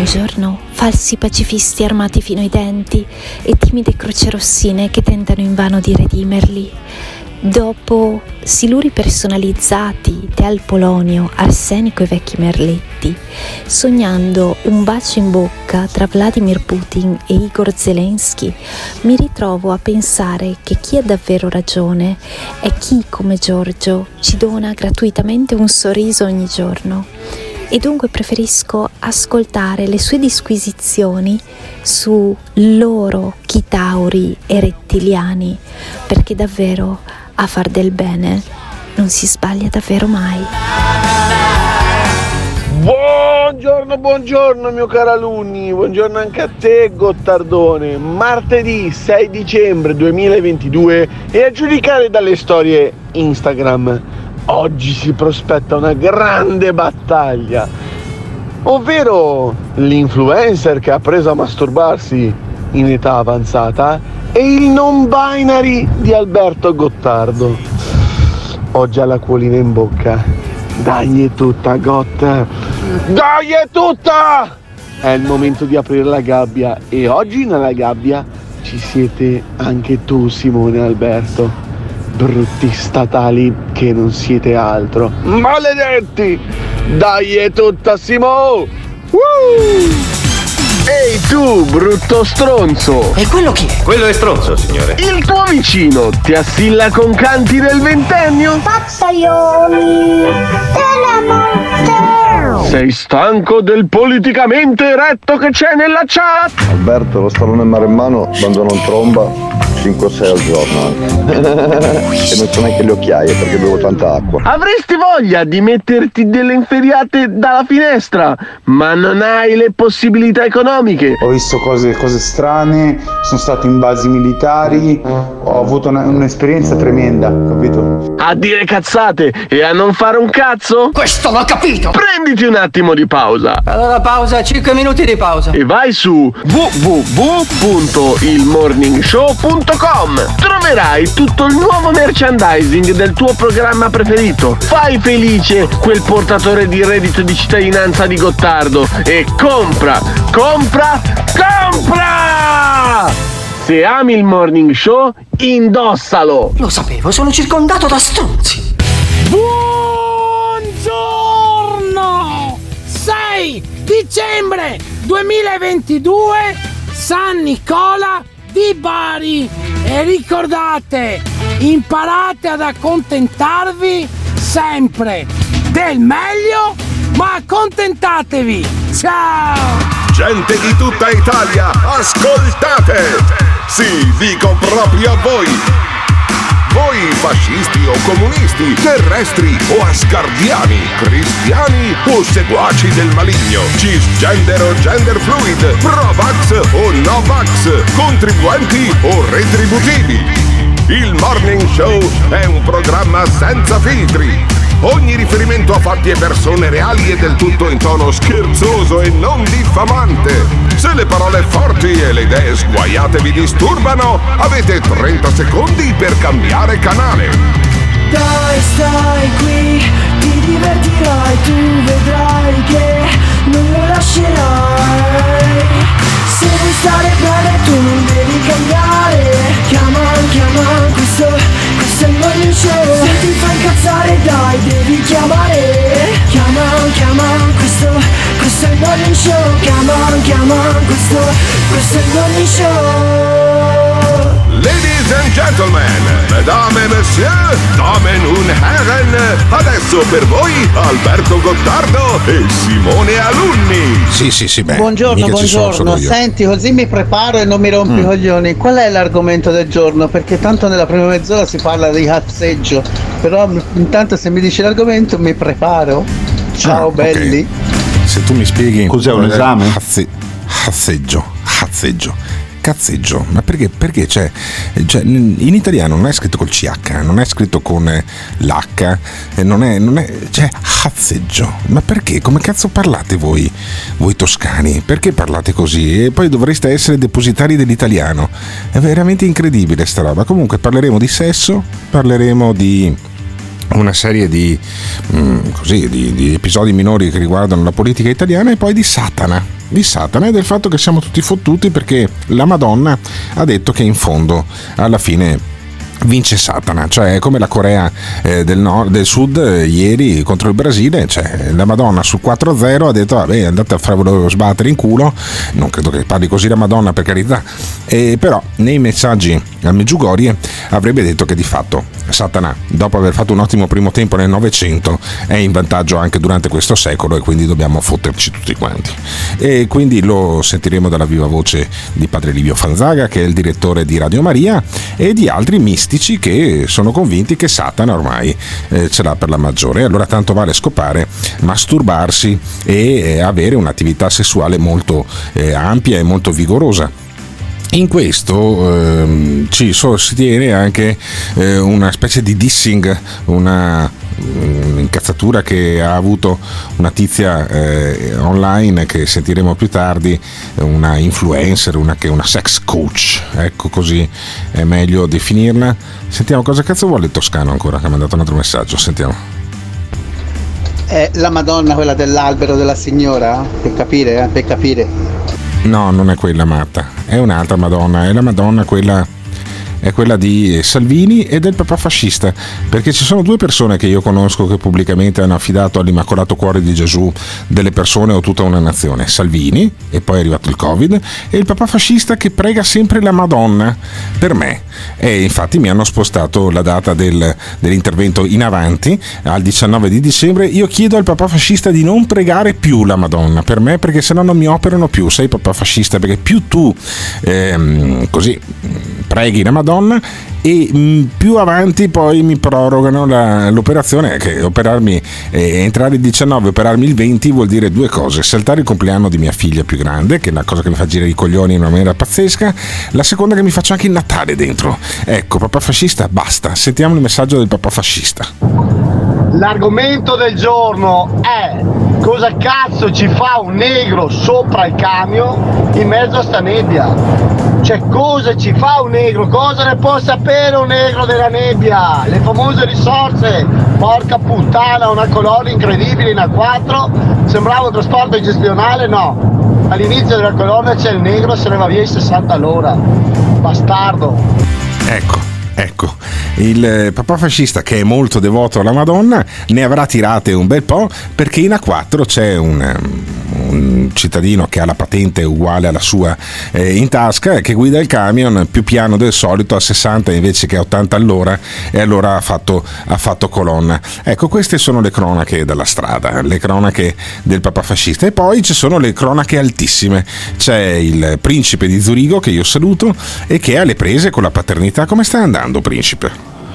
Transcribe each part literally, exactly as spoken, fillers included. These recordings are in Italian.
un giorno falsi pacifisti armati fino ai denti e timide croce rossine che tentano invano di redimerli. Dopo siluri personalizzati, tè al polonio, arsenico e vecchi merletti, sognando un bacio in bocca tra Vladimir Putin e Igor Zelensky, mi ritrovo a pensare che chi ha davvero ragione è chi, come Giorgio, ci dona gratuitamente un sorriso ogni giorno. E dunque preferisco ascoltare le sue disquisizioni su loro chitauri e rettiliani, perché davvero a far del bene non si sbaglia davvero mai. Buongiorno, buongiorno mio caro alunni, buongiorno anche a te Gottardone. Martedì sei dicembre duemilaventidue e a giudicare dalle storie Instagram, oggi si prospetta una grande battaglia, ovvero l'influencer che ha preso a masturbarsi in età avanzata e il non binary di Alberto Gottardo. Ho già l'acquolina in bocca. Dai è tutta Gott, dai è tutta! È il momento di aprire la gabbia e oggi nella gabbia ci siete anche tu Simone e Alberto, brutti statali che non siete altro, maledetti! Dai è tutta Simo! Woo! Ehi tu, brutto stronzo! E quello chi è? Quello è stronzo, signore. Il tuo vicino ti assilla con canti del ventennio? Pazzaioli della morte! Sei stanco del politicamente eretto che c'è nella chat? Alberto, lo stallone maremmano quando non tromba cinque o sei al giorno anche. E non so neanche le occhiaie perché bevo tanta acqua. Avresti voglia di metterti delle inferriate dalla finestra, ma non hai le possibilità economiche. Ho visto cose, cose strane, sono stato in basi militari, ho avuto una, un'esperienza tremenda, capito? A dire cazzate e a non fare un cazzo? Questo l'ho capito! Prenditi un attimo di pausa. Allora pausa, cinque minuti di pausa. E vai su w w w punto il morning show punto com. Troverai tutto il nuovo merchandising del tuo programma preferito. Fai felice quel portatore di reddito di cittadinanza di Gottardo e compra, compra, compra! Se ami il morning show, indossalo! Lo sapevo, sono circondato da stronzi. Buongiorno! sei dicembre duemilaventidue, San Nicola di Bari. E ricordate, imparate ad accontentarvi sempre del meglio, ma accontentatevi. Ciao! Gente di tutta Italia, ascoltate! Sì, dico proprio a voi! Voi fascisti o comunisti, terrestri o asgardiani, cristiani o seguaci del maligno, cisgender o gender fluid, pro-vax o no-vax, contribuenti o retributivi. Il Morning Show è un programma senza filtri. Ogni riferimento a fatti e persone reali è del tutto in tono scherzoso e non diffamante. Se le parole forti e le idee sguaiate vi disturbano, avete trenta secondi per cambiare canale. Dai, stai qui, ti divertirai, tu vedrai che non lo lascerai. Se vuoi stare bene tu non devi cambiare. Chiama, chiama, questo, questo è il morning show. Se ti fai incazzare dai, devi chiamare. Chiama, chiama, questo, questo è il morning show. Chiama, chiama, questo, questo è il morning show. Ladies and gentlemen, mesdames et messieurs, damen und herren, adesso per voi Alberto Gottardo e Simone Alunni. Sì, sì, sì, beh. Buongiorno, buongiorno. Senti, così mi preparo e non mi rompi i mm. coglioni. Qual è l'argomento del giorno? Perché tanto nella prima mezz'ora si parla di cazzeggio, però intanto se mi dici l'argomento mi preparo. Ciao, ah, belli. Okay. Se tu mi spieghi cos'è un esame? Cazze, cazzeggio, cazzeggio. Cazzeggio, ma perché? Perché c'è, c'è in italiano non è scritto col C H, non è scritto con l'H, non è, non è, c'è cazzeggio. Ma perché? Come cazzo parlate voi, voi toscani? Perché parlate così? E poi dovreste essere depositari dell'italiano. È veramente incredibile sta roba. Comunque parleremo di sesso, parleremo di una serie di, mh, così, di, di episodi minori che riguardano la politica italiana e poi di Satana. di Satana e del fatto che siamo tutti fottuti perché la Madonna ha detto che in fondo alla fine vince Satana, cioè è come la Corea eh, del, nord, del Sud eh, ieri contro il Brasile, cioè la Madonna sul quattro a zero ha detto vabbè andate a farvelo sbattere in culo, non credo che parli così la Madonna per carità, e però nei messaggi a Medjugorje avrebbe detto che di fatto Satana dopo aver fatto un ottimo primo tempo nel Novecento è in vantaggio anche durante questo secolo e quindi dobbiamo fotterci tutti quanti, e quindi lo sentiremo dalla viva voce di padre Livio Fanzaga che è il direttore di Radio Maria e di altri mistici che sono convinti che Satana ormai eh, ce l'ha per la maggiore, allora tanto vale scopare, masturbarsi e eh, avere un'attività sessuale molto eh, ampia e molto vigorosa. In questo ehm, ci sostiene anche eh, una specie di dissing, una incazzatura che ha avuto una tizia eh, online che sentiremo più tardi, una influencer, una, che una sex coach, ecco, così è meglio definirla. Sentiamo cosa cazzo vuole il Toscano ancora che ha mandato un altro messaggio, sentiamo. È la Madonna quella dell'albero della signora? Per capire, eh? Per capire. No, non è quella matta, è un'altra Madonna, è la Madonna quella è quella di Salvini e del papà fascista, perché ci sono due persone che io conosco che pubblicamente hanno affidato all'Immacolato Cuore di Gesù delle persone o tutta una nazione, Salvini, e poi è arrivato il Covid, e il papà fascista che prega sempre la Madonna per me, e infatti mi hanno spostato la data del, dell'intervento in avanti al diciannove di dicembre. Io chiedo al papà fascista di non pregare più la Madonna per me, perché sennò non mi operano più, sei papà fascista, perché più tu ehm, così preghi la Madonna e mh, più avanti poi mi prorogano la, l'operazione, che operarmi eh, entrare il diciannove, operarmi il venti vuol dire due cose: saltare il compleanno di mia figlia più grande, che è una cosa che mi fa girare i coglioni in una maniera pazzesca, la seconda che mi faccio anche il Natale dentro. Ecco, papà fascista, basta, sentiamo il messaggio del papà fascista. L'argomento del giorno è: cosa cazzo ci fa un negro sopra il camion in mezzo a sta nebbia? Cioè, cosa ci fa un negro? Cosa ne può sapere un negro della nebbia? Le famose risorse, porca puttana, una colonna incredibile in A quattro, sembrava un trasporto gestionale, no. All'inizio della colonna c'è il negro, se ne va via in sessanta all'ora. Bastardo. Ecco. Ecco, il papà fascista, che è molto devoto alla Madonna, ne avrà tirate un bel po', perché in A quattro c'è un, un cittadino che ha la patente uguale alla sua eh, in tasca, che guida il camion più piano del solito a sessanta invece che a ottanta all'ora, e allora ha fatto, ha fatto colonna. Ecco, queste sono le cronache della strada, le cronache del papà fascista. E poi ci sono le cronache altissime. C'è il principe di Zurigo, che io saluto, e che ha le prese con la paternità. Come sta andando, principe?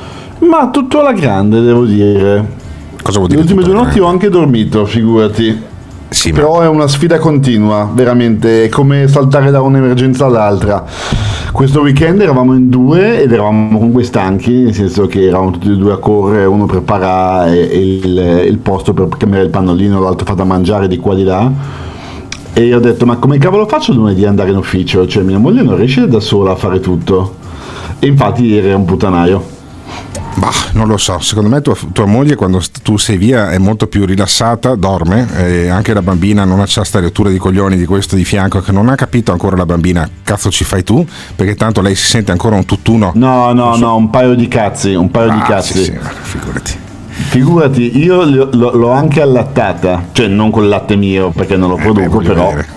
Ma tutto alla grande, devo dire. Cosa vuol dire? Le ultime due notti ho anche dormito, figurati. Sì, però ma... è una sfida continua, veramente, è come saltare da un'emergenza all'altra. Questo weekend eravamo in due ed eravamo comunque stanchi, nel senso che eravamo tutti e due a correre, uno prepara il, il posto per cambiare il pannolino, l'altro fa da mangiare di qua di là. E io ho detto: ma come cavolo faccio lunedì ad andare in ufficio? Cioè, mia moglie non riesce da sola a fare tutto. E infatti ieri era un puttanaio. Bah, non lo so, secondo me tua, tua moglie quando tu sei via è molto più rilassata, dorme, e anche la bambina non ha sta rottura di coglioni di questo di fianco, che non ha capito ancora la bambina cazzo ci fai tu, perché tanto lei si sente ancora un tutt'uno. No, no, so. no, un paio di cazzi, un paio ah, di cazzi. Sì, sì, figurati. Figurati, io l- l- l'ho anche allattata, cioè non col latte mio perché non lo eh produco, beh, però vedere.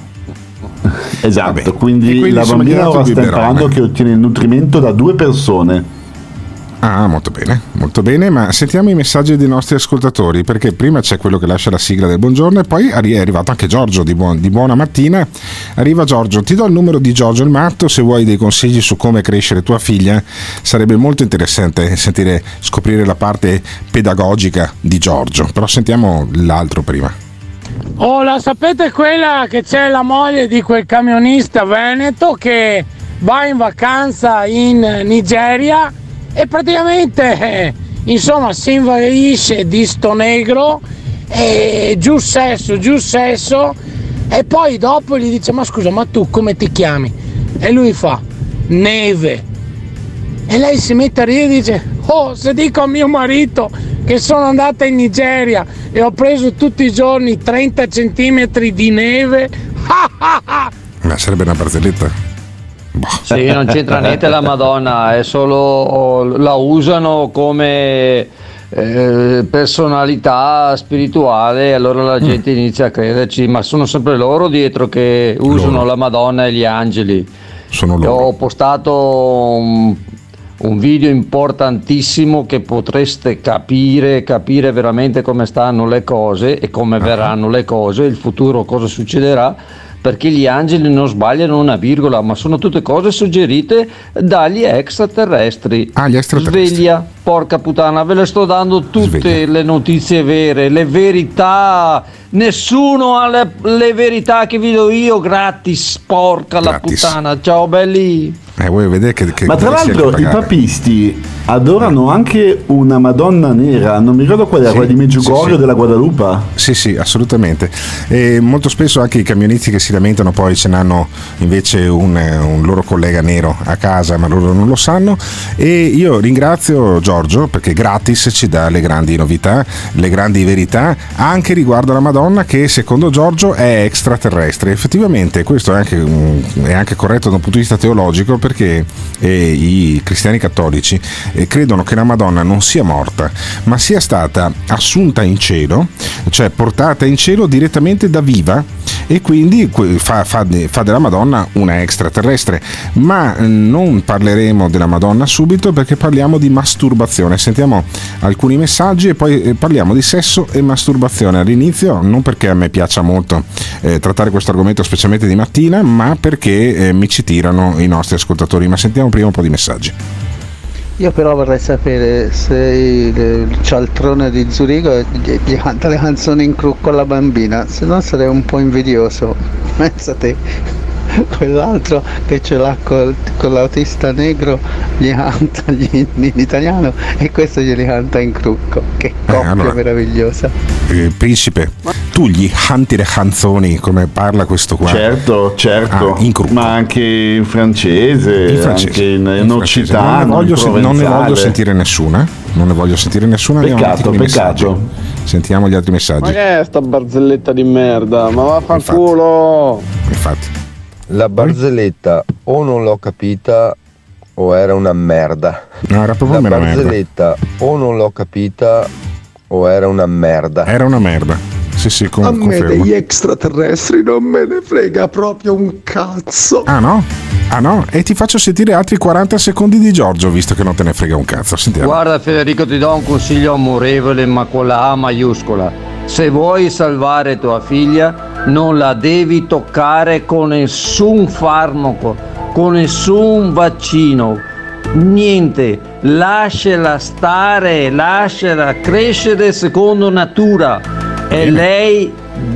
Esatto, Vabbè. quindi, quindi la bambina ora sta imparando che ottiene il nutrimento da due persone. Ah, molto bene, molto bene, ma sentiamo i messaggi dei nostri ascoltatori, perché prima c'è quello che lascia la sigla del buongiorno e poi è arrivato anche Giorgio di, buon, di buona mattina. Arriva Giorgio, ti do il numero di Giorgio il matto, se vuoi dei consigli su come crescere tua figlia sarebbe molto interessante sentire, scoprire la parte pedagogica di Giorgio, però sentiamo l'altro prima. Oh, la sapete quella che c'è la moglie di quel camionista veneto che va in vacanza in Nigeria e praticamente eh, insomma si invaghisce di sto negro e giù sesso, giù sesso, e poi dopo gli dice: ma scusa, ma tu come ti chiami? E lui fa: Neve. E lei si mette a ridere e dice: oh, se dico a mio marito che sono andata in Nigeria e ho preso tutti i giorni trenta centimetri di neve, Ma sarebbe una barzelletta? Boh. Sì, non c'entra niente la Madonna, è solo la usano come eh, personalità spirituale, allora la gente mm. inizia a crederci, ma sono sempre loro dietro che usano loro. La Madonna e gli angeli. Sono loro. Ho postato un, un video importantissimo che potreste capire, capire veramente come stanno le cose e come uh-huh. verranno le cose, il futuro cosa succederà, perché gli angeli non sbagliano una virgola, ma sono tutte cose suggerite dagli extraterrestri. Ah, gli extraterrestri. Sveglia, porca puttana, ve le sto dando tutte Sveglia. Le notizie vere, le verità. Nessuno ha le, le verità che vi do io gratis, porca gratis. La puttana. Ciao belli. Eh, vuoi vedere che, che ma tra l'altro i papisti adorano anche una Madonna nera, non mi ricordo qual era, sì, quella di Medjugorje sì, sì. della Guadalupe. Sì, sì, assolutamente. E molto spesso anche i camionisti che si lamentano poi ce n'hanno invece un, un loro collega nero a casa, ma loro non lo sanno. E io ringrazio Giorgio perché gratis ci dà le grandi novità, le grandi verità anche riguardo alla Madonna, che secondo Giorgio è extraterrestre. Effettivamente questo è anche, è anche corretto da un punto di vista teologico, perché eh, i cristiani cattolici eh, credono che la Madonna non sia morta, ma sia stata assunta in cielo, cioè portata in cielo direttamente da viva, e quindi fa, fa, fa della Madonna una extraterrestre. Ma non parleremo della Madonna subito, perché parliamo di masturbazione. Sentiamo alcuni messaggi e poi parliamo di sesso e masturbazione all'inizio, non perché a me piaccia molto eh, trattare questo argomento specialmente di mattina, ma perché eh, mi ci tirano i nostri ascoltatori. Ma sentiamo prima un po' di messaggi. Io però vorrei sapere se il cialtrone di Zurigo gli canta le canzoni in cru con la bambina, se no sarei un po' invidioso. Pensa te, quell'altro che ce l'ha col, con l'autista negro gli canta gli inni in italiano e questo glieli canta in crucco. Che coppia eh, allora, meravigliosa. Eh, principe, tu gli canti le canzoni come parla questo qua? Certo, certo, ah, in ma anche in francese, in francese anche in, in, in occitano, non, in sen- non ne voglio sentire nessuna, non ne voglio sentire nessuna. Peccato, peccato. Sentiamo gli altri messaggi. Ma che è sta barzelletta di merda? Ma vaffanculo! Infatti, infatti. La barzelletta o non l'ho capita o era una merda. No, era proprio La una barzelletta merda. o non l'ho capita o era una merda. Era una merda. Sì, sì, con, a me confermo. degli extraterrestri non me ne frega proprio un cazzo. Ah no? Ah no? E ti faccio sentire altri quaranta secondi di Giorgio, visto che non te ne frega un cazzo. Sentiamo. Guarda Federico, ti do un consiglio amorevole ma con la A maiuscola. Se vuoi salvare tua figlia non la devi toccare con nessun farmaco, con nessun vaccino, niente, lasciala stare, lasciala crescere secondo natura e lei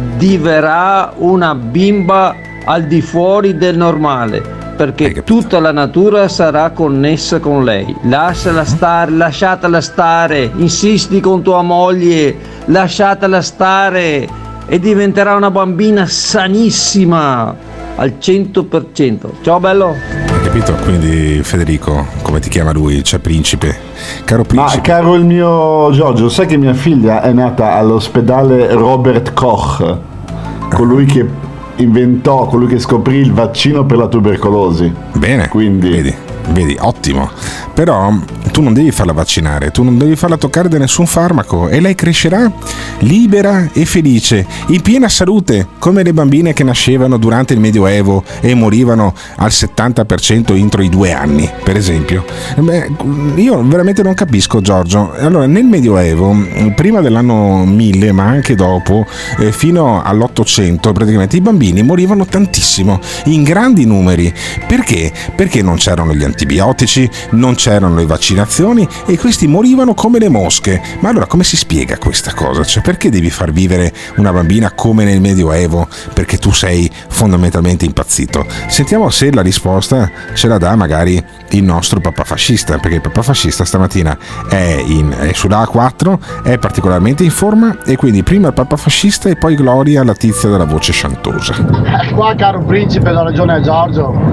diverrà una bimba al di fuori del normale, perché tutta la natura sarà connessa con lei. Lasciala stare, lasciatela stare, insisti con tua moglie, lasciatela stare e diventerà una bambina sanissima al cento per cento. Ciao bello. Hai capito? Quindi Federico, come ti chiama lui? Cioè principe. Caro principe. Ma caro il mio Giorgio, sai che mia figlia è nata all'ospedale Robert Koch, colui che inventò, colui che scoprì il vaccino per la tubercolosi. Bene, quindi vedi, vedi, ottimo. Però tu non devi farla vaccinare, tu non devi farla toccare da nessun farmaco e lei crescerà libera e felice, in piena salute, come le bambine che nascevano durante il Medioevo e morivano al settanta per cento entro i due anni, per esempio. Beh, io veramente non capisco, Giorgio. Allora, nel Medioevo, prima dell'anno mille, ma anche dopo, eh, fino all'ottocento, praticamente i bambini morivano tantissimo, in grandi numeri. Perché? Perché non c'erano gli antibiotici, non c'erano le vaccinazioni e questi morivano come le mosche. Ma allora come si spiega questa cosa? Cioè, perché devi far vivere una bambina come nel Medioevo? Perché tu sei fondamentalmente impazzito. Sentiamo se la risposta ce la dà magari il nostro papà fascista, perché il papà fascista stamattina è, in, è sulla A quattro, è particolarmente in forma, e quindi prima il papà fascista e poi Gloria, la tizia della voce sciantosa. Qua, caro principe, do ragione a Giorgio.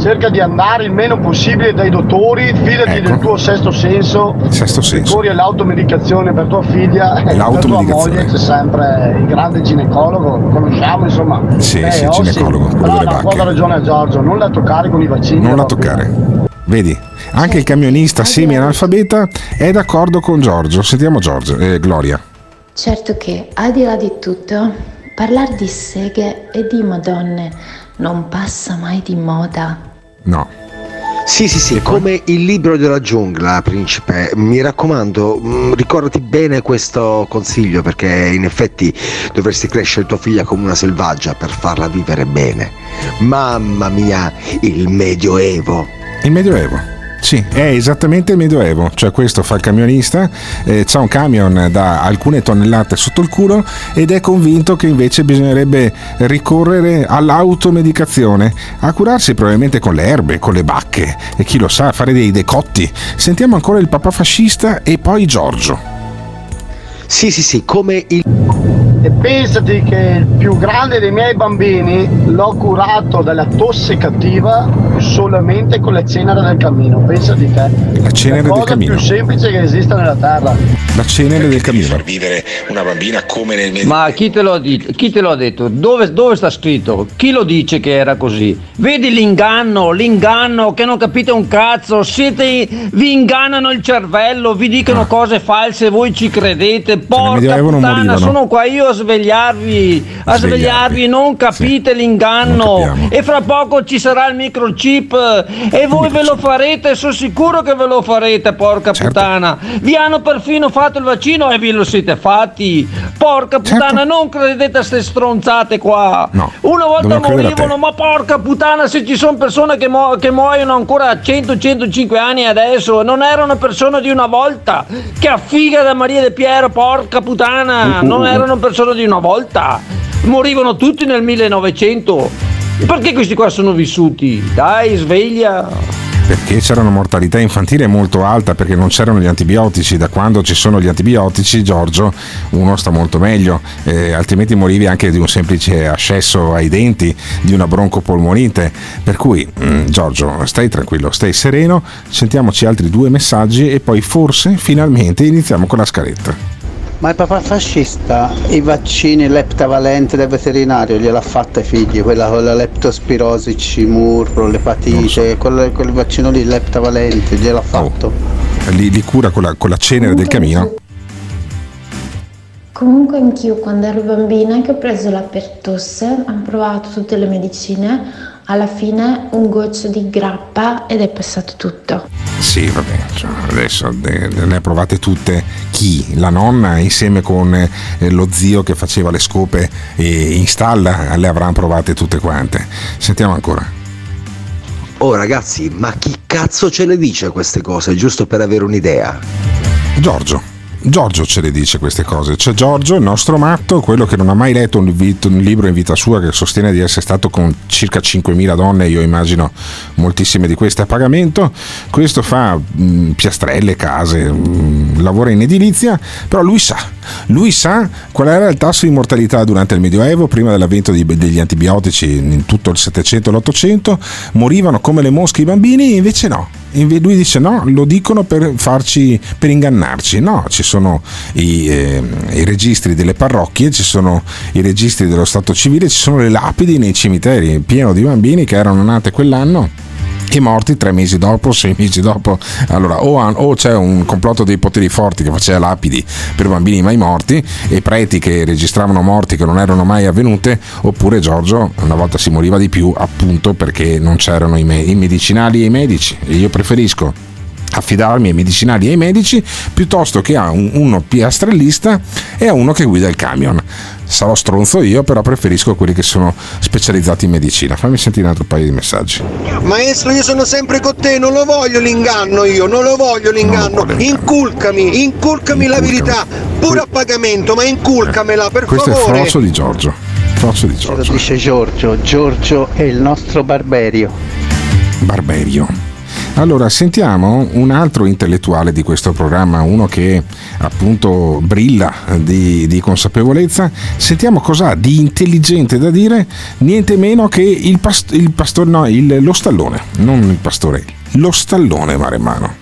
cerca di andare il meno possibile dai dottori, fidati Ecco. del tuo sesto senso, Sesto senso. corri all'automedicazione per tua figlia e per tua L'automedicazione. moglie c'è sempre il grande ginecologo, lo conosciamo insomma. Sì, Eh, sì, il oh, ginecologo, quello Però delle dà un po' vacche. da ragione a Giorgio, non la toccare con i vaccini. Non la proprio. toccare. Vedi, anche il camionista semi-analfabeta è d'accordo con Giorgio. Sentiamo Giorgio, eh, Gloria. Certo che, al di là di tutto, parlare di seghe e di madonne non passa mai di moda. No. Sì, sì, sì, come il libro della giungla, principe. Mi raccomando, mh, ricordati bene questo consiglio, perché in effetti dovresti crescere tua figlia come una selvaggia per farla vivere bene. Mamma mia, il Medioevo. Il Medioevo. Sì, è esattamente il Medioevo, cioè questo fa il camionista, eh, c'ha un camion da alcune tonnellate sotto il culo ed è convinto che invece bisognerebbe ricorrere all'automedicazione, a curarsi probabilmente con le erbe, con le bacche e chi lo sa, fare dei decotti. Sentiamo ancora il papà fascista e poi Giorgio. Sì, sì, sì, come il... E pensati che il più grande dei miei bambini l'ho curato dalla tosse cattiva solamente con la cenere del camino. Pensati te. La cenere la del cosa camino. più semplice che esista nella terra. La cenere del camino. Vivere una bambina come nel Medioevo. Ma chi te lo ha detto? Chi te lo ha detto? Dove, dove sta scritto? Chi lo dice che era così? Vedi l'inganno, l'inganno che non capite un cazzo, siete, vi ingannano il cervello, vi dicono cose false, voi ci credete. Porca Medioevo non puttana, morivano. sono qua io a svegliarvi, a Svegliarvi. svegliarvi, non capite l'inganno. E fra poco ci sarà il microchip e voi ve lo farete, sono sicuro che ve lo farete, porca Certo. puttana. Vi hanno perfino fatto il vaccino e vi lo siete fatti. Porca puttana, non credete a ste stronzate qua. No, Una volta dobbiamo credere a te. morivano, ma porca puttana, se ci sono persone che, mu- che muoiono ancora a cento centocinque anni adesso, non erano persone di una volta. Che affiga da Maria De Piero, porca puttana, non erano persone di una volta. Morivano tutti nel millenovecento. Perché questi qua sono vissuti? Dai, sveglia. Perché c'era una mortalità infantile molto alta, perché non c'erano gli antibiotici. Da quando ci sono gli antibiotici, Giorgio, uno sta molto meglio, eh, altrimenti morivi anche di un semplice ascesso ai denti, di una broncopolmonite. Per cui mh, Giorgio, stai tranquillo, stai sereno, sentiamoci altri due messaggi e poi forse finalmente iniziamo con la scaletta. Ma il papà fascista i vaccini l'eptavalente del veterinario gliel'ha fatta ai figli, quella con la leptospirosi, cimurro, l'epatite, quel, quel vaccino lì, l'eptavalente, gliel'ha fatto. Li, li cura con la, con la cenere del camino. Comunque anch'io quando ero bambina che ho preso la pertosse, ho provato tutte le medicine, alla fine un goccio di grappa ed è passato tutto. Sì, vabbè, cioè, adesso eh, le ha provate tutte. Chi? La nonna insieme con eh, lo zio che faceva le scope eh, in stalla, le avranno provate tutte quante. Sentiamo ancora. Oh ragazzi, ma chi cazzo ce le dice queste cose, giusto per avere un'idea? Giorgio. Giorgio ce le dice queste cose. C'è Giorgio, il nostro matto, quello che non ha mai letto un, vit- un libro in vita sua, che sostiene di essere stato con circa cinquemila donne, io immagino moltissime di queste a pagamento. Questo fa mh, piastrelle, case, mh, lavora in edilizia, però lui sa, lui sa qual era il tasso di mortalità durante il Medioevo, prima dell'avvento di, degli antibiotici in tutto il Settecento e l'Ottocento. Morivano come le mosche i bambini, invece no. Lui dice no, lo dicono per farci, per ingannarci. No, ci sono i, eh, i registri delle parrocchie, ci sono i registri dello stato civile, ci sono le lapidi nei cimiteri, pieno di bambini che erano nate quell'anno e morti tre mesi dopo, sei mesi dopo. Allora o, o c'è un complotto dei poteri forti che faceva lapidi per bambini mai morti e preti che registravano morti che non erano mai avvenute, oppure Giorgio una volta si moriva di più appunto perché non c'erano i, me- i medicinali e i medici. E io preferisco affidarmi ai medicinali e ai medici piuttosto che a un, uno piastrellista e a uno che guida il camion. Sarò stronzo io, però preferisco quelli che sono specializzati in medicina. Fammi sentire un altro paio di messaggi. Maestro, io sono sempre con te, non lo voglio l'inganno io, non lo voglio l'inganno. Inculcami, inculcami la verità, pure a pagamento, ma inculcamela per Questo favore. è Frozzo di Giorgio. Frozzo di Ce lo Giorgio. dice Giorgio, Giorgio è il nostro Barberio. Barberio. Allora, sentiamo un altro intellettuale di questo programma, uno che appunto brilla di, di consapevolezza. Sentiamo cosa ha di intelligente da dire, niente meno che il, past- il pastore, no, il, lo stallone, non il pastore, lo stallone Maremmano.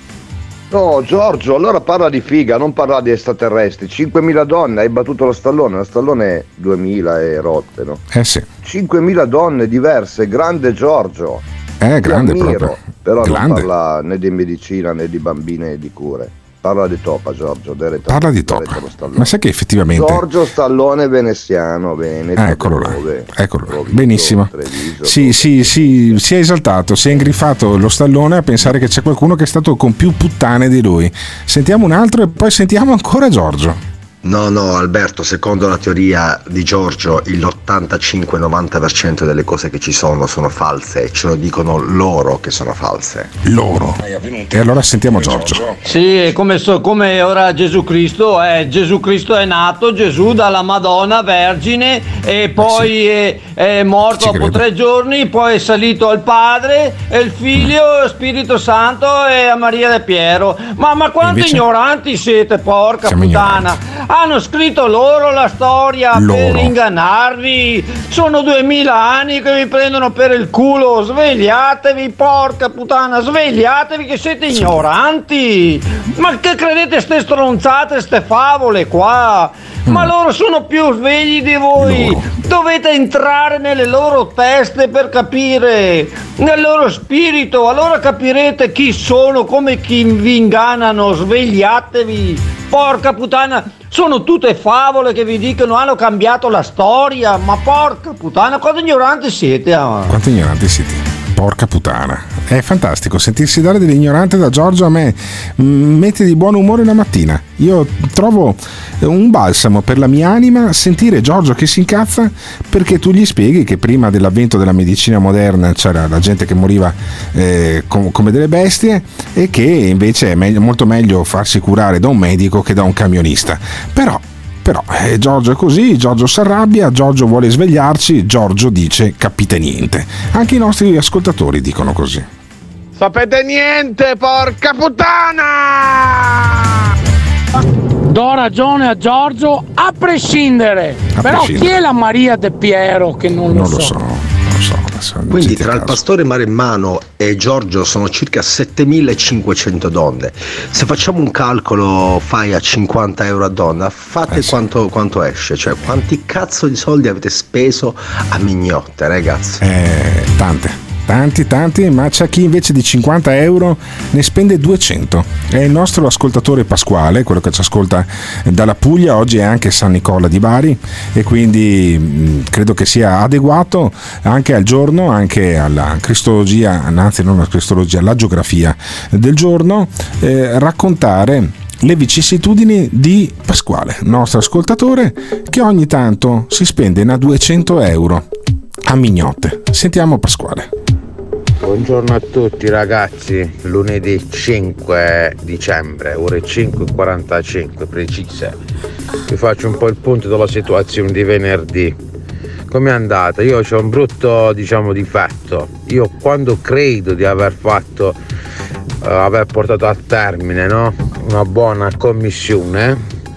No, Giorgio, allora parla di figa, non parla di extraterrestri. cinquemila donne, hai battuto lo stallone, lo stallone è duemila e rotte, no? Eh sì. cinquemila donne diverse, grande Giorgio. Eh, grande ammiro, proprio. Però grande. non parla né di medicina né di bambine né di cure. Parla di Topa, Giorgio. Dereta, parla di Topa. Ma sai che effettivamente Giorgio Stallone veneziano, Veneto. Ah, eccolo là. Dove, eccolo là. Rovito, Benissimo. Treviso, sì, sì, sì, si è esaltato, si è ingrifato lo Stallone a pensare che c'è qualcuno che è stato con più puttane di lui. Sentiamo un altro e poi sentiamo ancora Giorgio. No, no, Alberto, secondo la teoria di Giorgio, l'ottantacinque novanta per cento delle cose che ci sono sono false e ce lo dicono loro che sono false. Loro? E allora sentiamo Giorgio. Sì, come, so, come ora Gesù Cristo è, Gesù Cristo è nato, Gesù dalla Madonna Vergine e poi sì. è, è morto Ci dopo credo. tre giorni, poi è salito al Padre e il Figlio, mm. Spirito Santo e a Maria De Piero. Ma, ma quanti Invece... ignoranti siete, porca Siamo puttana! Ignoranti. Hanno scritto loro la storia loro. per ingannarvi. Sono duemila anni che vi prendono per il culo. Svegliatevi, porca puttana, svegliatevi che siete ignoranti. Ma che credete ste stronzate, ste favole qua? Ma loro sono più svegli di voi. Loro. Dovete entrare nelle loro teste per capire, nel loro spirito. Allora capirete chi sono, come chi vi ingannano. Svegliatevi. Porca puttana, sono tutte favole che vi dicono hanno cambiato la storia, ma porca puttana, quanto ignoranti siete? Ah. Quanto ignoranti siete? Porca puttana, è fantastico sentirsi dare dell'ignorante da Giorgio. A me mette di buon umore la mattina. Io trovo un balsamo per la mia anima sentire Giorgio che si incazza perché tu gli spieghi che prima dell'avvento della medicina moderna c'era la gente che moriva eh, com- come delle bestie e che invece è meglio, molto meglio farsi curare da un medico che da un camionista. Però Però eh, Giorgio è così, Giorgio si arrabbia, Giorgio vuole svegliarci, Giorgio dice capite niente. Anche i nostri ascoltatori dicono così. Sapete niente, porca puttana! Do ragione a Giorgio a prescindere. A Però prescindere. Chi è la Maria De Piero che non lo non so? Lo so. Quindi tra il pastore Maremmano e Giorgio sono circa settemilacinquecento donne. Se facciamo un calcolo fai a cinquanta euro a donna, fate eh sì. quanto, quanto esce, cioè quanti cazzo di soldi avete speso a mignotte, ragazzi? Eh, tante. Tanti, tanti, ma c'è chi invece di cinquanta euro ne spende duecento. È il nostro ascoltatore Pasquale, quello che ci ascolta dalla Puglia, oggi è anche San Nicola di Bari e quindi mh, credo che sia adeguato anche al giorno, anche alla cristologia, anzi non alla cristologia, alla geografia del giorno, eh, raccontare le vicissitudini di Pasquale, nostro ascoltatore, che ogni tanto si spende una duecento euro a mignotte. Sentiamo Pasquale. Buongiorno a tutti ragazzi, lunedì cinque dicembre, ore cinque e quarantacinque precise. Vi faccio un po' il punto della situazione di venerdì. Com'è andata? Io ho un brutto, diciamo, difetto. Io quando credo di aver fatto, uh, aver portato a termine, no? Una buona commissione,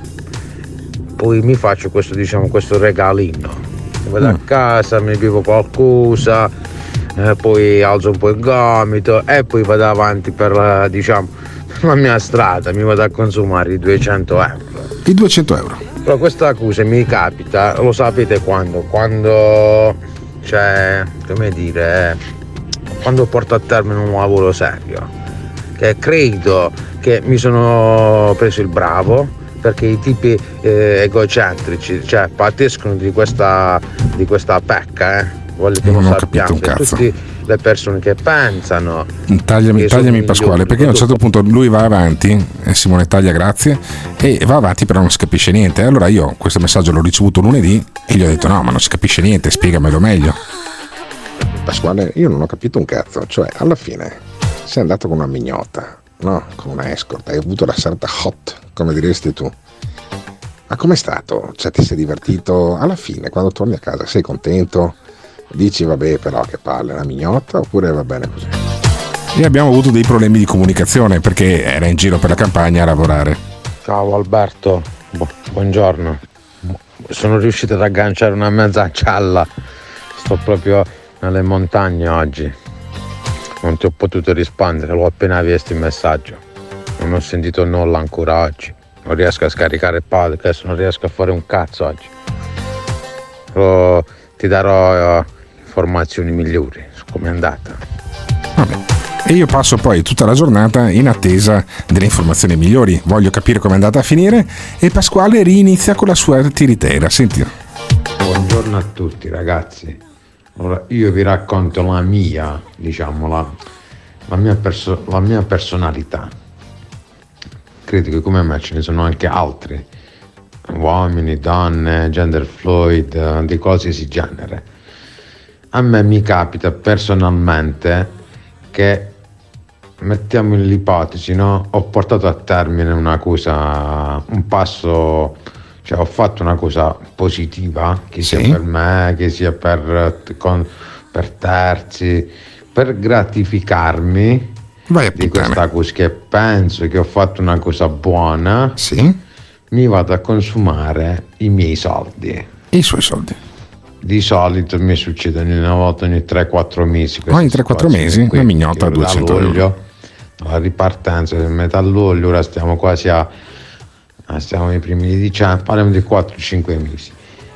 poi mi faccio questo, diciamo, questo regalino. Vado mm. a casa, mi bevo qualcosa, eh, poi alzo un po' il gomito e poi vado avanti per la, diciamo, la mia strada, mi vado a consumare i duecento euro. I duecento euro. Però questa cosa mi capita, lo sapete quando? Quando, cioè, come dire, quando porto a termine un lavoro serio, che credo che mi sono preso il bravo, perché i tipi eh, egocentrici, cioè, patiscono di questa, di questa pecca, eh. Voglio che non lo ho sappiamo, capito un cazzo. Tutte le persone che pensano. Tagliami, che tagliami Pasquale, perché a un certo punto lui va avanti, e Simone taglia grazie, e va avanti però non si capisce niente. Allora io questo messaggio l'ho ricevuto lunedì e gli ho detto no, ma non si capisce niente, spiegamelo meglio. Pasquale, io non ho capito un cazzo, cioè alla fine sei andato con una mignotta, no? Con una escort, hai avuto la serata hot, come diresti tu. Ma com'è stato? Cioè ti sei divertito? Alla fine, quando torni a casa, sei contento? Dici vabbè però che palle, una mignotta, oppure va bene così? e abbiamo avuto dei problemi di comunicazione perché era in giro per la campagna a lavorare. Ciao Alberto, Bu- buongiorno. Sono riuscito ad agganciare una mezza gialla, sto proprio nelle montagne oggi, non ti ho potuto rispondere, l'ho appena visto il messaggio, non ho sentito nulla ancora oggi, non riesco a scaricare il podcast, non riesco a fare un cazzo oggi. Però ti darò uh, informazioni migliori su come è andata. Vabbè. E io passo poi tutta la giornata in attesa delle informazioni migliori, voglio capire come è andata a finire e Pasquale rinizia con la sua tiritera. Senti. Buongiorno a tutti ragazzi. Allora, io vi racconto la mia, diciamo, la, la, mia perso- la mia personalità. Credo che come me ce ne sono anche altri, uomini, donne, gender fluid, di qualsiasi genere. A me mi capita personalmente che, mettiamo l'ipotesi, no? Ho portato a termine una cosa, un passo, cioè ho fatto una cosa positiva, che Sì. sia per me, che sia per, con, per terzi, per gratificarmi Vai a di puttane. questa cosa, che penso che ho fatto una cosa buona, Sì. mi vado a consumare i miei soldi. E i suoi soldi. Di solito mi succede una volta ogni tre quattro mesi. Ogni tre quattro mesi una mignota a da duecento euro. luglio, la ripartenza del metà luglio, ora stiamo quasi a, a stiamo ai primi di dicembre, parliamo di quattro cinque mesi,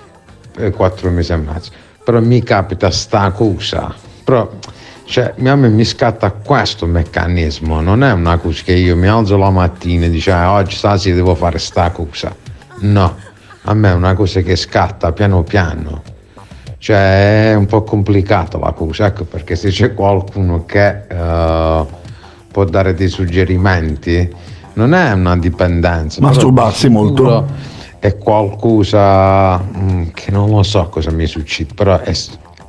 quattro mesi e mezzo. Però mi capita sta cosa, però cioè, a me mi scatta questo meccanismo, non è una cosa che io mi alzo la mattina e dico ah, oggi stasera devo fare sta cosa, no, a me è una cosa che scatta piano piano, cioè è un po' complicata la cosa, ecco perché se c'è qualcuno che uh, può dare dei suggerimenti, non è una dipendenza, Masturbarsi molto è qualcosa mh, che non lo so cosa mi succede, però è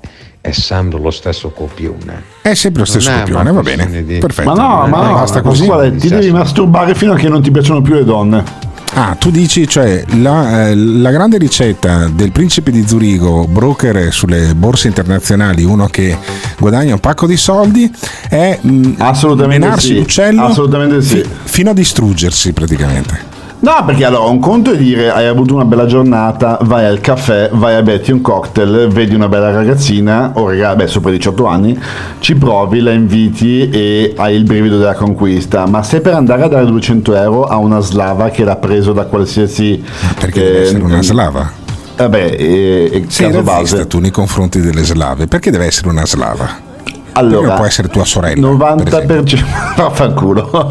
è sempre lo stesso copione. È sempre lo stesso Non è copione, una va bene. questione di- Perfetto. Ma no, ma no, basta così. guarda, ti devi masturbare fino a che non ti piacciono più le donne. Ah, tu dici, cioè, la, eh, la grande ricetta del principe di Zurigo, broker sulle borse internazionali, uno che guadagna un pacco di soldi, è mh, Assolutamente menarsi sì. l'uccello Assolutamente sì. fi- fino a distruggersi praticamente. No, perché allora un conto è dire hai avuto una bella giornata, vai al caffè, vai a berti un cocktail, vedi una bella ragazzina o ragazza, beh, sopra i diciotto anni, ci provi, la inviti e hai il brivido della conquista. Ma se per andare a dare duecento euro a una slava che l'ha preso da qualsiasi... Perché deve essere una slava? Vabbè, è, è Sei caso razzista base. tu nei confronti delle slave, perché deve essere una slava? Allora, Perché può essere tua sorella. novanta per cento vaffanculo.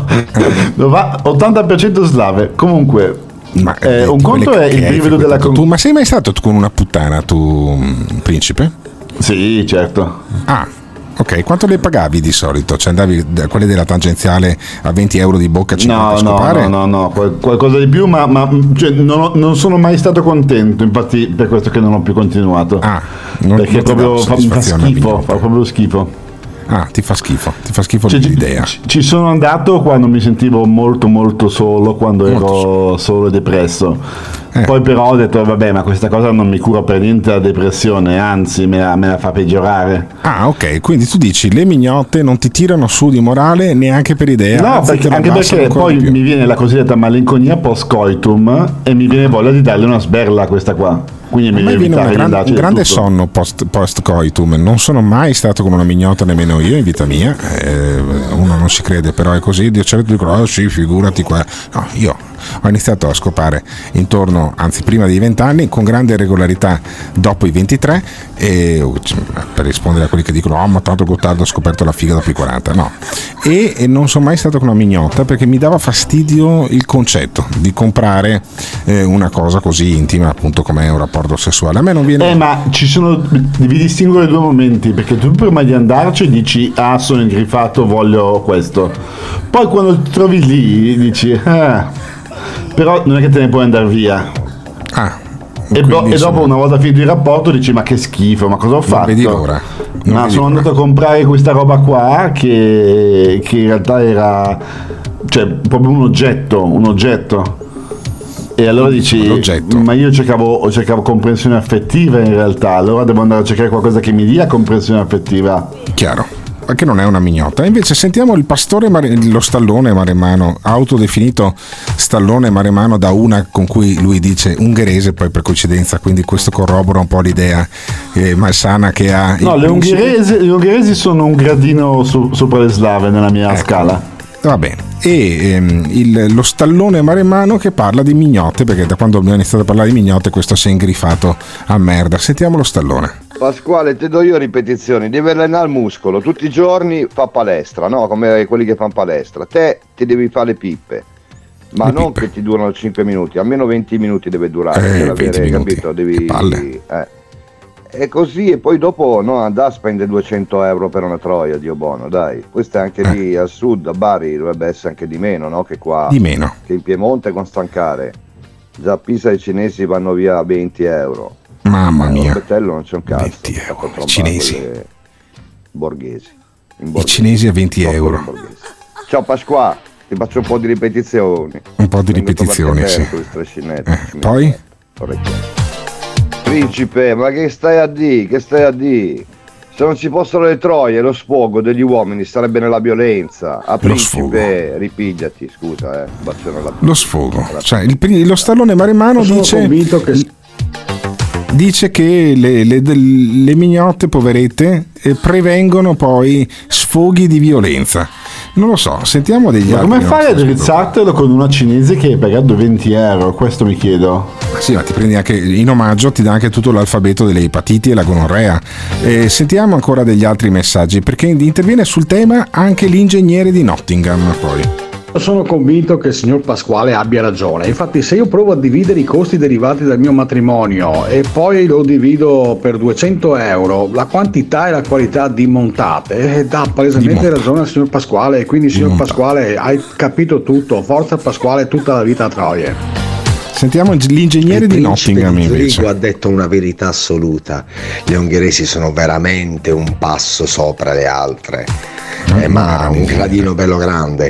Nova- ottanta per cento slave. Comunque Ma eh, eh, un di conto quelle è che il hai brivido della frequentato con- tu, ma sei mai stato con una puttana tu, mh, principe? Sì, certo. Ah, ok, quanto le pagavi di solito? Cioè andavi da quelle della tangenziale a venti euro di bocca, cinquanta No, a no, scopare? no, no, no, qual- qualcosa di più, ma, ma cioè, non, ho- non sono mai stato contento, infatti per questo che non ho più continuato. Ah, non, perché non ti proprio dà fa, mi fa soddisfazione la schifo, mignota. fa proprio schifo. Ah, ti fa schifo, ti fa schifo Cioè, l'idea. ci, ci sono andato quando mi sentivo molto molto solo, quando Molto ero solo e depresso. Eh. Poi però ho detto vabbè, ma questa cosa non mi cura per niente la depressione, anzi me la, me la fa peggiorare. Ah, ok, quindi tu dici le mignotte non ti tirano su di morale neanche per idea. No, anzi, perché- te lo anche abbassano perché ancora poi di più. mi viene la cosiddetta malinconia post-coitum e mi viene voglia di darle una sberla a questa qua. Quindi mi A me viene viene una evitare di gran- andarci un del grande tutto. sonno post, post coitum, non sono mai stato con una mignota nemmeno io in vita mia, eh, uno non ci crede, però è così, di certo dicono oh sì, figurati qua. No, io ho iniziato a scopare intorno, anzi prima dei venti anni, con grande regolarità dopo i ventitré, e per rispondere a quelli che dicono oh ma tanto Gottardo ha scoperto la figa dopo i quaranta, no, e, e non sono mai stato con una mignotta perché mi dava fastidio il concetto di comprare eh, una cosa così intima appunto come un rapporto sessuale. A me non viene... Eh, ma ci sono, devi distinguere due momenti, perché tu prima di andarci dici ah sono ingrifato, voglio questo, poi quando ti trovi lì dici ah, però non è che te ne puoi andare via. Ah, e, bo- quindi e dopo sono- una volta finito il rapporto dici ma che schifo, ma cosa ho fatto? vedi l'ora. Non Ma vedi sono l'ora. andato a comprare questa roba qua che, che in realtà era cioè proprio un oggetto, un oggetto. E allora dici, L'oggetto. ma io cercavo, cercavo comprensione affettiva in realtà, allora devo andare a cercare qualcosa che mi dia comprensione affettiva. Chiaro. che non è una mignotta. Invece sentiamo il pastore mare, lo stallone maremmano, autodefinito stallone maremmano da una con cui lui dice ungherese poi per coincidenza, quindi questo corrobora un po' l'idea eh, malsana che ha. No, le ungheresi, le ungheresi sono un gradino su, sopra le slave nella mia ecco. scala. Va bene, e ehm, il, lo stallone maremmano che parla di mignotte, perché da quando abbiamo iniziato a parlare di mignotte questo si è ingrifato a merda. Sentiamo lo stallone. Pasquale, ti do io ripetizioni, devi allenare il muscolo, tutti i giorni fa palestra, no? Come quelli che fanno palestra, te ti devi fare le pippe, ma le non pippe. Che ti durano cinque minuti, almeno venti minuti deve durare, eh, per avere, capito? Devi, eh. E così, e poi dopo non andare a spendere duecento euro per una troia, Dio buono, dai. Questo è anche eh. lì al sud, a Bari dovrebbe essere anche di meno, no? Che qua, di meno. Che in Piemonte con Stancare, già a Pisa i cinesi vanno via a venti euro. Mamma mia. A Betello non c'è un cazzo. venti euro, i cinesi. Borghesi. In borghesi. I cinesi a venti euro. Ciao Pasqua, ti faccio un po' di ripetizioni. Un po' di ripetizioni, sì. Eh, poi? Principe, ma che stai a di? Che stai a di? Se non ci fossero le troie, lo sfogo degli uomini sarebbe nella violenza. A Principe, lo ripigliati, scusa, eh. La... Lo sfogo. Cioè, il, lo stallone maremmano sono dice... convinto che... dice che le, le, le mignotte, poverette, prevengono poi sfoghi di violenza. Non lo so, sentiamo degli ma altri. Ma come fai a drizzartelo con una cinese che hai pagato venti euro? Questo mi chiedo. Sì, ma ti prendi anche, in omaggio ti dà anche tutto l'alfabeto delle epatiti e la gonorrea. Eh, sentiamo ancora degli altri messaggi, perché interviene sul tema anche l'ingegnere di Nottingham poi. Sono convinto che il signor Pasquale abbia ragione. Infatti, se io provo a dividere i costi derivati dal mio matrimonio e poi lo divido per duecento euro, la quantità e la qualità di montate, eh, dà palesemente ragione al signor Pasquale. E quindi, signor Pasquale, hai capito tutto. Forza Pasquale, tutta la vita a troie. Sentiamo l'ingegnere di Nottingham invece. Ha detto una verità assoluta. Gli ungheresi sono veramente un passo sopra le altre. Eh, ma un gradino bello grande.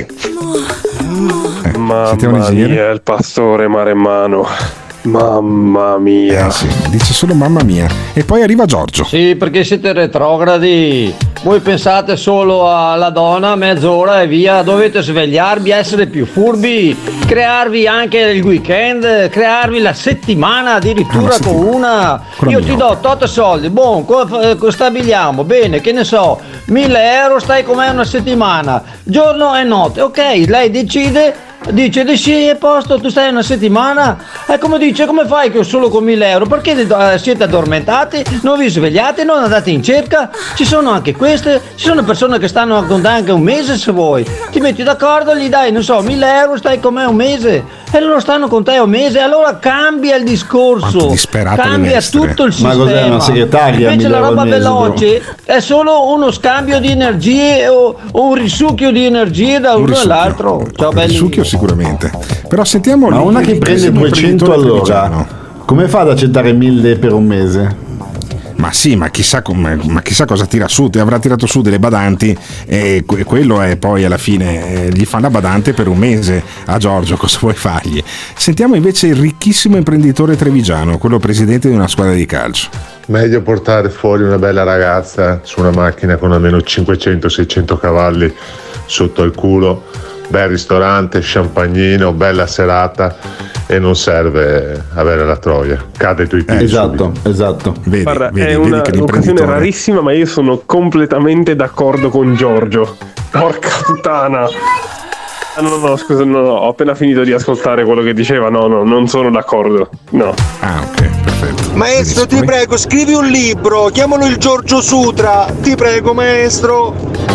Eh, mamma mia, il pastore maremmano. Mamma mia. Eh sì, dice solo mamma mia. E poi arriva Giorgio. Sì, perché siete retrogradi. Voi pensate solo alla donna, mezz'ora e via. Dovete svegliarvi, essere più furbi, crearvi anche il weekend, crearvi la settimana addirittura ah, con una. Con Io ti do tot soldi, buon, stabiliamo, bene, che ne so, mille euro, stai con me una settimana, giorno e notte. Ok, lei decide. Dice di sì, è posto, tu stai una settimana. E come dice, come fai che solo con mille euro? Perché siete addormentati? Non vi svegliate? Non andate in cerca? Ci sono anche queste. Ci sono persone che stanno con te anche un mese se vuoi. Ti metti d'accordo, gli dai, non so, mille euro, stai con me un mese. E loro stanno con te un mese. Allora cambia il discorso. Cambia tutto il sistema. Ma cos'è una segretaria? Invece la roba veloce è solo uno scambio di energie o, o un risucchio di energie da un uno all'altro. Ciao belli. Risucchio sicuramente. Però sentiamo. Ma una che prende duecento all'ora, come fa ad accettare mille per un mese? Ma sì, ma chissà, come, ma chissà cosa tira su, ti avrà tirato su delle badanti e quello è poi alla fine eh, gli fa la badante per un mese a Giorgio, cosa vuoi fargli? Sentiamo invece il ricchissimo imprenditore trevigiano, quello presidente di una squadra di calcio. Meglio portare fuori una bella ragazza su una macchina con almeno cinquecento seicento cavalli sotto al culo, bel ristorante, champagnino, bella serata, e non serve avere la troia, cade i tuoi piedi. Eh, esatto, subito. esatto. Vedi, Guarda, vedi, è una, vedi un'occasione rarissima, ma io sono completamente d'accordo con Giorgio. Porca puttana. No, no, scusa, no, no, ho appena finito di ascoltare quello che diceva. No, no, non sono d'accordo. No. Ah, ok, perfetto. Maestro, ti prego, scrivi un libro, chiamalo il Giorgio Sutra. Ti prego, maestro.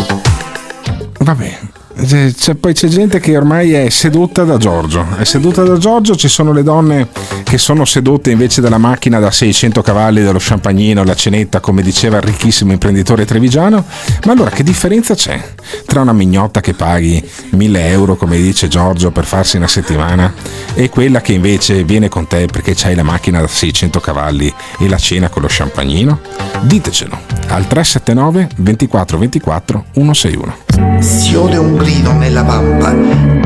Vabbè. C'è, c'è, poi c'è gente che ormai è sedotta da Giorgio, è sedotta da Giorgio, ci sono le donne che sono sedotte invece dalla macchina da seicento cavalli, dallo champagnino, la cenetta, come diceva il ricchissimo imprenditore trevigiano. Ma allora che differenza c'è tra una mignotta che paghi mille euro, come dice Giorgio, per farsi una settimana, e quella che invece viene con te perché c'hai la macchina da seicento cavalli e la cena con lo champagnino? Ditecelo al tre sette nove ventiquattro ventiquattro centosessantuno. Si ode un grido nella pampa,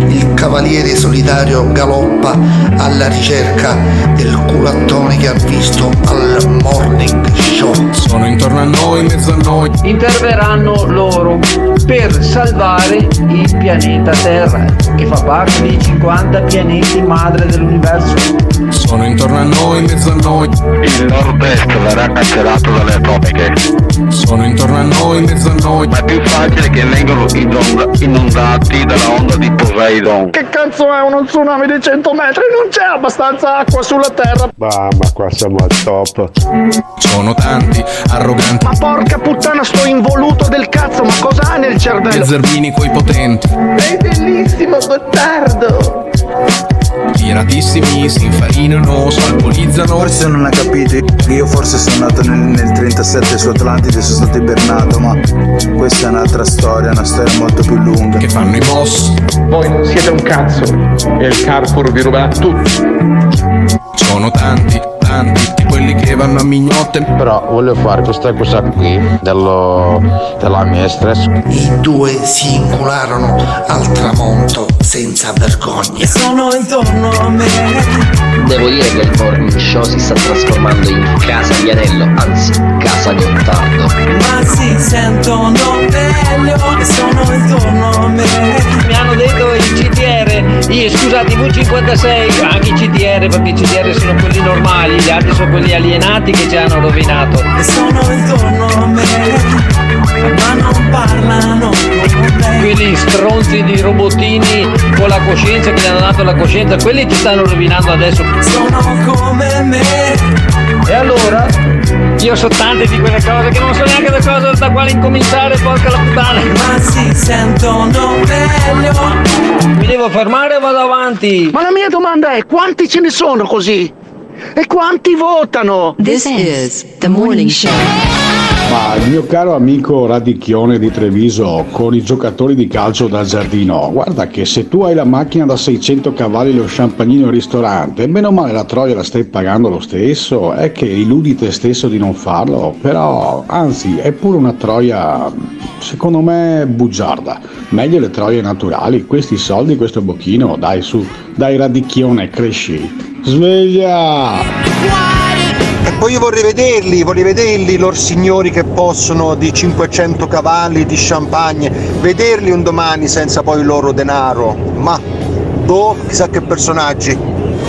il cavaliere solitario galoppa alla ricerca del culattone che ha visto al morning show. Sono intorno a noi, in mezzo a noi. Interverranno loro per salvare il pianeta Terra, che fa parte dei cinquanta pianeti madre dell'universo. Sono intorno a noi, in mezzo a noi. Il nord-est verrà cancellato dalle atomiche. Sono intorno a noi, in mezzo a noi. Ma è più facile che vengano inondati dalla onda di Poseidon. Che cazzo è uno tsunami di cento metri? Non c'è abbastanza acqua sulla terra. Ma, ma qua siamo al top. Sono tanti, arroganti. Ma porca puttana, sto involuto del cazzo, ma cosa ha nel cervello? E zerbini coi potenti. È bellissimo, Gottardo. Tiratissimi, si infarinano, salpolizzano. Forse non ha capito, io forse sono nato nel, nel trentasette su Atlantide, sono stato ibernato, ma questa è un'altra storia, una storia molto più lunga. Che fanno i boss? Voi non siete un cazzo e il Carrefour vi ruberà tutto. Sono tanti, tanti, di quelli che vanno a mignotte. Però voglio fare questa cosa qui dello, della mia stress. I due si incularono al tramonto senza vergogna. Sono intorno a me. Devo dire che il morning show si sta trasformando in casa di Anello, anzi casa Gottardo. Ma si sentono meglio e sono intorno a me. Mi hanno detto il C D R, io scusate, i V cinquantasei, anche i C D R, perché i C D R sono quelli normali, gli altri sono quelli alienati che ci hanno rovinato. E sono intorno a me, ma non parlano con me. Quelli stronzi di robottini con la coscienza, che gli hanno dato la coscienza, quelli ci stanno rovinando adesso. Sono come me. E allora? Io so tante di quelle cose che non so neanche da cosa, da quale incominciare, porca la puttana. Ma si sentono meglio. Mi devo fermare o vado avanti? Ma la mia domanda è: quanti ce ne sono così? E quanti votano? This is the morning show. Ma il mio caro amico Radicchione di Treviso, con i giocatori di calcio da giardino, guarda che se tu hai la macchina da seicento cavalli e lo champagnino al ristorante, meno male la troia la stai pagando lo stesso, è che illudi te stesso di non farlo, però anzi è pure una troia secondo me bugiarda, meglio le troie naturali, questi soldi, questo bocchino, dai su, dai Radicchione, cresci, sveglia! E poi io vorrei vederli, vorrei vederli loro signori che possono di cinquecento cavalli di champagne, vederli un domani senza poi il loro denaro, ma boh, chissà che personaggi.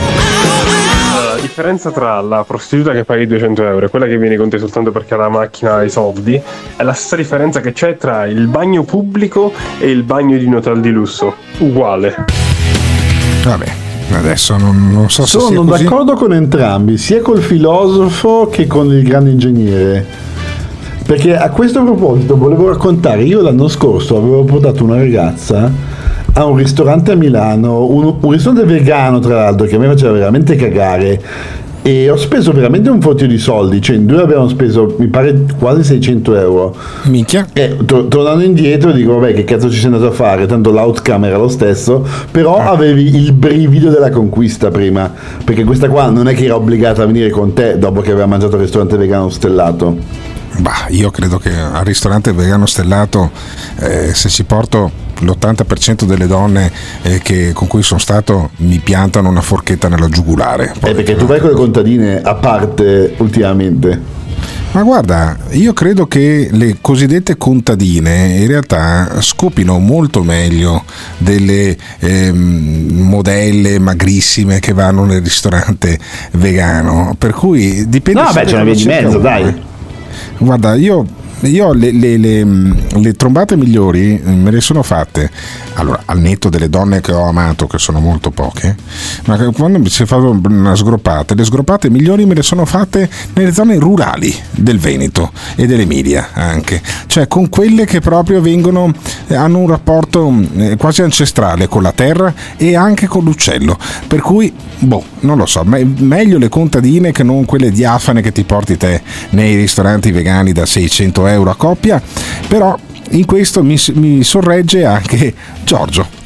La differenza tra la prostituta che paghi duecento euro e quella che viene con te soltanto perché ha la macchina e i soldi è la stessa differenza che c'è tra il bagno pubblico e il bagno di un hotel di lusso, uguale. Vabbè, adesso non, non so se sono sia d'accordo così. con entrambi, sia col filosofo che con il grande ingegnere, perché a questo proposito volevo raccontare, io l'anno scorso avevo portato una ragazza a un ristorante a Milano, un, un ristorante vegano tra l'altro, che a me faceva veramente cagare, e ho speso veramente un fottio di soldi, cioè in due abbiamo speso mi pare quasi seicento euro. Minchia. E to- tornando indietro dico vabbè, che cazzo ci sei andato a fare, tanto l'outcome era lo stesso, però avevi il brivido della conquista prima, perché questa qua non è che era obbligata a venire con te dopo che aveva mangiato al ristorante vegano stellato. Bah, io credo che al ristorante vegano stellato, eh, se ci porto l'ottanta per cento delle donne eh, che, con cui sono stato, mi piantano una forchetta nella giugulare. Poi, eh, perché tu vai con le contadine a parte ultimamente. Ma guarda, io credo che le cosiddette contadine in realtà scopino molto meglio delle eh, modelle magrissime che vanno nel ristorante vegano, per cui dipende. No, beh, c'è una via di mezzo, dai. Guarda, io, io le, le, le, le trombate migliori me le sono fatte, allora, al netto delle donne che ho amato, che sono molto poche, ma quando mi si è fatto una sgroppata, le sgroppate migliori me le sono fatte nelle zone rurali del Veneto e dell'Emilia anche, cioè con quelle che proprio vengono, hanno un rapporto quasi ancestrale con la terra e anche con l'uccello, per cui, boh, non lo so, me, meglio le contadine che non quelle diafane che ti porti te nei ristoranti vegani da seicento euro a coppia, però in questo mi, mi sorregge anche Giorgio.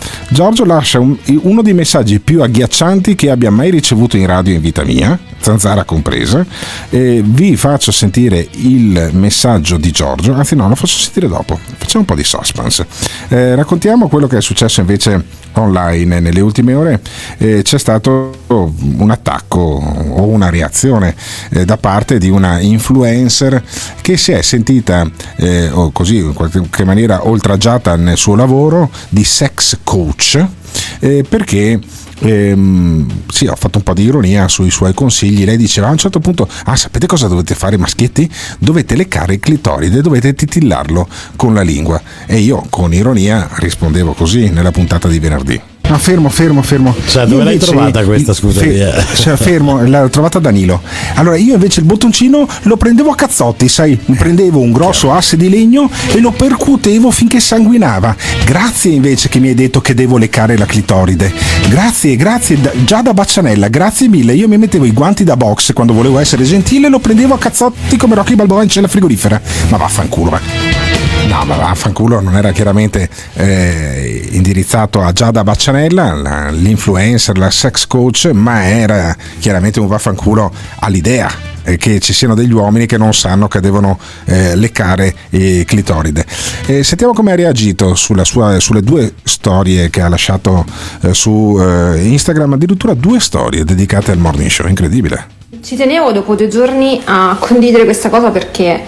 Giorgio lascia un, uno dei messaggi più agghiaccianti che abbia mai ricevuto in radio in vita mia, zanzara compresa. E vi faccio sentire il messaggio di Giorgio, anzi no, lo faccio sentire dopo, facciamo un po' di suspense. Eh, raccontiamo quello che è successo invece online nelle ultime ore. Eh, c'è stato un attacco o una reazione eh, da parte di una influencer che si è sentita eh, o così in qualche maniera oltraggiata nel suo lavoro di sex coach, eh, perché Ehm, sì, ho fatto un po' di ironia sui suoi consigli. Lei diceva a un certo punto: ah, sapete cosa dovete fare, maschietti? Dovete leccare il clitoride, dovete titillarlo con la lingua. E io con ironia rispondevo così nella puntata di venerdì. No, fermo, fermo, fermo. Cioè, dove io l'hai invece, trovata questa, scusa? Fe- cioè, fermo, l'ho trovata Danilo. Allora, io invece il bottoncino lo prendevo a cazzotti, sai? Prendevo un grosso asse di legno e lo percuotevo finché sanguinava. Grazie invece che mi hai detto che devo leccare la clitoride. Grazie, grazie, già da Baccianella, grazie mille. Io mi mettevo i guanti da box quando volevo essere gentile e lo prendevo a cazzotti come Rocky Balboa in cella frigorifera. Ma vaffanculo, va. No, ma vaffanculo non era chiaramente eh, indirizzato a Giada Baccianella, la, l'influencer, la sex coach, ma era chiaramente un vaffanculo all'idea eh, che ci siano degli uomini che non sanno che devono eh, leccare il clitoride. Eh, sentiamo come ha reagito sulla sua, sulle due storie che ha lasciato eh, su eh, Instagram, addirittura due storie dedicate al morning show, incredibile. Ci tenevo dopo due giorni a condividere questa cosa perché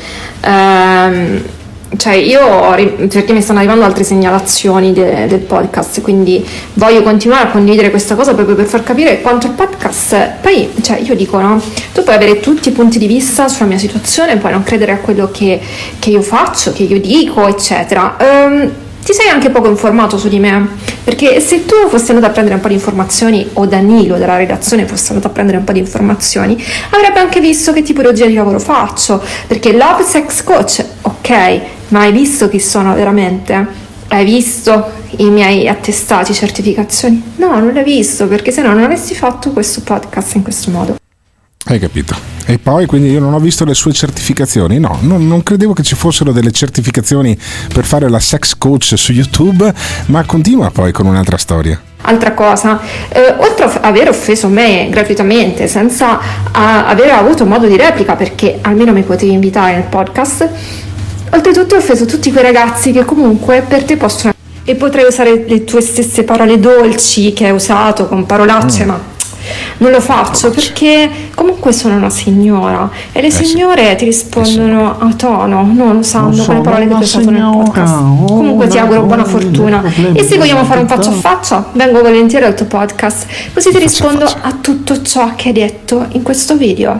ehm, cioè io perché mi stanno arrivando altre segnalazioni de, del podcast, quindi voglio continuare a condividere questa cosa proprio per far capire quanto il podcast, poi cioè io dico no, tu puoi avere tutti i punti di vista sulla mia situazione, puoi non credere a quello che, che io faccio, che io dico, eccetera. Um, ti sei anche poco informato su di me, perché se tu fossi andato a prendere un po' di informazioni, o Danilo della redazione fosse andato a prendere un po' di informazioni, avrebbe anche visto che tipologia di lavoro faccio, perché Love Sex Coach, ok, ma hai visto chi sono veramente? Hai visto i miei attestati, certificazioni? No, non l'hai visto, perché se no non avresti fatto questo podcast in questo modo. Hai capito? E poi quindi io non ho visto le sue certificazioni, no, non, non credevo che ci fossero delle certificazioni per fare la sex coach su YouTube, ma continua poi con un'altra storia. Altra cosa, eh, oltre a aver offeso me gratuitamente senza a, aver avuto modo di replica, perché almeno mi potevi invitare nel podcast, oltretutto ho offeso tutti quei ragazzi che comunque per te possono, e potrei usare le tue stesse parole dolci che hai usato con parolacce, mm. ma non lo faccio perché comunque sono una signora e le eh signore sì. ti rispondono a tono, non usando so, quelle parole che ho usato nel podcast. Oh, comunque ti auguro buona fortuna e se vogliamo fare un faccia a faccia vengo volentieri al tuo podcast, così ti rispondo a tutto ciò che hai detto in questo video.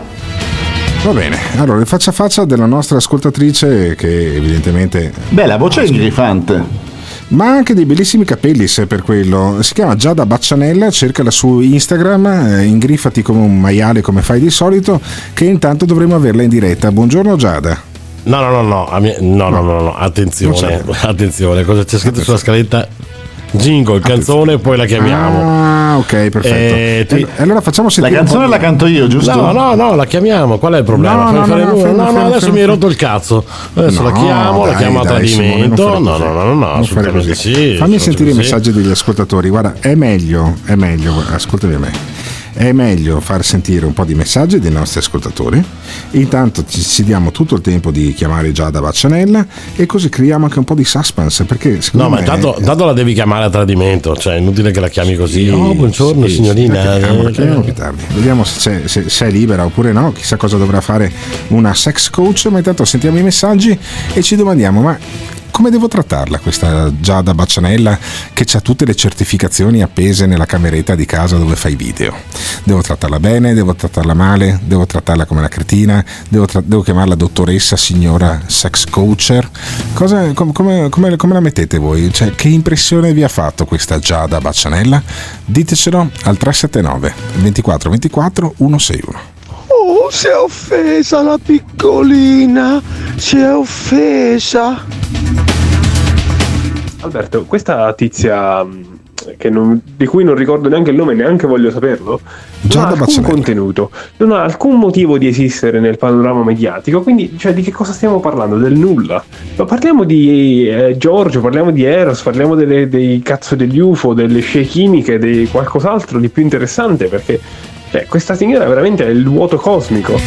Va bene, allora il faccia a faccia della nostra ascoltatrice che evidentemente... Beh, la voce è ingrifante. Ma anche dei bellissimi capelli, se per quello. Si chiama Giada Baccianella, cercala su Instagram, eh, ingrifati come un maiale come fai di solito, che intanto dovremo averla in diretta. Buongiorno Giada. No, no, no, no, no, no, no, no. Attenzione, attenzione, cosa c'è scritto sulla scaletta? Jingle, canzone, poi la chiamiamo. Ah, ok, perfetto. E ti... allora facciamo sentire. La canzone la canto io, giusto? No, no, no, la chiamiamo. Qual è il problema? No, no, no, no, no, fermo, no, fermo, no adesso fermo, mi hai fermo. rotto il cazzo. Adesso no, la chiamo, dai, la chiamo a tradimento. Simone, no, no, no, no, no, assolutamente sì. Fammi sentire sì. i messaggi degli ascoltatori. Guarda, è meglio, è meglio, ascoltami a me. È meglio far sentire un po' di messaggi dei nostri ascoltatori. Intanto ci, ci diamo tutto il tempo di chiamare Giada Baccianella e così creiamo anche un po' di suspense. Perché no, ma me intanto, intanto la devi chiamare a tradimento, cioè è inutile che la chiami così. Sì, oh, buongiorno sì, signorina. La chiamiamo, la chiamiamo più tardi. Vediamo se, c'è, se, se è libera oppure no. Chissà cosa dovrà fare una sex coach. Ma intanto sentiamo i messaggi e ci domandiamo: ma come devo trattarla questa Giada Baccianella che ha tutte le certificazioni appese nella cameretta di casa dove fai video? Devo trattarla bene, devo trattarla male, devo trattarla come una cretina, devo, tra- devo chiamarla dottoressa, signora sex coacher? Cosa, com- come, come, come la mettete voi? Cioè, che impressione vi ha fatto questa Giada Baccianella? Ditecelo al tre sette nove ventiquattro ventiquattro centosessantuno. Oh, si è offesa la piccolina, si è offesa. Alberto, questa tizia che non, di cui non ricordo neanche il nome, neanche voglio saperlo, non ha alcun contenuto, non ha alcun motivo di esistere nel panorama mediatico, quindi cioè, di che cosa stiamo parlando? Del nulla. Ma parliamo di eh, Giorgio, parliamo di Eros, parliamo delle, dei cazzo degli U F O, delle scie chimiche, di qualcos'altro di più interessante, perché cioè, questa signora veramente è il vuoto cosmico.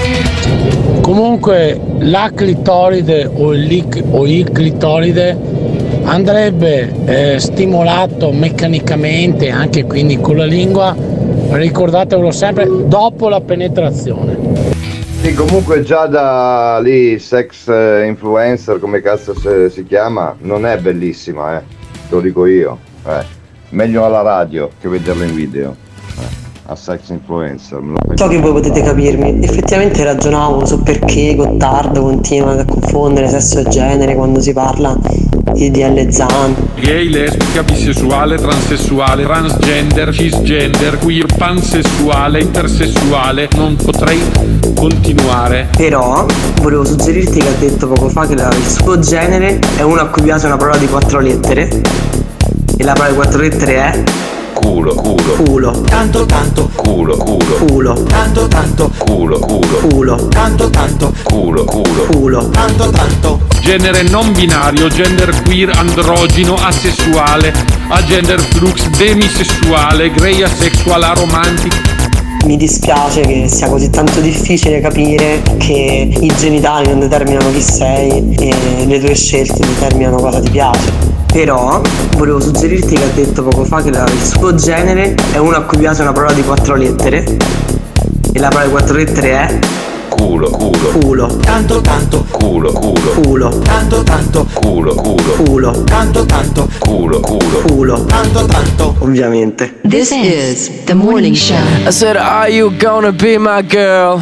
Comunque la clitoride o il, o il clitoride andrebbe eh, stimolato meccanicamente, anche quindi con la lingua, ricordatevelo sempre, dopo la penetrazione. Sì, comunque già da lì sex influencer, come cazzo si, si chiama, non è bellissima, eh. Te lo dico io. Eh. Meglio alla radio che vederla in video. Eh. A sex influencer. Me lo so che voi potete capirmi, effettivamente ragionavo su perché Gottardo continua a confondere sesso e genere quando si parla di D L Zan. Gay, lesbica, bisessuale, transessuale, transgender, cisgender, queer, pansessuale, intersessuale, non potrei continuare. Però volevo suggerirti che ha detto poco fa che il suo genere è uno a cui piace una parola di quattro lettere e la parola di quattro lettere è culo, culo, culo, tanto tanto, culo, culo, culo, tanto tanto, culo, culo, culo, tanto tanto, culo, culo, culo, tanto tanto. Genere non binario, gender queer, androgino, asessuale, agender flux, demisessuale, grey asexual, aromantic. Mi dispiace che sia così tanto difficile capire che i genitali non determinano chi sei e le tue scelte determinano cosa ti piace. Però volevo suggerirti che ha detto poco fa che la, il suo genere è uno a cui piace una parola di quattro lettere e la parola di quattro lettere è culo, culo, culo, tanto tanto, culo, culo, culo, tanto tanto, culo, culo, culo, tanto tanto, culo, culo, culo, tanto tanto. Ovviamente. This is the morning show. I said, are you gonna be my girl?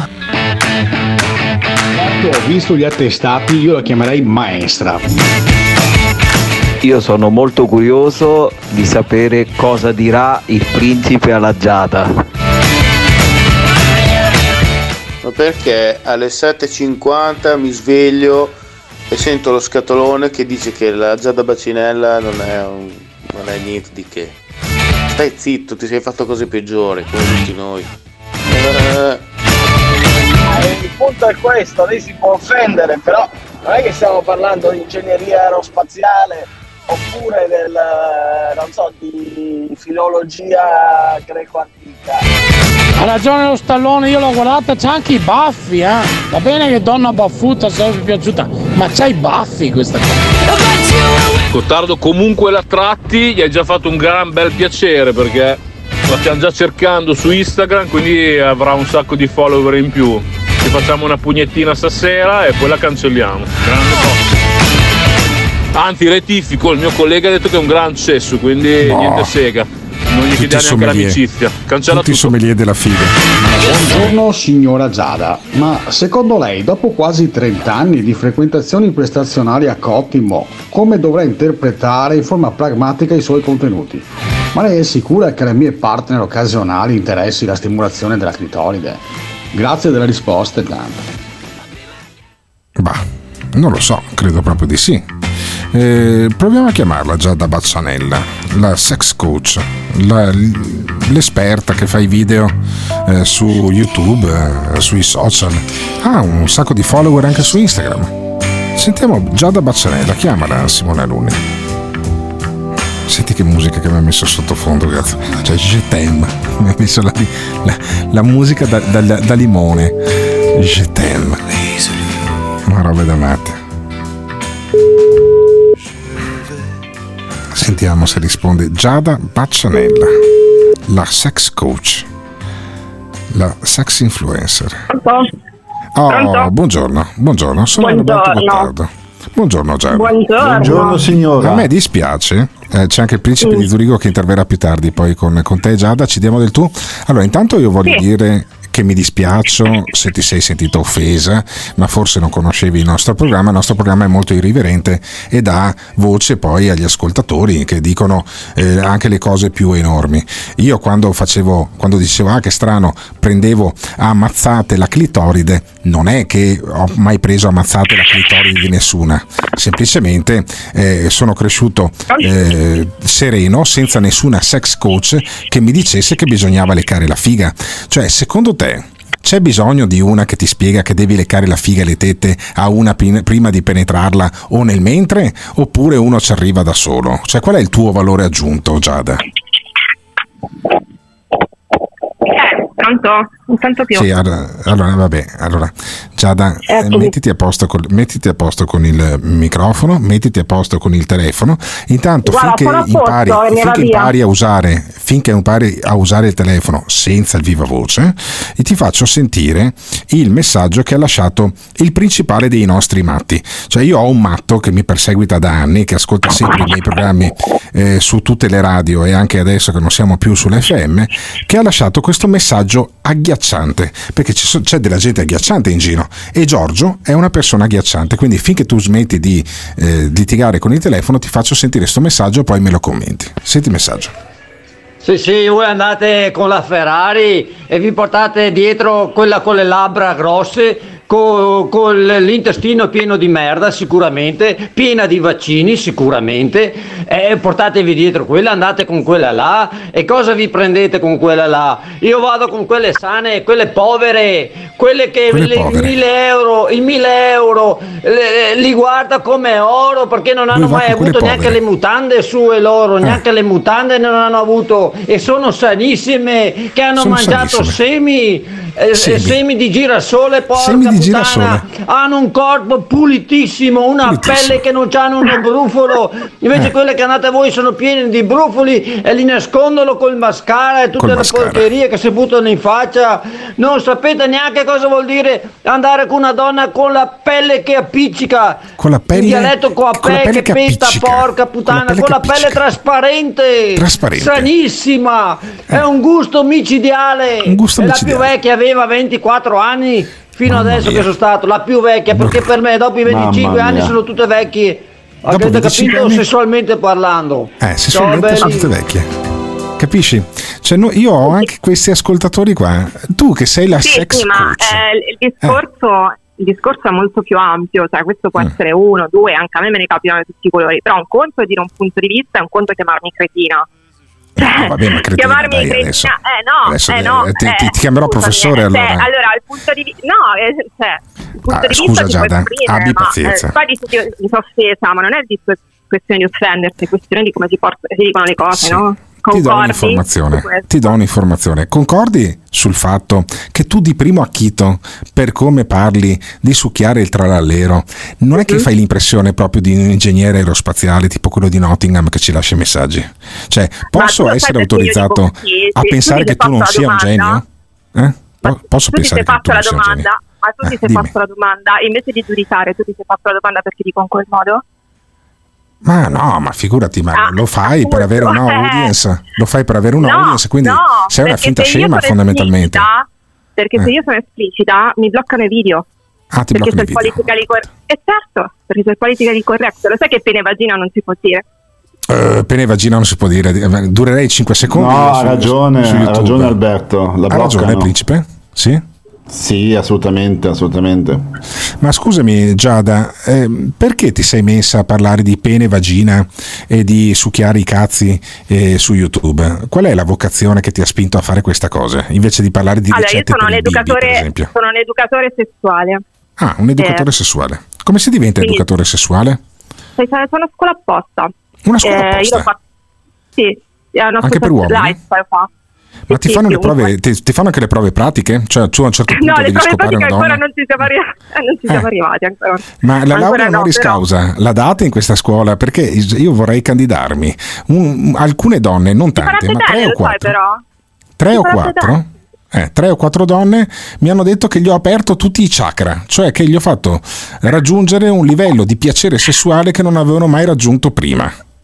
Ho visto gli attestati, io la chiamerei maestra. Io sono molto curioso di sapere cosa dirà il principe alla Giada. Ma perché alle sette e cinquanta mi sveglio e sento lo scatolone che dice che la Giada Bacinella non è, un, non è niente di che. Stai zitto, ti sei fatto cose peggiori come tutti noi. Eh. Il punto è questo, lei si può offendere, però non è che stiamo parlando di ingegneria aerospaziale oppure del, non so, di filologia greco-antica. Ha ragione lo Stallone, io l'ho guardata, c'ha anche i baffi, eh. Va bene che donna baffuta sarebbe piaciuta, ma c'ha i baffi questa cosa. Gottardo comunque la tratti, gli hai già fatto un gran bel piacere perché la stiamo già cercando su Instagram, quindi avrà un sacco di follower in più. Ci facciamo una pugnettina stasera e poi la cancelliamo. Grande cosa. Anzi, rettifico, il mio collega ha detto che è un gran cesso, quindi no. Niente sega. Non gli chiediamo neanche l'amicizia. Cancella tutti tutto. i sommelier della figa. Buongiorno signora Giada, ma secondo lei dopo quasi trenta anni di frequentazioni prestazionali a Cottimo, come dovrà interpretare in forma pragmatica i suoi contenuti? Ma lei è sicura che le mie partner occasionali interessi la stimolazione della clitoride? Grazie della risposta intanto. Bah, non lo so, credo proprio di sì. Eh, proviamo a chiamarla Giada Bacinella, la sex coach, la, l'esperta che fa i video eh, su YouTube, eh, sui social. Ha un sacco di follower anche su Instagram. Sentiamo Giada Bacinella, chiamala Simone Alunni. Senti che musica che mi ha messo sottofondo, cazzo. Cioè Je t'aime, mi ha messo la, la, la musica da, da, da limone. Je t'aime, una roba da matti. Sentiamo se risponde Giada Bacinella, la sex coach, la sex influencer. Oh, Pronto? buongiorno, buongiorno, sono Roberto Gottardo. Buongiorno Giada. Buongiorno. Buongiorno signora. A me dispiace, eh, c'è anche il principe mm. di Zurigo che interverrà più tardi poi con, con te Giada, ci diamo del tu. Allora intanto io voglio sì. dire che mi dispiaccio se ti sei sentita offesa, ma forse non conoscevi il nostro programma. Il nostro programma è molto irriverente e dà voce poi agli ascoltatori che dicono eh, anche le cose più enormi. Io quando facevo, quando dicevo ah che strano, prendevo a ammazzate la clitoride, non è che ho mai preso a ammazzate la clitoride di nessuna, semplicemente eh, sono cresciuto eh, sereno, senza nessuna sex coach che mi dicesse che bisognava leccare la figa. Cioè, secondo te c'è bisogno di una che ti spiega che devi leccare la figa e le tette a una prima di penetrarla o nel mentre, oppure uno ci arriva da solo? Cioè, qual è il tuo valore aggiunto, Giada? Eh, tanto, un tanto più. Sì, allora, allora vabbè, allora Giada, eh, mettiti a posto col, mettiti a posto con il microfono, mettiti a posto con il telefono. Intanto, Guarda, finché posto, impari, finché via. impari a usare, finché impari a usare il telefono senza il viva voce, e ti faccio sentire il messaggio che ha lasciato il principale dei nostri matti. Cioè, io ho un matto che mi perseguita da anni, che ascolta sempre i miei programmi eh, su tutte le radio e anche adesso che non siamo più sull'F M, che ha lasciato questo messaggio agghiacciante, perché ci so, c'è della gente agghiacciante in giro e Giorgio è una persona agghiacciante, quindi finché tu smetti di eh, litigare con il telefono ti faccio sentire questo messaggio e poi me lo commenti. Senti il messaggio. Sì, sì, voi andate con la Ferrari e vi portate dietro quella con le labbra grosse, con, con l'intestino pieno di merda sicuramente, piena di vaccini sicuramente, e portatevi dietro quella, andate con quella là, e cosa vi prendete con quella là? Io vado con quelle sane, quelle povere, quelle che Quelle le, povere. mille euro, i mille euro le- li guarda come oro, perché non hanno Lui va mai con quelle avuto neanche povere. le mutande sue loro, neanche le mutande non hanno avuto, e sono sanissime, che hanno Sono mangiato sanissime. semi, eh, Semi. semi di girasole, porca Semi di puttana, girasole. hanno un corpo pulitissimo, una Pulitissimo. pelle che non c'hanno uno brufolo, invece Eh. quelle che andate voi sono piene di brufoli e li nascondono col mascara e tutte Col le mascara. porcherie che si buttano in faccia. Non sapete neanche cosa vuol dire andare con una donna con la pelle che appiccica, Con la pelle- in dialetto con la con la pelle pelle che che pesta, appiccica. porca Con puttana, la pelle con che la pelle appiccica. trasparente, Trasparente. sanissima, è un gusto micidiale. Un gusto E la micidiale. più vecchia aveva ventiquattro anni fino Mamma adesso mia. che sono stato la più vecchia, perché per me dopo i venticinque Mamma anni mia. sono tutte vecchie. Dopo Avete venticinque capito? anni? Sessualmente parlando. Eh, sessualmente Ciao, sono belli. tutte vecchie. Capisci? Cioè, no, io ho anche questi ascoltatori qua. Tu che sei la Sì, sex sì, ma coach. eh, il, discorso, il discorso è molto più ampio, cioè questo può Mm. essere uno, due, anche a me me ne capitano di tutti i colori, però un conto è dire un punto di vista e un conto è chiamarmi cretina. No, vabbè, ma cretina, Chiamarmi dai, cretina, adesso. eh no, Adesso, eh eh, no, ti- eh, ti- ti chiamerò scusami, professore, eh, allora. cioè, allora il punto di vista, no, eh, cioè, il punto Ah, di vista scusa, si può Giada, esprimere, abbi ma, pazienza. eh, poi dici che mi sono offesa, ma non è il discorso- questione di offendersi, è questione di come si, porta, si dicono le cose, Sì. no? Ti do Concordi un'informazione, su questo? ti do un'informazione. Concordi sul fatto che tu di primo acchito, per come parli di succhiare il tralallero, non è che fai l'impressione proprio di un ingegnere aerospaziale tipo quello di Nottingham che ci lascia i messaggi? Cioè, posso tu lo essere sai perché io autorizzato dico sì, a sì, pensare tu ti che tu sei non fatto sia la un genio? domanda? Eh? Po- Posso tu ti pensare sei che tu fatto non la sia un domanda, genio? ma tu Eh, ti sei dimmi. fatto la domanda, invece di giudicare, tu ti sei fatto la domanda perché dico in quel modo? Ma no, ma figurati, ma Ah, lo fai per appunto, avere una eh. audience, lo fai per avere una No, audience, quindi no, sei una perché finta se io scema sono fondamentalmente. esplicita- Perché se Eh. io sono esplicita mi bloccano i video. Ah, ti perché bloccano i c'è il video. politically correct. E certo, perché c'è il politically correct. Lo sai che pene e vagina non si può dire? Eh, pene e vagina non si può dire, durerei cinque secondi. No, ha su- ragione, su ha YouTube. ragione Alberto. La Ha ragione, bloccano. principe? Sì? Sì, assolutamente, assolutamente. Ma scusami Giada, eh, perché ti sei messa a parlare di pene, vagina e di succhiare i cazzi eh, su YouTube? Qual è la vocazione che ti ha spinto a fare questa cosa? Invece di parlare di Allora, io ricette sono per un il Bibi, per educatore, esempio. sono un educatore sessuale. Ah, un educatore Eh, sessuale. Come si diventa Quindi- educatore sessuale? Sei sono una scuola apposta. Una scuola Eh, apposta? Io l'ho fatto. Sì, è una Anche per scuola uomini? lifestyle fa. Ma ti sì, fanno sì, le prove, ti, ti fanno anche le prove pratiche? Cioè tu a un certo punto No, le devi prove scopare pratiche una ancora donna? non ci siamo, arri- eh, non ci siamo arrivati ancora. Ma la Ancora laurea no, honoris però- causa la date in questa scuola? Perché io vorrei candidarmi. Un- alcune donne, non tante, Farebbe ma tre bene, o lo sai quattro. però. Tre Ti o farebbe quattro? Eh, tre o quattro donne mi hanno detto che gli ho aperto tutti i chakra, cioè che gli ho fatto raggiungere un livello di piacere sessuale che non avevano mai raggiunto prima.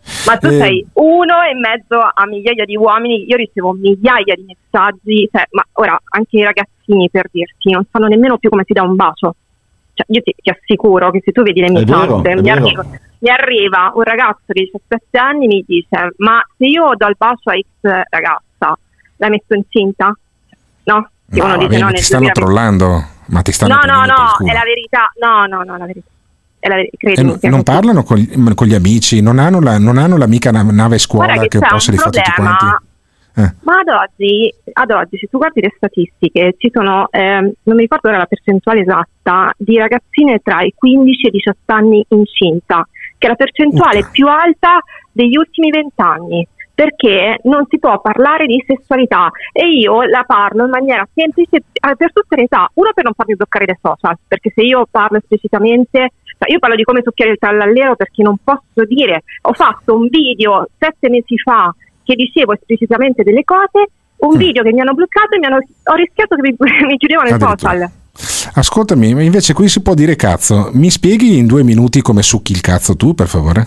Ma tu Eh, sei uno in mezzo a migliaia di uomini, io ricevo migliaia di messaggi, cioè, ma ora anche i ragazzini, per dirti, non sanno nemmeno più come si dà un bacio. Cioè, io ti, ti assicuro che se tu vedi le mie È vero, chat, è mi, vero. arriva- mi arriva un ragazzo di diciassette anni e mi dice: ma se io do il bacio a X ragazza, la metto incinta? No? Che no, uno vabbè, dice no, ma nel ti stanno duemilaventi. trollando, ma ti stanno No, no, prendendo per il no, culo. è la verità. No, no, no, la verità. È la verità. E Credimi. non, non parlano con gli, con gli amici, non hanno, la, non hanno l'amica na- nave scuola Guarda che che c'è un po' se un li fa tutti problema. quanti. Eh. Ma ad oggi, ad oggi, se tu guardi le statistiche, ci sono, ehm, non mi ricordo ora la percentuale esatta, di ragazzine tra i quindici e i diciotto anni incinta, che è la percentuale più alta degli ultimi vent'anni, perché non si può parlare di sessualità e io la parlo in maniera semplice eh, per tutte le età. Uno, per non farmi bloccare dai social, perché se io parlo esplicitamente, cioè io parlo di come succhiare il trallallero perché non posso dire, ho fatto un video sette mesi fa che dicevo esplicitamente delle cose, un Mm. video che mi hanno bloccato e mi hanno, ho rischiato che mi, mi chiudevano i Addirittura. social. Ascoltami, invece qui si può dire cazzo. Mi spieghi in due minuti come succhi il cazzo tu, per favore?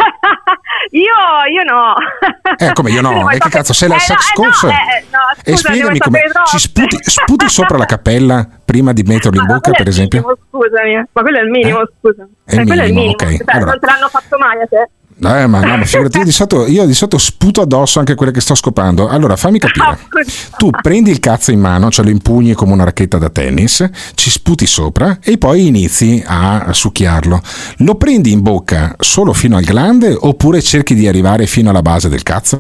Io, io no. Eh, come io no? Tu ne vuoi E che sapere- cazzo, sei la eh, sex no, eh, coach? no, eh, no, E scusa, ne spiegami vuoi come sapere troppo? ci sputi, sputi sopra la cappella prima di metterlo in Ma bocca, quello è per il esempio? minimo, scusami, ma quello è il minimo, scusa. È il Eh, quello è il minimo, minimo. ok. Cioè, Allora. non te l'hanno fatto mai a te? Eh, ma no, ma figurati, io di sotto, io di sotto sputo addosso anche quelle che sto scopando. Allora, fammi capire. Tu prendi il cazzo in mano, cioè lo impugni come una racchetta da tennis, ci sputi sopra e poi inizi a succhiarlo. Lo prendi in bocca solo fino al glande oppure cerchi di arrivare fino alla base del cazzo?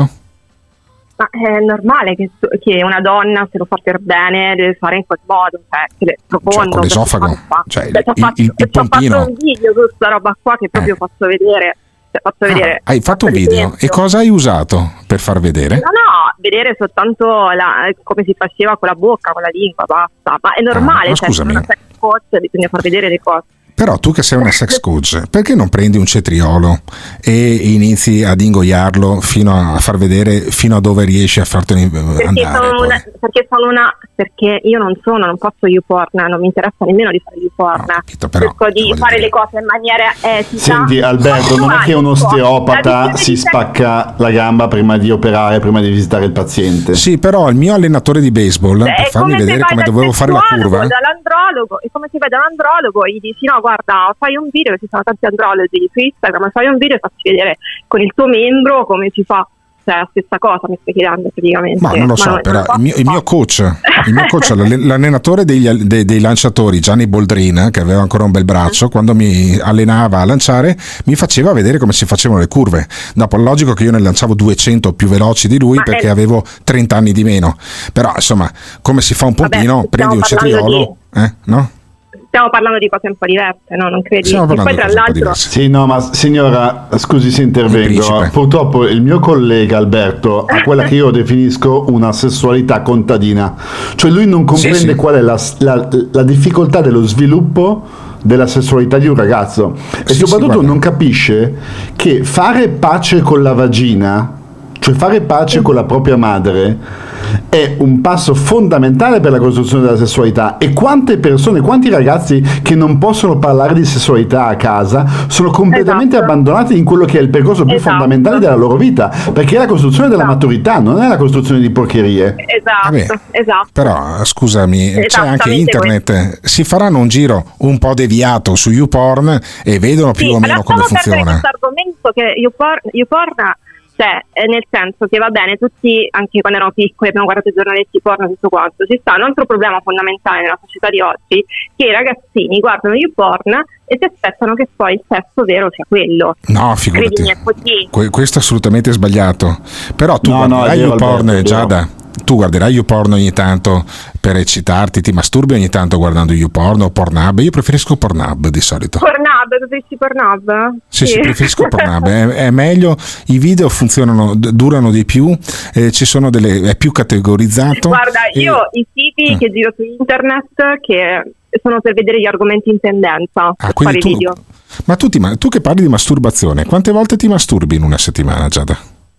Ma è normale che, che una donna, se lo fa per bene, deve fare in quel modo, cioè, che le profondo. con l'esofago, perché fa- cioè, Cioè, ti ho il- fatto, il- il ti ho pompino. fatto un video su questa roba qua che proprio faccio vedere. Cioè, faccio vedere. Hai fatto un video l'esempio. e cosa hai usato per far vedere? No, no, vedere soltanto la- come si faceva con la bocca, con la lingua, basta. Ma è normale, Ah, ma cioè, scusami. se una sex coach bisogna far vedere le cose. Però tu che sei una sex coach, perché non prendi un cetriolo e inizi ad ingoiarlo fino a far vedere fino a dove riesci a fartene Perché andare? sono, poi? una, perché sono una perché io non sono, non faccio YouPorn, non mi interessa nemmeno di fare YouPorn. però, Cerco di fare le cose in maniera etica. Senti Alberto, non è che un osteopata si spacca la gamba prima di operare, prima di visitare il paziente. Sì, però il mio allenatore di baseball, È per farmi come se vedere vai come dal dovevo fare la sessuologo, curva, dall'andrologo, è come se vai dall'andrologo e gli dici no guarda fai un video, ci sono tanti andrologi su Instagram, fai un video e facci vedere con il tuo membro come si fa, cioè la stessa cosa mi stai chiedendo praticamente. ma non lo so, non- però non il mio, il mio coach, il mio coach l'all- l'allenatore degli, al- dei, dei lanciatori, Gianni Boldrin, che aveva ancora un bel braccio, quando mi allenava a lanciare mi faceva vedere come si facevano le curve. Dopo, logico che io ne lanciavo duecento più veloci di lui Ma perché è- avevo trenta anni di meno, però insomma, come si fa un pompino, Vabbè, prendi un stiamo parlando cetriolo, eh, no? Stiamo parlando di cose un po' diverse, no? Non credi? Stiamo E poi parlando tra di cose un po' l'altro Sì, no, ma signora, scusi se intervengo. Purtroppo il mio collega Alberto ha quella che io definisco una sessualità contadina. Cioè lui non comprende Sì, sì. qual è la, la- la difficoltà dello sviluppo della sessualità di un ragazzo e Sì, soprattutto sì, guarda. non capisce che fare pace con la vagina, cioè fare pace con la propria madre, è un passo fondamentale per la costruzione della sessualità. E quante persone, quanti ragazzi che non possono parlare di sessualità a casa sono completamente Esatto. abbandonati in quello che è il percorso più Esatto. fondamentale della loro vita, perché è la costruzione della maturità, non è la costruzione di porcherie. Esatto, Vabbè, esatto. Però scusami, c'è anche Esattamente internet, si faranno un giro un po' deviato su YouPorn e vedono più Sì, o meno come lasciamo perdere funziona. questo argomento che YouPorn, YouPorn cioè, eh, nel senso che va bene, tutti, anche quando erano piccoli, abbiamo guardato i giornaletti porno e tutto quanto, ci sta un altro problema fondamentale nella società di oggi, che i ragazzini guardano YouPorn e si aspettano che poi il sesso vero sia quello. No, figurati. Credimi, è così. Que- questo è assolutamente sbagliato. Però tu No, no, guarderai è vero, YouPorn, Alberto, è vero. Giada. Tu guarderai YouPorn ogni tanto per eccitarti, ti masturbi ogni tanto guardando YouPorn o Pornhub. Io preferisco Pornhub di solito. Pornhub, preferisci Pornhub? Sì, sì, preferisco Pornhub, è, è meglio, i video funzionano, d- durano di più, eh, ci sono delle, è più categorizzato. Guarda, e- io i siti che giro su internet che sono per vedere gli argomenti in tendenza, Ah, per quindi fare tu, video. ma tu, ti, ma tu che parli di masturbazione, quante volte ti masturbi in una settimana, Giada?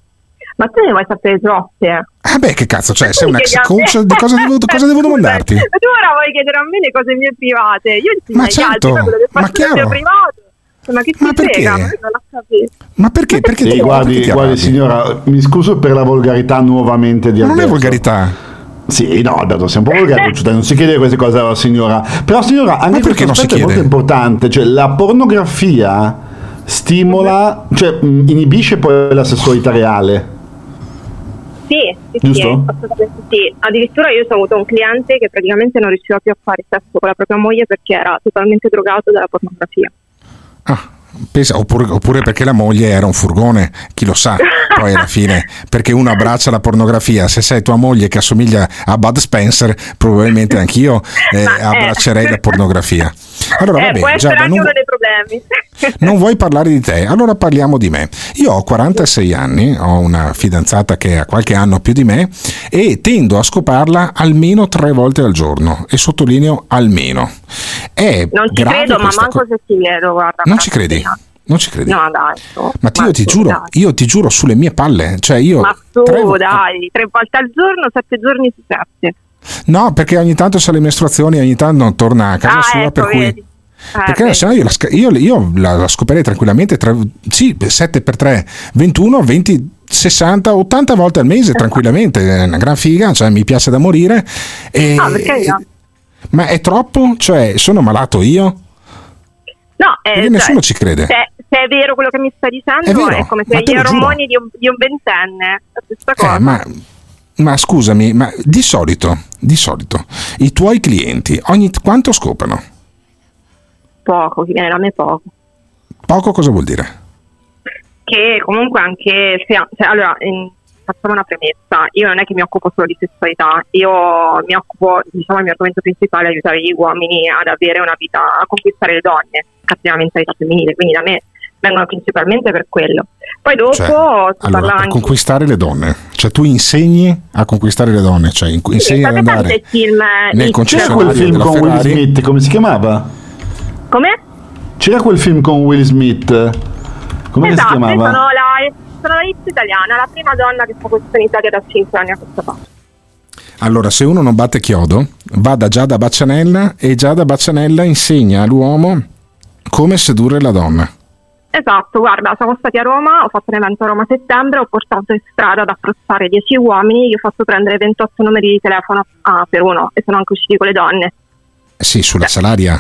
Ma tu ne vuoi sapere troppe? Ah beh, che cazzo, cioè, Ma sei tu un mi ex chiedi a me? coach, di cosa devo, cosa devo domandarti? Ma tu ora vuoi chiedere a me le cose mie private? Io insegno Ma agli certo, altri, poi quello che ma faccio nel chiaro. mio privato. Ma che ti Ma perché? frega? Ma io non l'ho sì. Ma perché? Perché sì, ti, guardi, perché ti guardi arrabbi? signora, mi scuso per la volgarità nuovamente di Ma non è Alberto. volgarità. Sì, no, Alberto, sei un po' volgare, cioè, non si chiede queste cose alla signora. Però signora, anche questo non si aspetto è molto chiede? importante, cioè la pornografia stimola, cioè mh, inibisce poi la sessualità reale. Sì, sì, Giusto? sì, assolutamente sì. Addirittura io ho avuto un cliente che praticamente non riusciva più a fare sesso con la propria moglie perché era totalmente drogato dalla pornografia. Pensa, oppure, oppure perché la moglie era un furgone, chi lo sa, poi alla fine, perché uno abbraccia la pornografia. Se sei tua moglie che assomiglia a Bud Spencer, probabilmente anch'io eh, abbraccerei la pornografia. Allora, va eh, bene, può essere Giada, anche non, uno dei problemi. non vuoi parlare di te, allora parliamo di me. Io ho quarantasei anni, ho una fidanzata che ha qualche anno più di me e tendo a scoparla almeno tre volte al giorno, e sottolineo almeno. È Non ci grave credo, ma questa manco co- se ci vedo, guarda. Non ci credi? Non ci credi? No, dai. no. Ma io ti giuro, io ti giuro sulle mie palle, cioè io Ma tu, tre vo- dai, tre volte al giorno, sette giorni su sette. no, perché ogni tanto c'ha le mestruazioni, ogni tanto non torna a casa Ah, sua, ecco, per cui vedi. Eh, perché vedi. se no io la, sca- io, io la, la scoperei tranquillamente tre, sì, sette per tre, ventuno, venti, sessanta, ottanta volte al mese tranquillamente, è una gran figa, cioè mi piace da morire. E, Ah, perché no? ma è troppo? Cioè sono malato io? No, eh, Perché cioè, nessuno ci crede. Se, se è vero quello che mi stai dicendo, È vero, è come ma se te gli lo giuro. ormoni di un, di un ventenne, la stessa cosa. Eh, ma, ma scusami, ma di solito, di solito i tuoi clienti ogni quanto scopano? Poco, chi viene da me poco. Poco cosa vuol dire? Che comunque anche se, cioè, allora in- facciamo una premessa, io non è che mi occupo solo di sessualità, io mi occupo, diciamo, il mio argomento principale è aiutare gli uomini ad avere una vita, a conquistare le donne, cattiva mentalità femminile, quindi da me vengono principalmente per quello. Poi dopo Cioè, si allora, parla per anche conquistare le donne, cioè tu insegni a conquistare le donne, cioè in- insegni ad sapete tanti andare film nel di- C'era concessionario quel film della con Will Ferrari. Smith, come si chiamava? Come? C'era quel film con Will Smith, come esatto, si io chiamava? sono la, sono la hit italiana, la prima donna che fa questo in Italia da cinque anni a questa parte. Allora, se uno non batte chiodo, va da Giada Baccianella e Giada Baccianella insegna all'uomo come sedurre la donna. Esatto, guarda, siamo stati a Roma, ho fatto un evento a Roma a settembre, ho portato in strada ad approcciare dieci uomini, gli ho fatto prendere ventotto numeri di telefono ah, per uno e sono anche usciti con le donne. Sì, sulla salaria.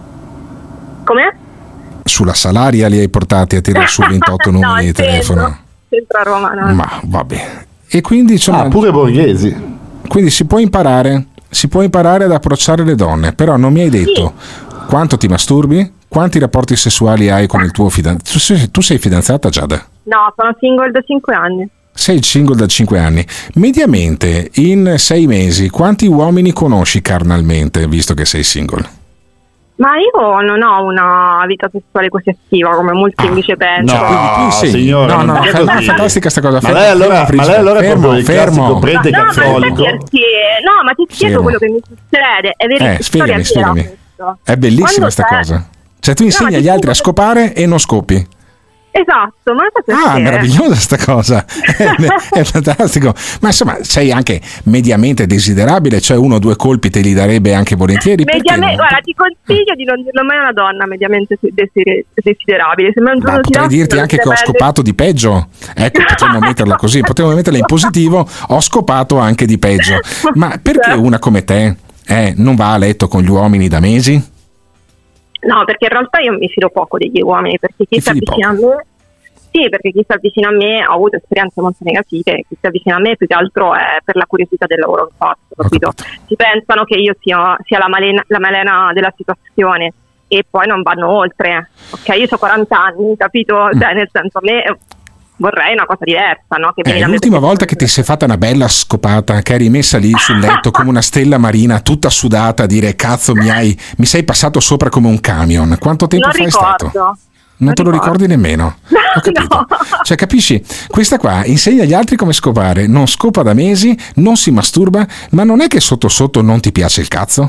Come? Sulla salaria li hai portati a tirare su ventotto numeri no, di centro, telefono. Centro a Roma, no. Ma vabbè. E quindi insomma, Ah, pure borghesi. Quindi si può imparare, si può imparare ad approcciare le donne, però non mi hai detto quanto ti masturbi, quanti rapporti sessuali hai con il tuo fidanzato. Tu sei, tu sei fidanzata, Giada? No, sono single da cinque anni. Sei single da cinque anni. Mediamente in sei mesi quanti uomini conosci carnalmente, visto che sei single? Ma io non ho una vita sessuale così attiva come molti invece pensano. No, signora, no, no, non è è così. fantastica sta cosa. Ma Fermo, lei allora, fermo, ma lei allora è fermo, proprio il fermo. classico prete No, ma cattolico. perché, no, ma ti spiego Fermo. quello che mi succede. È vero, Eh, spiegami, storia vera spiegami. questo. È bellissima Quando sta c'è- cosa. Cioè tu No, insegni ma agli ti altri a spiego- scopare e non scopi. Esatto, ma sai perché? Ah, meravigliosa sta cosa, è, è fantastico. Ma insomma, sei anche mediamente desiderabile, cioè uno o due colpi te li darebbe anche volentieri. perché Mediamente, no? guarda, ti consiglio di non dirlo mai a una donna mediamente desire- desiderabile. Se mai un giorno Ma ti potrei lasci, dirti non anche ti che ho prende- scopato di peggio. Ecco, potremmo metterla così, potremmo metterla in positivo, ho scopato anche di peggio. Ma perché una come te eh, non va a letto con gli uomini da mesi? No, perché in realtà io mi fido poco degli uomini, perché chi Ti si fidi avvicina a me, sì, perché chi si avvicina a me ha avuto esperienze molto negative, chi si avvicina a me più che altro è per la curiosità del lavoro che faccio, capito? Si pensano che io sia, sia la, malena, la malena della situazione e poi non vanno oltre, ok? Io ho quaranta anni, capito? Cioè, nel senso, a me vorrei una cosa diversa, no? Che vieni Eh, da me l'ultima perché- volta che ti sei fatta una bella scopata, che eri messa lì sul letto come una stella marina, tutta sudata, a dire cazzo mi hai, mi sei passato sopra come un camion. Quanto tempo non fa è ricordo. stato? Non te lo ricordi nemmeno? Ho capito. Cioè, capisci? Questa qua insegna agli altri come scopare, non scopa da mesi, non si masturba, ma non è che sotto sotto non ti piace il cazzo?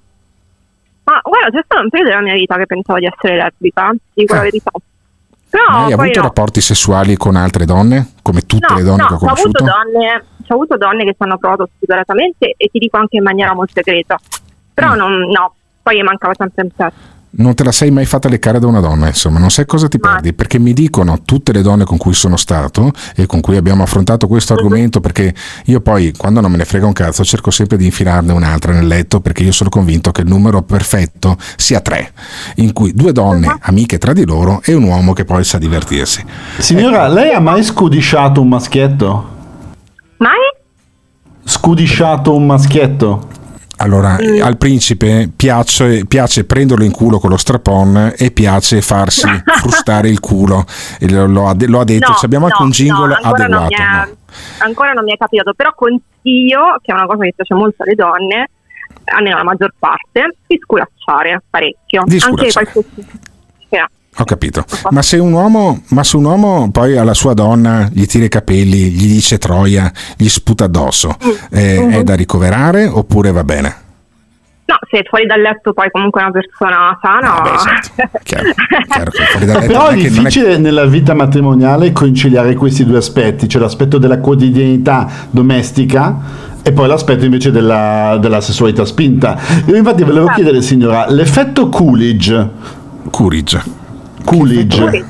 Ma guarda, c'è stato un periodo della mia vita che pensavo di essere lesbica, ti dico la verità. Però Ma hai poi avuto no. rapporti sessuali con altre donne? Come tutte No, le donne no, che ho c'ho avuto conosciuto? donne, c'ho avuto donne che ci hanno provato spudoratamente e ti dico anche in maniera molto segreta. Però Mm. non, no, poi mancava sempre un pezzo. non te la sei mai fatta leccare da una donna, insomma, non sai cosa ti perdi, perché mi dicono tutte le donne con cui sono stato e con cui abbiamo affrontato questo argomento, perché io poi quando non me ne frega un cazzo cerco sempre di infilarne un'altra nel letto, perché io sono convinto che il numero perfetto sia tre, in cui due donne amiche tra di loro e un uomo che poi sa divertirsi. Signora, lei ha mai scudisciato un maschietto? Mai? Scudisciato un maschietto? Allora, mm. al principe piace, piace prenderlo in culo con lo strapon e piace farsi frustare il culo. Lo, lo, ha, lo ha detto, no, abbiamo anche no, un jingle no, ancora adeguato. Non è, no. Ancora non mi è capitato, però consiglio, che è una cosa che piace molto alle donne, almeno la maggior parte, di sculacciare parecchio. Di sculacciare. Anche qualsiasi... yeah. Ho capito, ma se un uomo, ma se un uomo poi alla sua donna gli tira i capelli, gli dice troia, gli sputa addosso, eh, mm-hmm. è da ricoverare oppure va bene? No, se fuori dal letto poi comunque è una persona sana. Vabbè, esatto. chiaro, chiaro che fuori dal letto però è che difficile non è... nella vita matrimoniale conciliare questi due aspetti, cioè l'aspetto della quotidianità domestica e poi l'aspetto invece della, della sessualità spinta. Io infatti volevo certo. chiedere, signora, l'effetto Coolidge Coolidge Coolidge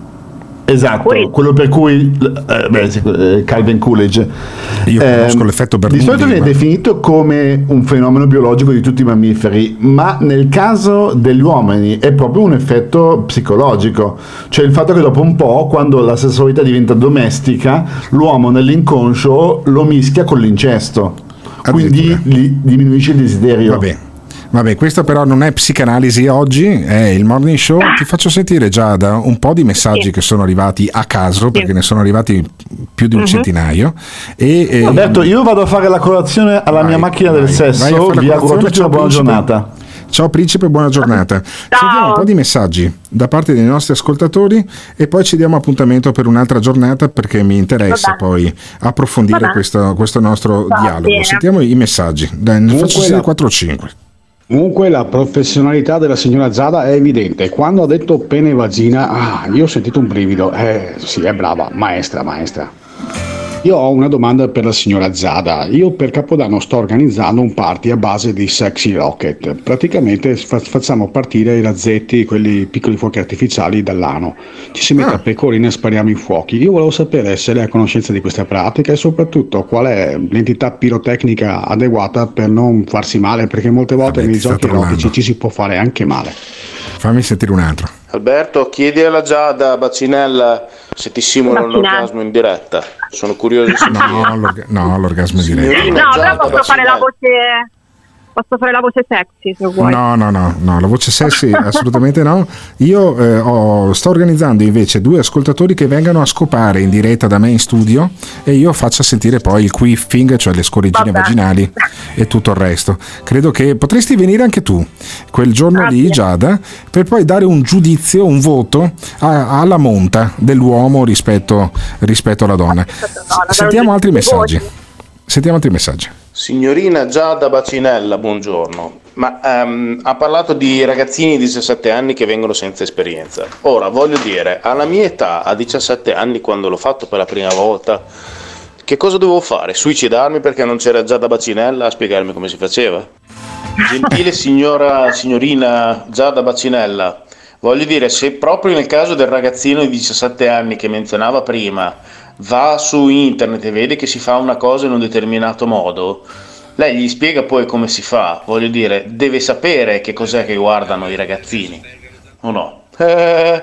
esatto, Coolidge. Quello per cui eh, beh, Calvin Coolidge io conosco eh, l'effetto Bernoulli, di solito viene ma... definito come un fenomeno biologico di tutti i mammiferi, ma nel caso degli uomini è proprio un effetto psicologico, cioè il fatto che dopo un po', quando la sessualità diventa domestica, l'uomo nell'inconscio lo mischia con l'incesto, quindi gli diminuisce il desiderio. Vabbè. Vabbè, questo però non è psicanalisi oggi, è il morning show. Ti faccio sentire già da un po' di messaggi sì. che sono arrivati a caso, perché sì. ne sono arrivati più di un uh-huh. centinaio. E, e Alberto, io vado a fare la colazione alla vai, mia macchina vai, del sesso, vi auguro a tutti una buona principe. giornata. Ciao principe, buona giornata. Ciao. Sentiamo un po' di messaggi da parte dei nostri ascoltatori e poi ci diamo appuntamento per un'altra giornata, perché mi interessa poi approfondire questo, questo nostro Va dialogo. Bene. Sentiamo i messaggi, dai, ne faccio sentire quattro o cinque. Comunque la professionalità della signora Zada è evidente. Quando ha detto pene e vagina, ah, io ho sentito un brivido. Eh, sì, è brava, maestra, maestra. Io ho una domanda per la signora Zada. Io per Capodanno sto organizzando un party a base di Sexy Rocket. Praticamente fa- facciamo partire i razzetti, quelli piccoli fuochi artificiali, dall'ano. Ci si mette ah. a pecorino e spariamo i fuochi. Io volevo sapere se lei è a conoscenza di questa pratica e soprattutto qual è l'entità pirotecnica adeguata per non farsi male, perché molte volte Vabbè, nei giochi erotici ci si può fare anche male. Fammi sentire un altro. Alberto, chiedi alla Giada Bacinella se ti simula un orgasmo in diretta. Sono curioso di sentire. No, l'orga- no, l'orgasmo in diretta. No, però posso fare la voce. Posso fare la voce sexy se vuoi. No, no, no, no, la voce sexy assolutamente no. Io eh, ho, sto organizzando invece due ascoltatori che vengano a scopare in diretta da me in studio e io faccia sentire poi il quiffing, cioè le scorreggine Vabbè. vaginali e tutto il resto. Credo che potresti venire anche tu quel giorno Grazie. lì, Giada, per poi dare un giudizio, un voto a, alla monta dell'uomo rispetto, rispetto alla donna. Sentiamo altri messaggi. Sentiamo altri messaggi. Signorina Giada Bacinella, buongiorno. Ma um, ha parlato di ragazzini di diciassette anni che vengono senza esperienza. Ora, voglio dire, alla mia età, a diciassette anni, quando l'ho fatto per la prima volta, che cosa dovevo fare? Suicidarmi perché non c'era Giada Bacinella a spiegarmi come si faceva? Gentile signora, signorina Giada Bacinella, voglio dire, se proprio nel caso del ragazzino di diciassette anni che menzionava prima va su internet e vede che si fa una cosa in un determinato modo, lei gli spiega poi come si fa, voglio dire, deve sapere che cos'è che guardano i ragazzini, o no? Eh...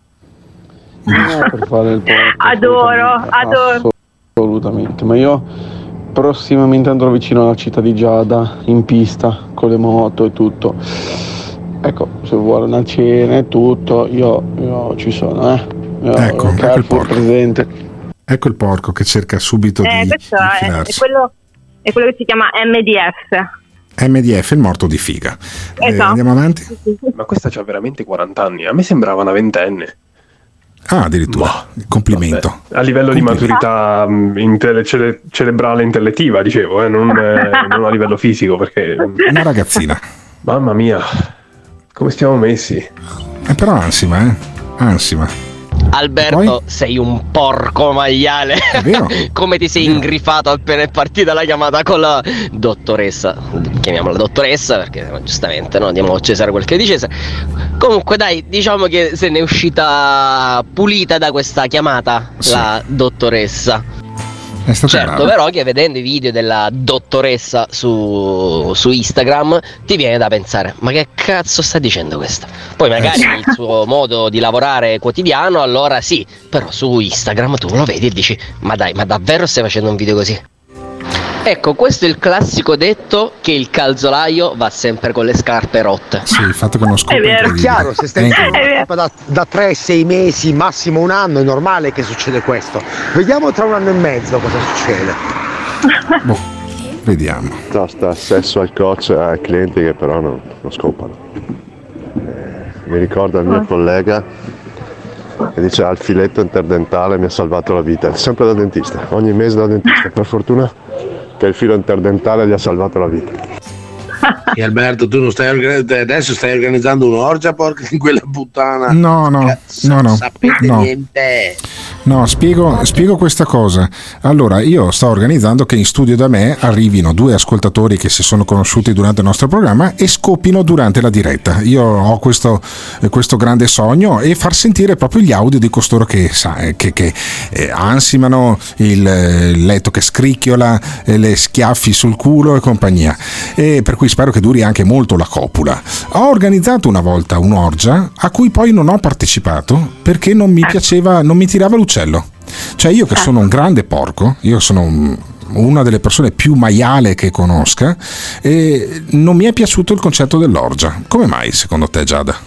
No, per fare il adoro, adoro. Assolutamente, ma io prossimamente andrò vicino alla città di Giada, in pista, con le moto e tutto. Ecco, se vuole una cena e tutto, io, io ci sono, eh. Io, ecco, ecco il porco. Presente. Ecco il porco che cerca subito eh, di questo è, è, quello, è quello che si chiama M D F. M D F, il morto di figa. Esatto. Eh, andiamo avanti. Ma questa c'ha veramente quaranta anni. A me sembrava una ventenne. Ah, addirittura. Boh, complimento. Vabbè. A livello Complimento. di maturità um, intele- cere- cerebrale intellettiva, dicevo, eh, non, eh, non a livello fisico, perché una ragazzina. Mamma mia, come stiamo messi? Eh, però ansima, eh. Ansima. Alberto, Poi? sei un porco maiale. È vero? Come ti sei ingrifato appena è partita la chiamata con la dottoressa? chiamiamola dottoressa perché giustamente no, diamo a Cesare quel che è di Cesare. Comunque dai, diciamo che se ne è uscita pulita da questa chiamata, sì, la dottoressa. È stato certo, bravo. però che vedendo i video della dottoressa su, su Instagram ti viene da pensare, ma che cazzo sta dicendo questa? Poi magari il suo modo di lavorare quotidiano, allora sì, però su Instagram tu lo vedi e dici, ma dai, ma davvero stai facendo un video così? Ecco, questo è il classico detto che il calzolaio va sempre con le scarpe rotte. Sì, il fatto che non scopri. È vero, è chiaro, se stai da, da tre sei mesi, massimo un anno, è normale che succede questo. Vediamo tra un anno e mezzo cosa succede. Boh, vediamo. No, sta sesso al coach ai clienti che però non, non scopano. Eh, mi ricorda il mio collega che dice ah, il filetto interdentale mi ha salvato la vita, sempre da dentista, ogni mese da dentista, per fortuna che il filo interdentale gli ha salvato la vita. E Alberto, tu non stai organizzando, adesso stai organizzando un'orgia porca in quella puttana? No, no, Cazzo, no, no, sapete no. niente. No, spiego, spiego questa cosa. Allora, io sto organizzando che in studio da me arrivino due ascoltatori che si sono conosciuti durante il nostro programma e scopino durante la diretta. Io ho questo, questo grande sogno e far sentire proprio gli audio di costoro che, che, che eh, ansimano il, il letto che scricchiola, eh, le schiaffi sul culo e compagnia. E per cui spero che duri anche molto la copula. Ho organizzato una volta un'orgia a cui poi non ho partecipato perché non mi piaceva, non mi tirava l'uccello. Cioè io che sono un grande porco, io sono un, una delle persone più maiale che conosca e non mi è piaciuto il concetto dell'orgia. Come mai secondo te, Giada?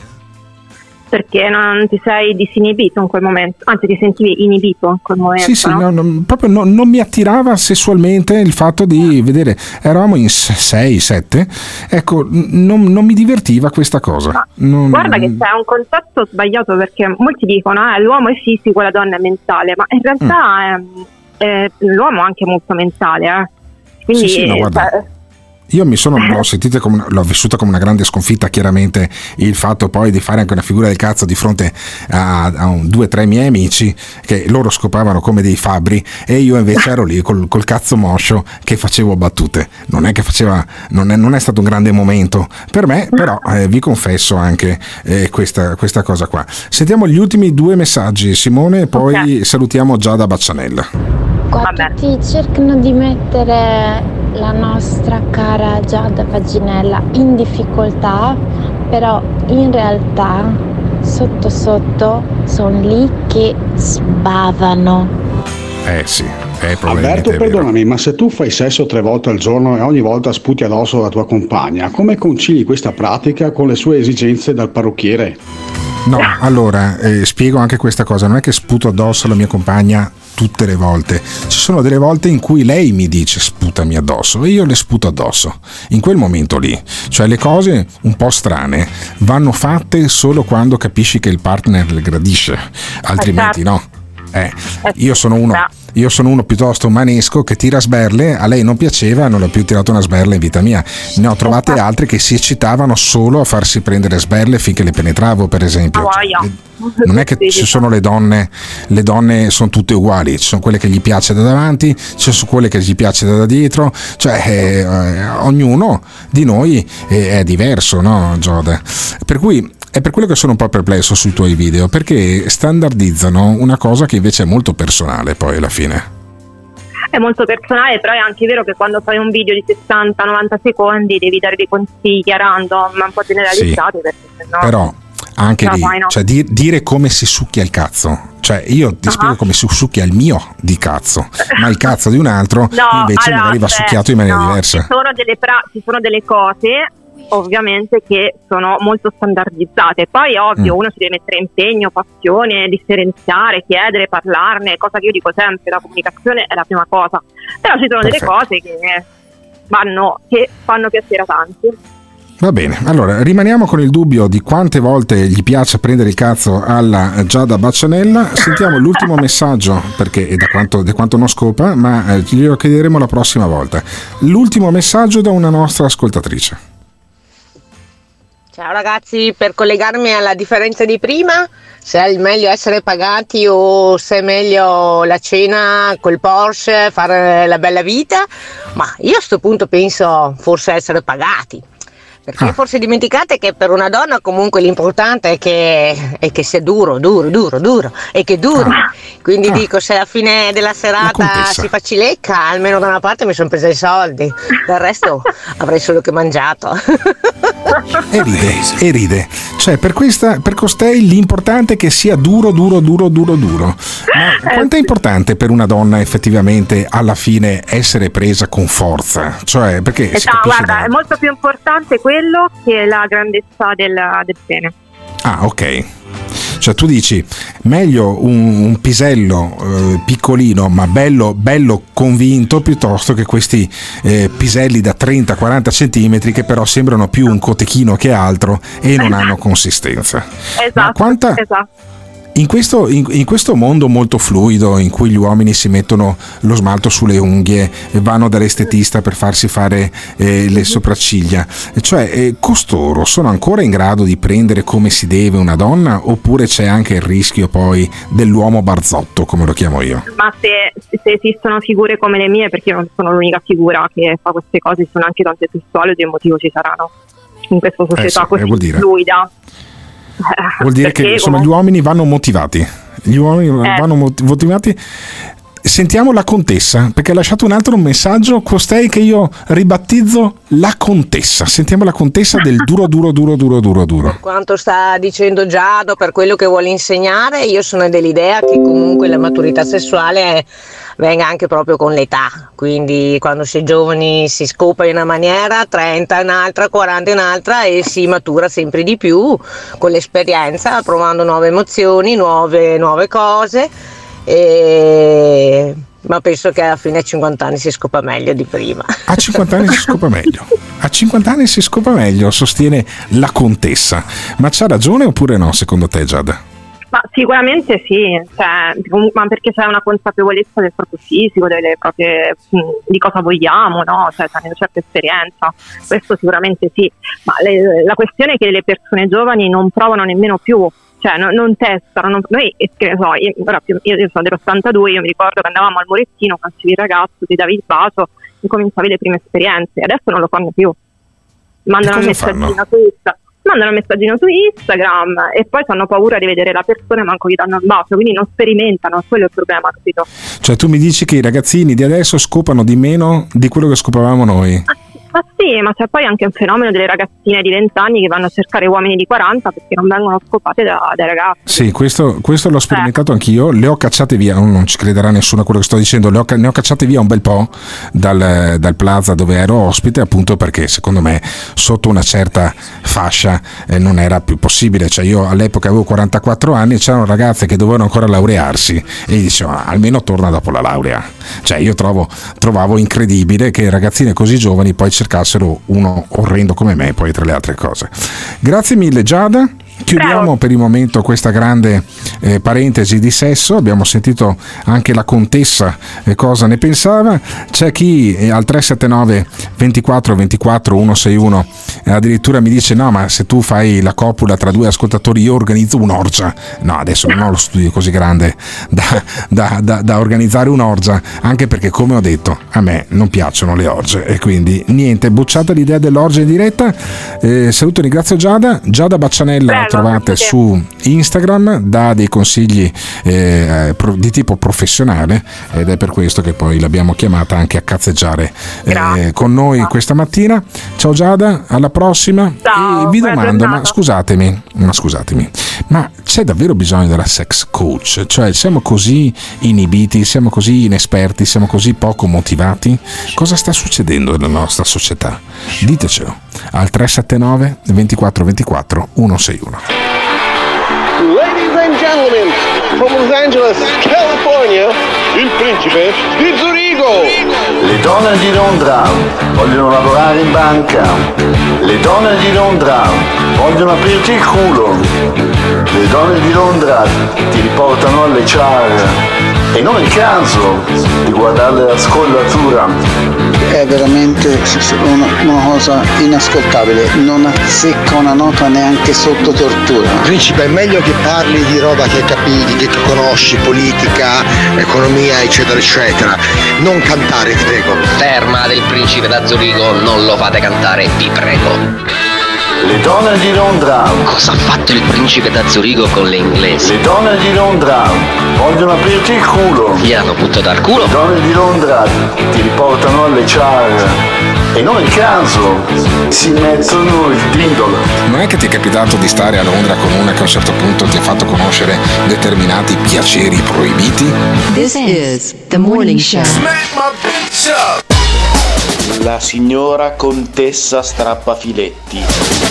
Perché non ti sei disinibito in quel momento, anzi ti sentivi inibito in quel momento. Sì, sì, no? no, no, proprio no, non mi attirava sessualmente il fatto di vedere, eravamo in sei sette, ecco, non, non mi divertiva questa cosa. Non... Guarda che c'è un concetto sbagliato perché molti dicono eh, l'uomo è fisico e la donna è mentale, ma in realtà mm. è, è, l'uomo è anche molto mentale, eh. Quindi sì, sì, no, guarda. Cioè, Io mi sono l'ho sentita come una, l'ho vissuta come una grande sconfitta, chiaramente il fatto poi di fare anche una figura del cazzo di fronte a, a un, due o tre miei amici che loro scopavano come dei fabbri e io invece ero lì col, col cazzo moscio che facevo battute. Non è che faceva, non è, non è stato un grande momento per me, però eh, vi confesso anche eh, questa, questa cosa qua. Sentiamo gli ultimi due messaggi, Simone, e poi okay. salutiamo Giada Baccianella. Qua tutti cercano di mettere la nostra cara Giada Vaginella in difficoltà, però in realtà sotto sotto sono lì che sbavano. Eh sì, è Alberto, perdonami, ma se tu fai sesso tre volte al giorno e ogni volta sputi addosso la tua compagna, come concili questa pratica con le sue esigenze dal parrucchiere? No, allora, eh, spiego anche questa cosa, non è che sputo addosso alla mia compagna tutte le volte, ci sono delle volte in cui lei mi dice sputami addosso e io le sputo addosso, in quel momento lì, cioè le cose un po' strane vanno fatte solo quando capisci che il partner le gradisce, altrimenti no. Eh, io sono uno io sono uno piuttosto manesco che tira sberle, a lei non piaceva, non l'ho più tirato una sberla in vita mia, ne ho trovate altre che si eccitavano solo a farsi prendere sberle finché le penetravo, per esempio. Cioè, non è che ci sono le donne, le donne sono tutte uguali, ci sono quelle che gli piace da davanti, ci sono quelle che gli piace da dietro, cioè eh, eh, ognuno di noi è, è diverso, no, Giada? Per cui è per quello che sono un po' perplesso sui tuoi video, perché standardizzano una cosa che invece è molto personale poi alla fine. È molto personale, però è anche vero che quando fai un video di sessanta novanta secondi devi dare dei consigli a random, un po' generalizzati, sì, perché sennò... Però anche no, lì, poi no. cioè di, dire come si succhia il cazzo, cioè io ti uh-huh. spiego come si succhia il mio di cazzo, ma il cazzo di un altro no, invece allora, magari va succhiato in maniera no, diversa. Ci sono delle, pra- ci sono delle cose ovviamente che sono molto standardizzate, poi ovvio mm. uno si deve mettere impegno, passione, differenziare, chiedere, parlarne, cosa che io dico sempre, la comunicazione è la prima cosa, però ci sono Perfetto. delle cose che vanno, che fanno piacere a tanti. Va bene, allora rimaniamo con il dubbio di quante volte gli piace prendere il cazzo alla Giada Baccianella. Sentiamo l'ultimo messaggio, perché è da quanto, da quanto non scopa, ma eh, glielo chiederemo la prossima volta. L'ultimo messaggio da una nostra ascoltatrice. Ciao ragazzi, per collegarmi alla differenza di prima, se è meglio essere pagati o se è meglio la cena col Porsche, fare la bella vita, ma io a sto punto penso forse essere pagati. Perché ah. forse dimenticate che per una donna comunque l'importante è che, è che sia duro, duro, duro, duro e che duri. Ah. Quindi ah. dico, se alla fine della serata si fa cilecca, almeno da una parte mi sono presa i soldi, del resto avrei solo che mangiato. E ride, e ride. Cioè per questa, per costei l'importante è che sia duro, duro, duro, duro, duro. Ma quanto è importante per una donna effettivamente alla fine essere presa con forza? Cioè perché esatto, guarda, da... è molto più importante quello che la grandezza del, del pene. Ah, ok. Cioè tu dici meglio un, un pisello eh, piccolino ma bello, bello convinto piuttosto che questi eh, piselli da trenta quaranta centimetri che però sembrano più un cotechino che altro e non hanno consistenza. Esatto, ma quanta, esatto. In questo, in, in questo mondo molto fluido in cui gli uomini si mettono lo smalto sulle unghie e vanno dall'estetista per farsi fare eh, le sopracciglia, cioè eh, costoro sono ancora in grado di prendere come si deve una donna oppure c'è anche il rischio poi dell'uomo barzotto come lo chiamo io? Ma se, se esistono figure come le mie, perché io non sono l'unica figura che fa queste cose, sono anche tante sessuali, di un motivo ci saranno in questa società eh sì, così eh, fluida. Vuol dire che insomma gli uomini vanno motivati, gli uomini eh. vanno motivati. Sentiamo la contessa, perché ha lasciato un altro messaggio, costei che io ribattizzo la contessa. Sentiamo la contessa del duro duro duro duro duro duro. Per quanto sta dicendo Giado, per quello che vuole insegnare, io sono dell'idea che comunque la maturità sessuale venga anche proprio con l'età, quindi quando si è giovani si scopa in una maniera, trenta in un'altra, quaranta in un'altra e si matura sempre di più con l'esperienza, provando nuove emozioni, nuove, nuove cose. E... ma penso che alla fine a cinquanta anni si scopa meglio di prima. A cinquanta anni si scopa meglio. A cinquanta anni si scopa meglio, sostiene la contessa. Ma c'ha ragione oppure no, secondo te, Giada? Ma sicuramente sì, cioè, ma perché c'è una consapevolezza del proprio fisico, delle proprie, di cosa vogliamo, no? Cioè, c'è una certa esperienza, questo sicuramente sì. Ma le, la questione è che le persone giovani non provano nemmeno più. Cioè non, non testano, non, noi che ne so, io, io, io sono dell'ottantadue, io mi ricordo che andavamo al murettino, facevi il ragazzo, ti davi il bacio e cominciavi le prime esperienze, adesso non lo fanno più, mandano un messaggino su Instagram, mandano un messaggino su Instagram e poi hanno paura di vedere la persona e manco gli danno il bacio, quindi non sperimentano, quello è il problema, capito? Cioè tu mi dici che i ragazzini di adesso scopano di meno di quello che scopavamo noi? Ma sì, ma c'è poi anche un fenomeno delle ragazzine di venti anni che vanno a cercare uomini di quaranta perché non vengono scopate da, dai ragazzi. Sì, questo, questo l'ho sperimentato eh. anch'io, le ho cacciate via, non ci crederà nessuno a quello che sto dicendo, le ho, ne ho cacciate via un bel po' dal, dal plaza dove ero ospite, appunto perché secondo me sotto una certa fascia eh, non era più possibile. Cioè io all'epoca avevo quarantaquattro anni e c'erano ragazze che dovevano ancora laurearsi e gli dicevo ah, almeno torna dopo la laurea. Cioè io trovo, trovavo incredibile che ragazzine così giovani poi cercassero uno orrendo come me, poi tra le altre cose. Grazie mille Giada. Chiudiamo Bravo. per il momento questa grande eh, parentesi di sesso. Abbiamo sentito anche la contessa eh, cosa ne pensava. C'è chi eh, al tre sette nove ventiquattro ventiquattro centosessantuno eh, addirittura mi dice no, ma se tu fai la copula tra due ascoltatori io organizzo un'orgia. No, adesso non ho lo studio così grande da, da, da, da organizzare un'orgia, anche perché come ho detto a me non piacciono le orge e quindi niente, bocciata l'idea dell'orgia in diretta. eh, saluto e ringrazio Giada Giada Baccianella. Prego. Trovate su Instagram, dà dei consigli eh, pro, di tipo professionale ed è per questo che poi l'abbiamo chiamata anche a cazzeggiare eh, con noi questa mattina. Ciao Giada, alla prossima. Ciao, e vi domando, ma scusatemi, ma scusatemi, ma c'è davvero bisogno della sex coach? Cioè siamo così inibiti, siamo così inesperti, siamo così poco motivati? Cosa sta succedendo nella nostra società? Ditecelo al tre sette nove ventiquattro ventiquattro centosessantuno. Ladies and gentlemen, from Los Angeles, California, il principe di Zurigo. Le donne di Londra vogliono lavorare in banca. Le donne di Londra vogliono aprirti il culo. Le donne di Londra ti riportano alle char. E non è il caso di guardare la scollatura. È veramente una, una cosa inascoltabile, non azzecca una nota neanche sotto tortura. Principe, è meglio che parli di roba che capisci, che conosci, politica, economia, eccetera, eccetera. Non cantare, ti prego. Ferma del Principe da Zurigo, non lo fate cantare, vi prego. Le donne di Londra. Cosa ha fatto il Principe da Zurigo con le inglesi? Le donne di Londra vogliono aprirti il culo. Gli hanno buttato al culo? Le donne di Londra ti riportano alle char. E non il caso si mettono il dindolo. Non è che ti è capitato di stare a Londra con una che a un certo punto ti ha fatto conoscere determinati piaceri proibiti? This is the morning show. Smack my bitch up. La signora contessa strappafiletti.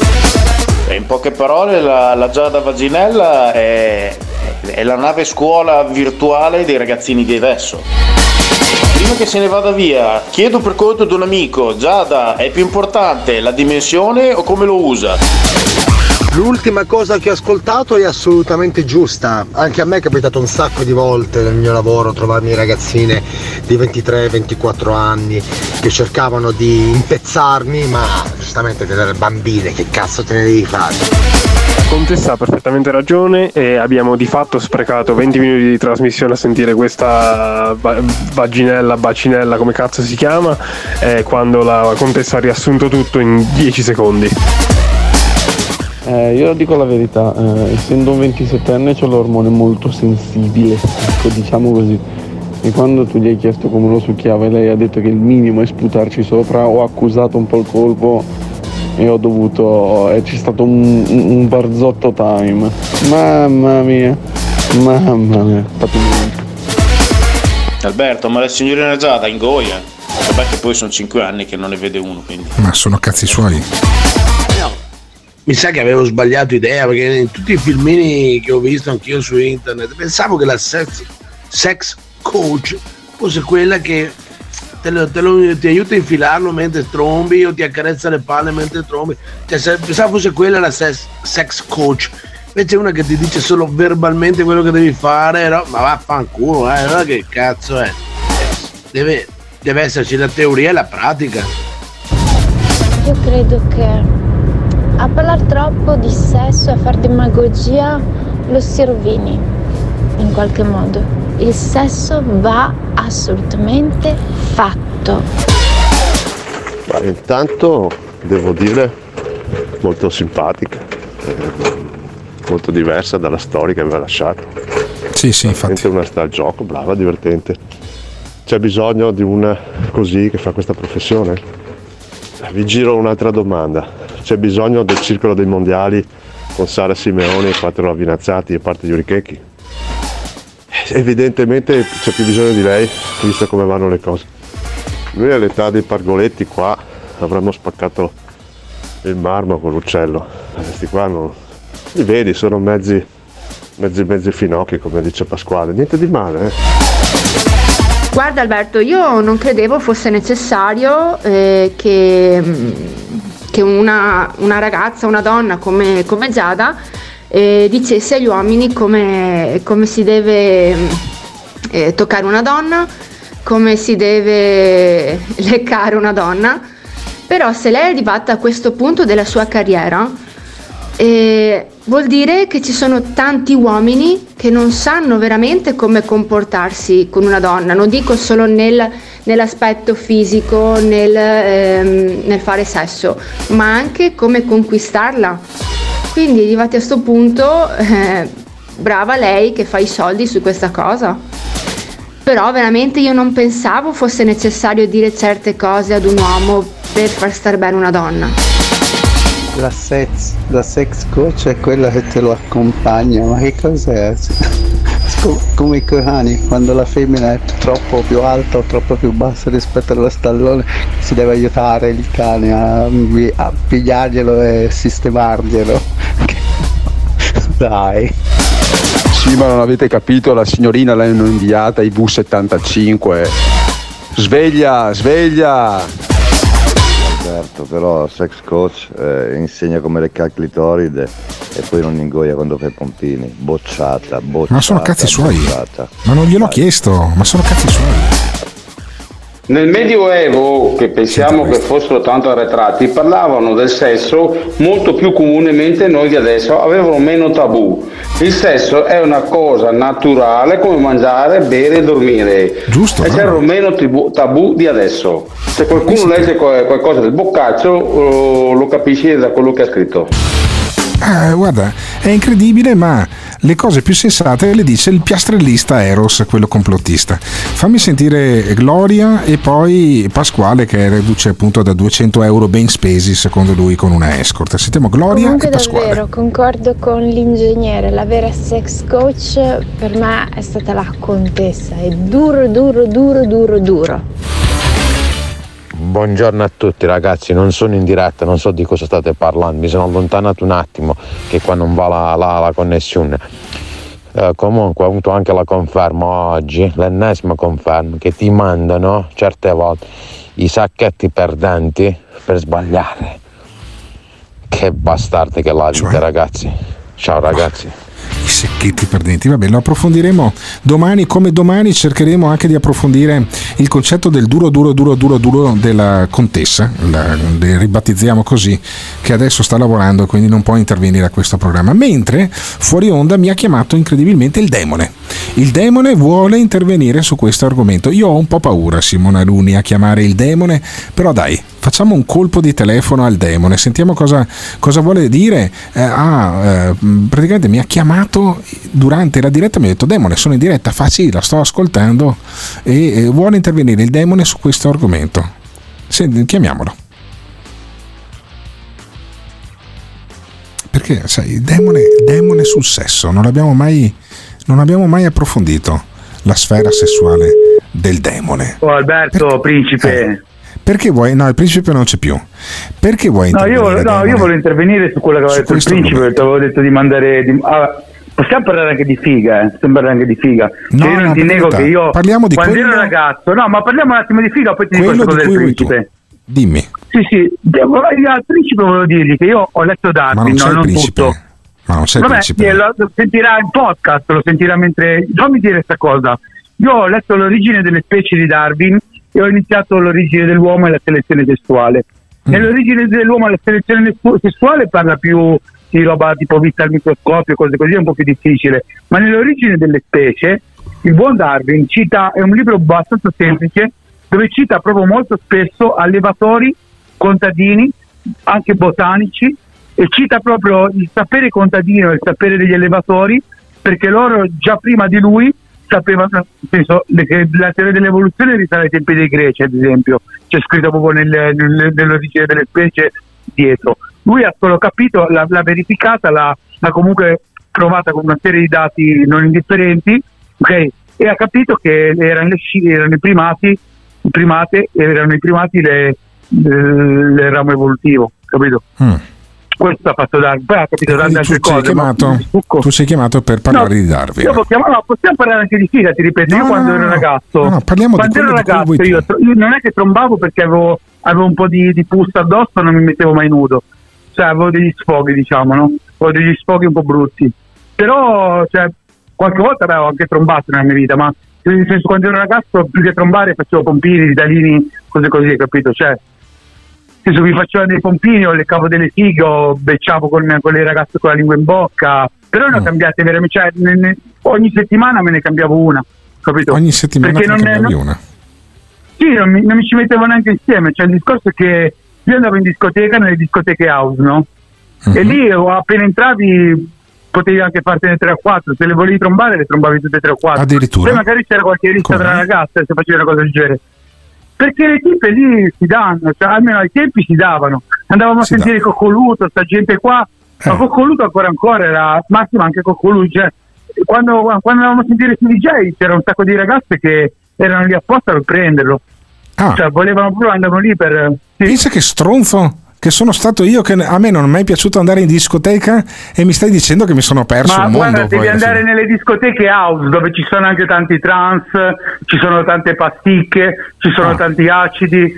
E in poche parole la, la Giada Vaginella è, è la nave scuola virtuale dei ragazzini di adesso. Prima che se ne vada via, chiedo per conto di un amico: Giada, è più importante la dimensione o come lo usa? L'ultima cosa che ho ascoltato è assolutamente giusta. Anche a me è capitato un sacco di volte nel mio lavoro trovarmi ragazzine di ventitré ventiquattro anni che cercavano di impezzarmi, ma giustamente delle bambine, che cazzo te ne devi fare? Contessa ha perfettamente ragione e abbiamo di fatto sprecato venti minuti di trasmissione a sentire questa va- vaginella, bacinella, come cazzo si chiama, eh, quando la Contessa ha riassunto tutto in dieci secondi. Eh, io dico la verità, eh, essendo un ventisettenne c'ho l'ormone molto sensibile, ecco, diciamo così. E quando tu gli hai chiesto come lo succhiava e lei ha detto che il minimo è sputarci sopra, ho accusato un po' il colpo e ho dovuto... Eh, c'è stato un, un barzotto time. Mamma mia, mamma mia, patimento. Alberto, ma la signorina Giada ingoia. Vabbè che poi sono cinque anni che non ne vede uno, quindi. Ma sono cazzi suoi. Mi sa che avevo sbagliato idea, perché in tutti i filmini che ho visto anch'io su internet pensavo che la sex, sex coach fosse quella che te lo, te lo, ti aiuta a infilarlo mentre trombi o ti accarezza le palle mentre trombi. Cioè, pensavo fosse quella la sex, sex coach. Invece una che ti dice solo verbalmente quello che devi fare, no? Ma vaffanculo, eh, allora che cazzo è? Deve, deve esserci la teoria e la pratica. Io credo che a parlare troppo di sesso e a fare demagogia lo si rovini in qualche modo. Il sesso va assolutamente fatto. Ma intanto devo dire molto simpatica, eh, molto diversa dalla storia che aveva lasciato. Sì, sì, infatti. Una sta al gioco, brava, divertente. C'è bisogno di una così che fa questa professione? Vi giro un'altra domanda. C'è bisogno del circolo dei mondiali con Sara Simeoni e quattro Ravinazzati e parte di Urichecchi? Evidentemente c'è più bisogno di lei, visto come vanno le cose. Noi all'età dei Pargoletti qua avremmo spaccato il marmo con l'uccello. Questi qua non li vedi, sono mezzi mezzi mezzi finocchi, come dice Pasquale. Niente di male, eh. Guarda Alberto, io non credevo fosse necessario eh, che, che una, una ragazza, una donna come, come Giada eh, dicesse agli uomini come, come si deve eh, toccare una donna, come si deve leccare una donna. Però se lei è arrivata a questo punto della sua carriera, eh, vuol dire che ci sono tanti uomini che non sanno veramente come comportarsi con una donna. Non dico solo nel, nell'aspetto fisico, nel, ehm, nel fare sesso, ma anche come conquistarla. Quindi arrivati a questo punto, eh, brava lei che fa i soldi su questa cosa. Però veramente io non pensavo fosse necessario dire certe cose ad un uomo per far star bene una donna. La sex, la sex coach è quella che te lo accompagna, ma che cos'è? Come i cani, quando la femmina è troppo più alta o troppo più bassa rispetto allo stallone, si deve aiutare il cane a, a pigliarglielo e sistemarglielo. Dai. Sì, ma non avete capito, la signorina l'hanno inviata ai V settantacinque. Sveglia, sveglia! Alberto, però sex coach eh, insegna come le calclitoride e poi non ingoia quando fai pompini. Bocciata, bocciata. Ma sono cazzi suoi. Bocciata. Ma non gliel'ho chiesto, ma sono cazzi suoi. Nel Medioevo, che pensiamo che fossero tanto arretrati, parlavano del sesso molto più comunemente noi di adesso, avevano meno tabù. Il sesso è una cosa naturale come mangiare, bere e dormire. Giusto. E c'erano meno tabù, tabù di adesso. Se qualcuno legge qualcosa del Boccaccio lo capisci da quello che ha scritto. Ah, guarda, è incredibile, ma le cose più sensate le dice il piastrellista Eros, quello complottista. Fammi sentire Gloria e poi Pasquale, che riduce appunto da duecento euro ben spesi secondo lui con una escort. Sentiamo Gloria Comunque e Pasquale. davvero concordo con l'ingegnere, la vera sex coach per me è stata la contessa, è duro duro duro duro duro. Buongiorno a tutti ragazzi, non sono in diretta, non so di cosa state parlando, mi sono allontanato un attimo che qua non va la, la, la connessione. Eh, comunque ho avuto anche la conferma oggi, l'ennesima conferma, che ti mandano certe volte i sacchetti perdenti per sbagliare. Che bastardi che la vita, cioè? Ragazzi. Ciao ragazzi. I secchetti perdenti, vabbè, lo approfondiremo domani, come domani cercheremo anche di approfondire il concetto del duro duro duro duro duro della contessa, la, le ribattezziamo così, che adesso sta lavorando e quindi non può intervenire a questo programma, mentre fuori onda mi ha chiamato incredibilmente il demone. Il demone vuole intervenire su questo argomento. Io ho un po' paura, Simona Luni, a chiamare il demone, però dai, facciamo un colpo di telefono al demone, sentiamo cosa, cosa vuole dire. Eh, ah, eh, praticamente mi ha chiamato durante la diretta, mi ha detto: demone, sono in diretta, fa sì, la sto ascoltando, e, e vuole intervenire il demone su questo argomento. Senti, chiamiamolo. Perché sai, il demone, il demone sul sesso, non abbiamo mai, non abbiamo mai approfondito la sfera sessuale del demone. Oh Alberto, per, principe. Eh, perché vuoi? No, il principe non c'è più. Perché vuoi no, intervenire? Io, no, io voglio intervenire su quello che aveva detto il principe, perché avevo detto di mandare. Di, ah, possiamo parlare anche di figa, eh? Possiamo parlare anche di figa. No, cioè, io non no, ti nego verità. che io Parliamo di quando quello... ero ragazzo, no, ma parliamo un attimo di figa, poi ti dico quello cosa di del cui principe. Dimmi. Sì, sì, devo, al principe volevo dirgli che io ho letto Darwin, ma non sei no, il non principe. tutto. Ma non sei il Vabbè, principe. Lo, lo sentirà in podcast, lo sentirà mentre. Fammi dire questa cosa. Io ho letto l'origine delle specie di Darwin e ho iniziato l'origine dell'uomo e la selezione sessuale. Mm. Nell'origine dell'uomo e la selezione sessuale parla più di roba tipo vista al microscopio, cose così, è un po' più difficile. Ma nell'origine delle specie, il buon Darwin cita, è un libro abbastanza semplice, dove cita proprio molto spesso allevatori, contadini, anche botanici, e cita proprio il sapere contadino e il sapere degli allevatori, perché loro già prima di lui sapevano, nel senso, che la teoria dell'evoluzione risale ai tempi dei greci, ad esempio, c'è scritto proprio nel, nel, nell'origine delle specie dietro. Lui ha solo capito, l'ha, l'ha verificata, l'ha, l'ha comunque provata con una serie di dati non indifferenti, okay? E ha capito che erano, le sci, erano i primati, i primate, erano i primati le, le, le ramo evolutivo, capito? Mm. Questo ha fatto Darwin, poi ha capito tante altre cose. Chiamato, tu sei chiamato per parlare no, di Darwin. Io possiamo, no, possiamo parlare anche di figa, ti ripeto. No, io quando no, ero ragazzo, no, parliamo quando di ero ragazzo, io, io non è che trombavo perché avevo, avevo un po' di, di pus addosso, non mi mettevo mai nudo. Cioè avevo degli sfoghi, diciamo, no? Avevo degli sfoghi un po' brutti. Però, cioè, qualche volta avevo anche trombato nella mia vita, ma nel senso, quando ero ragazzo, più che trombare facevo pompini, ritalini, cose così, capito? Cioè, se mi facevano dei pompini o leccavo delle fighe o becciavo con, con le ragazze con la lingua in bocca, però ne ho cambiate veramente, cioè, ne, ne, ogni settimana me ne cambiavo una, capito? Ogni settimana perché ne non cambiavi non, una? Sì, non mi, non mi ci mettevo neanche insieme, cioè il discorso è che io andavo in discoteca, nelle discoteche house, no? Uh-huh. E lì appena entravi potevi anche fartene tre o quattro, se le volevi trombare le trombavi tutte e tre o quattro. Addirittura? Poi magari c'era qualche lista tra ragazze se facevi una cosa del genere. Perché le tipe lì si danno, cioè almeno ai tempi si davano. Andavamo si a sentire da. Coccoluto, sta gente qua, eh. ma Coccoluto ancora ancora era massimo anche Coccoluto. Cioè, quando, quando andavamo a sentire C D J c'era un sacco di ragazze che erano lì apposta per prenderlo. Ah. Cioè volevano pure, andavano lì per. Sì. Pensa che stronzo che sono stato io, che a me non è mai piaciuto andare in discoteca e mi stai dicendo che mi sono perso ma un mondo. Ma guarda, devi andare nelle discoteche house dove ci sono anche tanti trans, ci sono tante pasticche, ci sono ah. tanti acidi,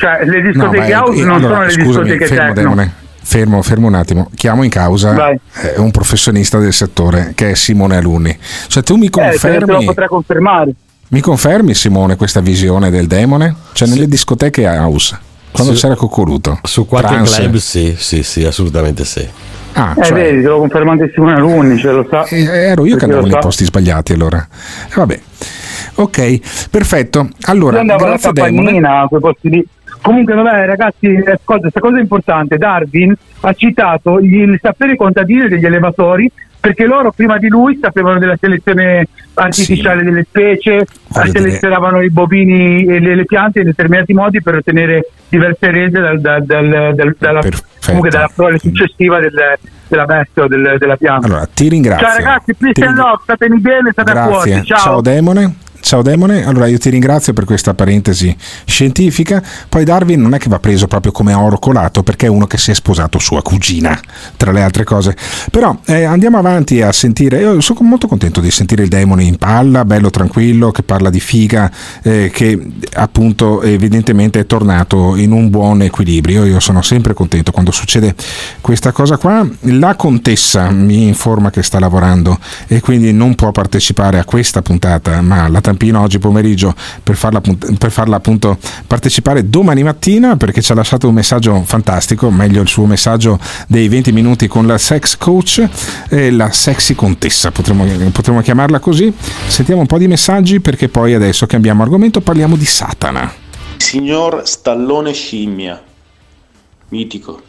Cioè le discoteche no, house io, non allora, sono le scusami, discoteche fermo, techno. Demone, fermo, fermo un attimo. Chiamo in causa eh, un professionista del settore che è Simone Alunni. Cioè tu mi Eh, te confermi, lo potrà confermare. mi confermi Simone questa visione del demone? Cioè nelle discoteche house, quando Su- c'era Coccoluto, Su qualche trance. club sì, sì, sì, assolutamente sì. Ah, Eh, cioè, vedi, te lo conferma anche Simone Alunni, ce lo sa. eh, ero io che Perché andavo lo nei sa. posti sbagliati allora. Eh, vabbè. Ok, perfetto. Allora, Io andavo alla grazie demone. campagnina, quei posti lì. Comunque, vabbè, ragazzi, eh, cosa, questa cosa è importante. Darwin ha citato gli- il sapere contadino degli allevatori, perché loro prima di lui sapevano della selezione artificiale delle specie, Voglio dire- selezionavano i bovini e le, le piante in determinati modi per ottenere diverse rese dal, dal, dal, dal- dalla, comunque dalla prole successiva del, della bestia o del- della pianta. Allora, ti ringrazio. Ciao ragazzi, peace Ti and ring- love, statemi bene, state Grazie. fuori. Ciao. Ciao Demone. Ciao Demone, allora io ti ringrazio per questa parentesi scientifica. Poi Darwin non è che va preso proprio come oro colato, perché è uno che si è sposato sua cugina, tra le altre cose. Però eh, andiamo avanti a sentire. Io sono molto contento di sentire il Demone in palla, bello tranquillo, che parla di figa, eh, che appunto evidentemente è tornato in un buon equilibrio. Io sono sempre contento quando succede questa cosa qua. La contessa mi informa che sta lavorando e quindi non può partecipare a questa puntata, ma la tampino oggi pomeriggio per farla, appunt- per farla appunto partecipare domani mattina, perché ci ha lasciato un messaggio fantastico, meglio il suo messaggio dei venti minuti con la sex coach, eh, la sexy contessa, potremmo, potremmo chiamarla così. Sentiamo un po' di messaggi, perché poi adesso cambiamo argomento, parliamo di Satana. Signor Stallone Scimmia, mitico.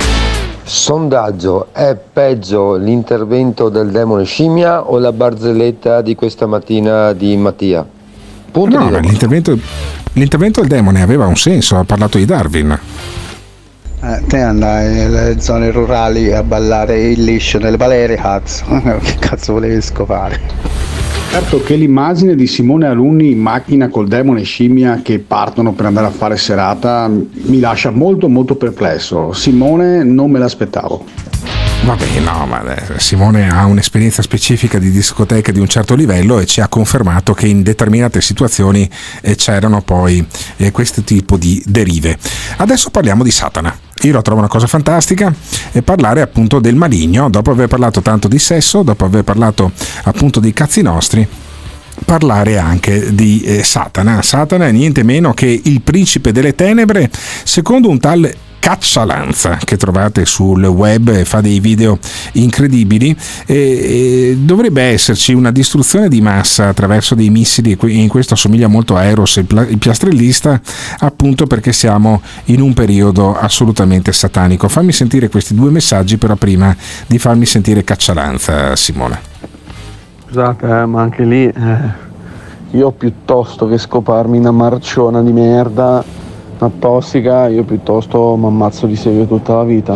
Sondaggio: è peggio l'intervento del demone scimmia o la barzelletta di questa mattina di Mattia? Punto No, di ma domanda. l'intervento, l'intervento del demone aveva un senso, ha parlato di Darwin. Eh, te andai nelle zone rurali a ballare il liscio nelle balere, cazzo. Che cazzo volevi scopare? Certo che l'immagine di Simone Alunni in macchina col demone scimmia che partono per andare a fare serata mi lascia molto molto perplesso. Simone non me l'aspettavo. Vabbè, no, ma eh, Simone ha un'esperienza specifica di discoteca di un certo livello e ci ha confermato che in determinate situazioni eh, c'erano poi eh, questo tipo di derive. Adesso parliamo di Satana. Io la trovo una cosa fantastica, e parlare appunto del maligno, dopo aver parlato tanto di sesso, dopo aver parlato appunto dei cazzi nostri, parlare anche di eh, Satana. Satana è niente meno che il principe delle tenebre, secondo un tal Caccialanza, che trovate sul web e fa dei video incredibili. E, e dovrebbe esserci una distruzione di massa attraverso dei missili, e in questo assomiglia molto a Eros il, pla- il piastrellista, appunto perché siamo in un periodo assolutamente satanico. Fammi sentire questi due messaggi, però prima di farmi sentire Caccialanza, Simone. Scusate, eh, ma anche lì eh, io piuttosto che scoparmi una marciona di merda, una tossica, io piuttosto mi ammazzo di serio tutta la vita.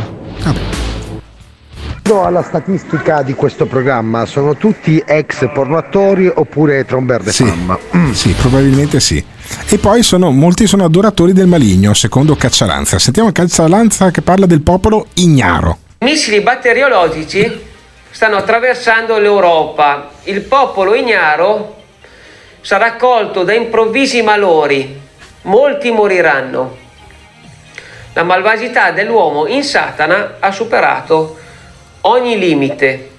Alla statistica di questo programma, sono tutti ex pornoattori oppure tromber de Sì, femme? sì, probabilmente sì. E poi sono, molti sono adoratori del maligno, secondo Caccialanza. Sentiamo Caccialanza che parla del popolo ignaro. I missili batteriologici stanno attraversando l'Europa. Il popolo ignaro sarà colto da improvvisi malori. Molti moriranno. La malvagità dell'uomo in Satana ha superato ogni limite.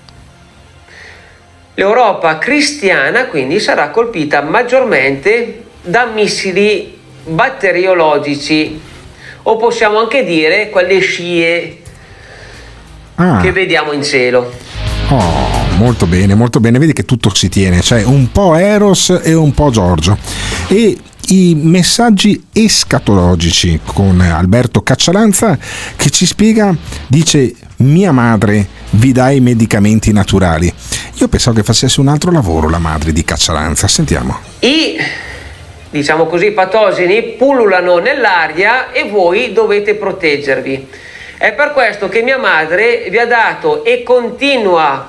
L'Europa cristiana quindi sarà colpita maggiormente da missili batteriologici, o possiamo anche dire quelle scie Ah. che vediamo in cielo. Oh, molto bene, molto bene. Vedi che tutto si tiene, cioè un po' Eros e un po' Giorgio. E i messaggi escatologici con Alberto Caccialanza, che ci spiega, dice: mia madre vi dà i medicamenti naturali. Io pensavo che facesse un altro lavoro la madre di Caccialanza. Sentiamo. I, diciamo così, patogeni pullulano nell'aria e voi dovete proteggervi. È per questo che mia madre vi ha dato e continua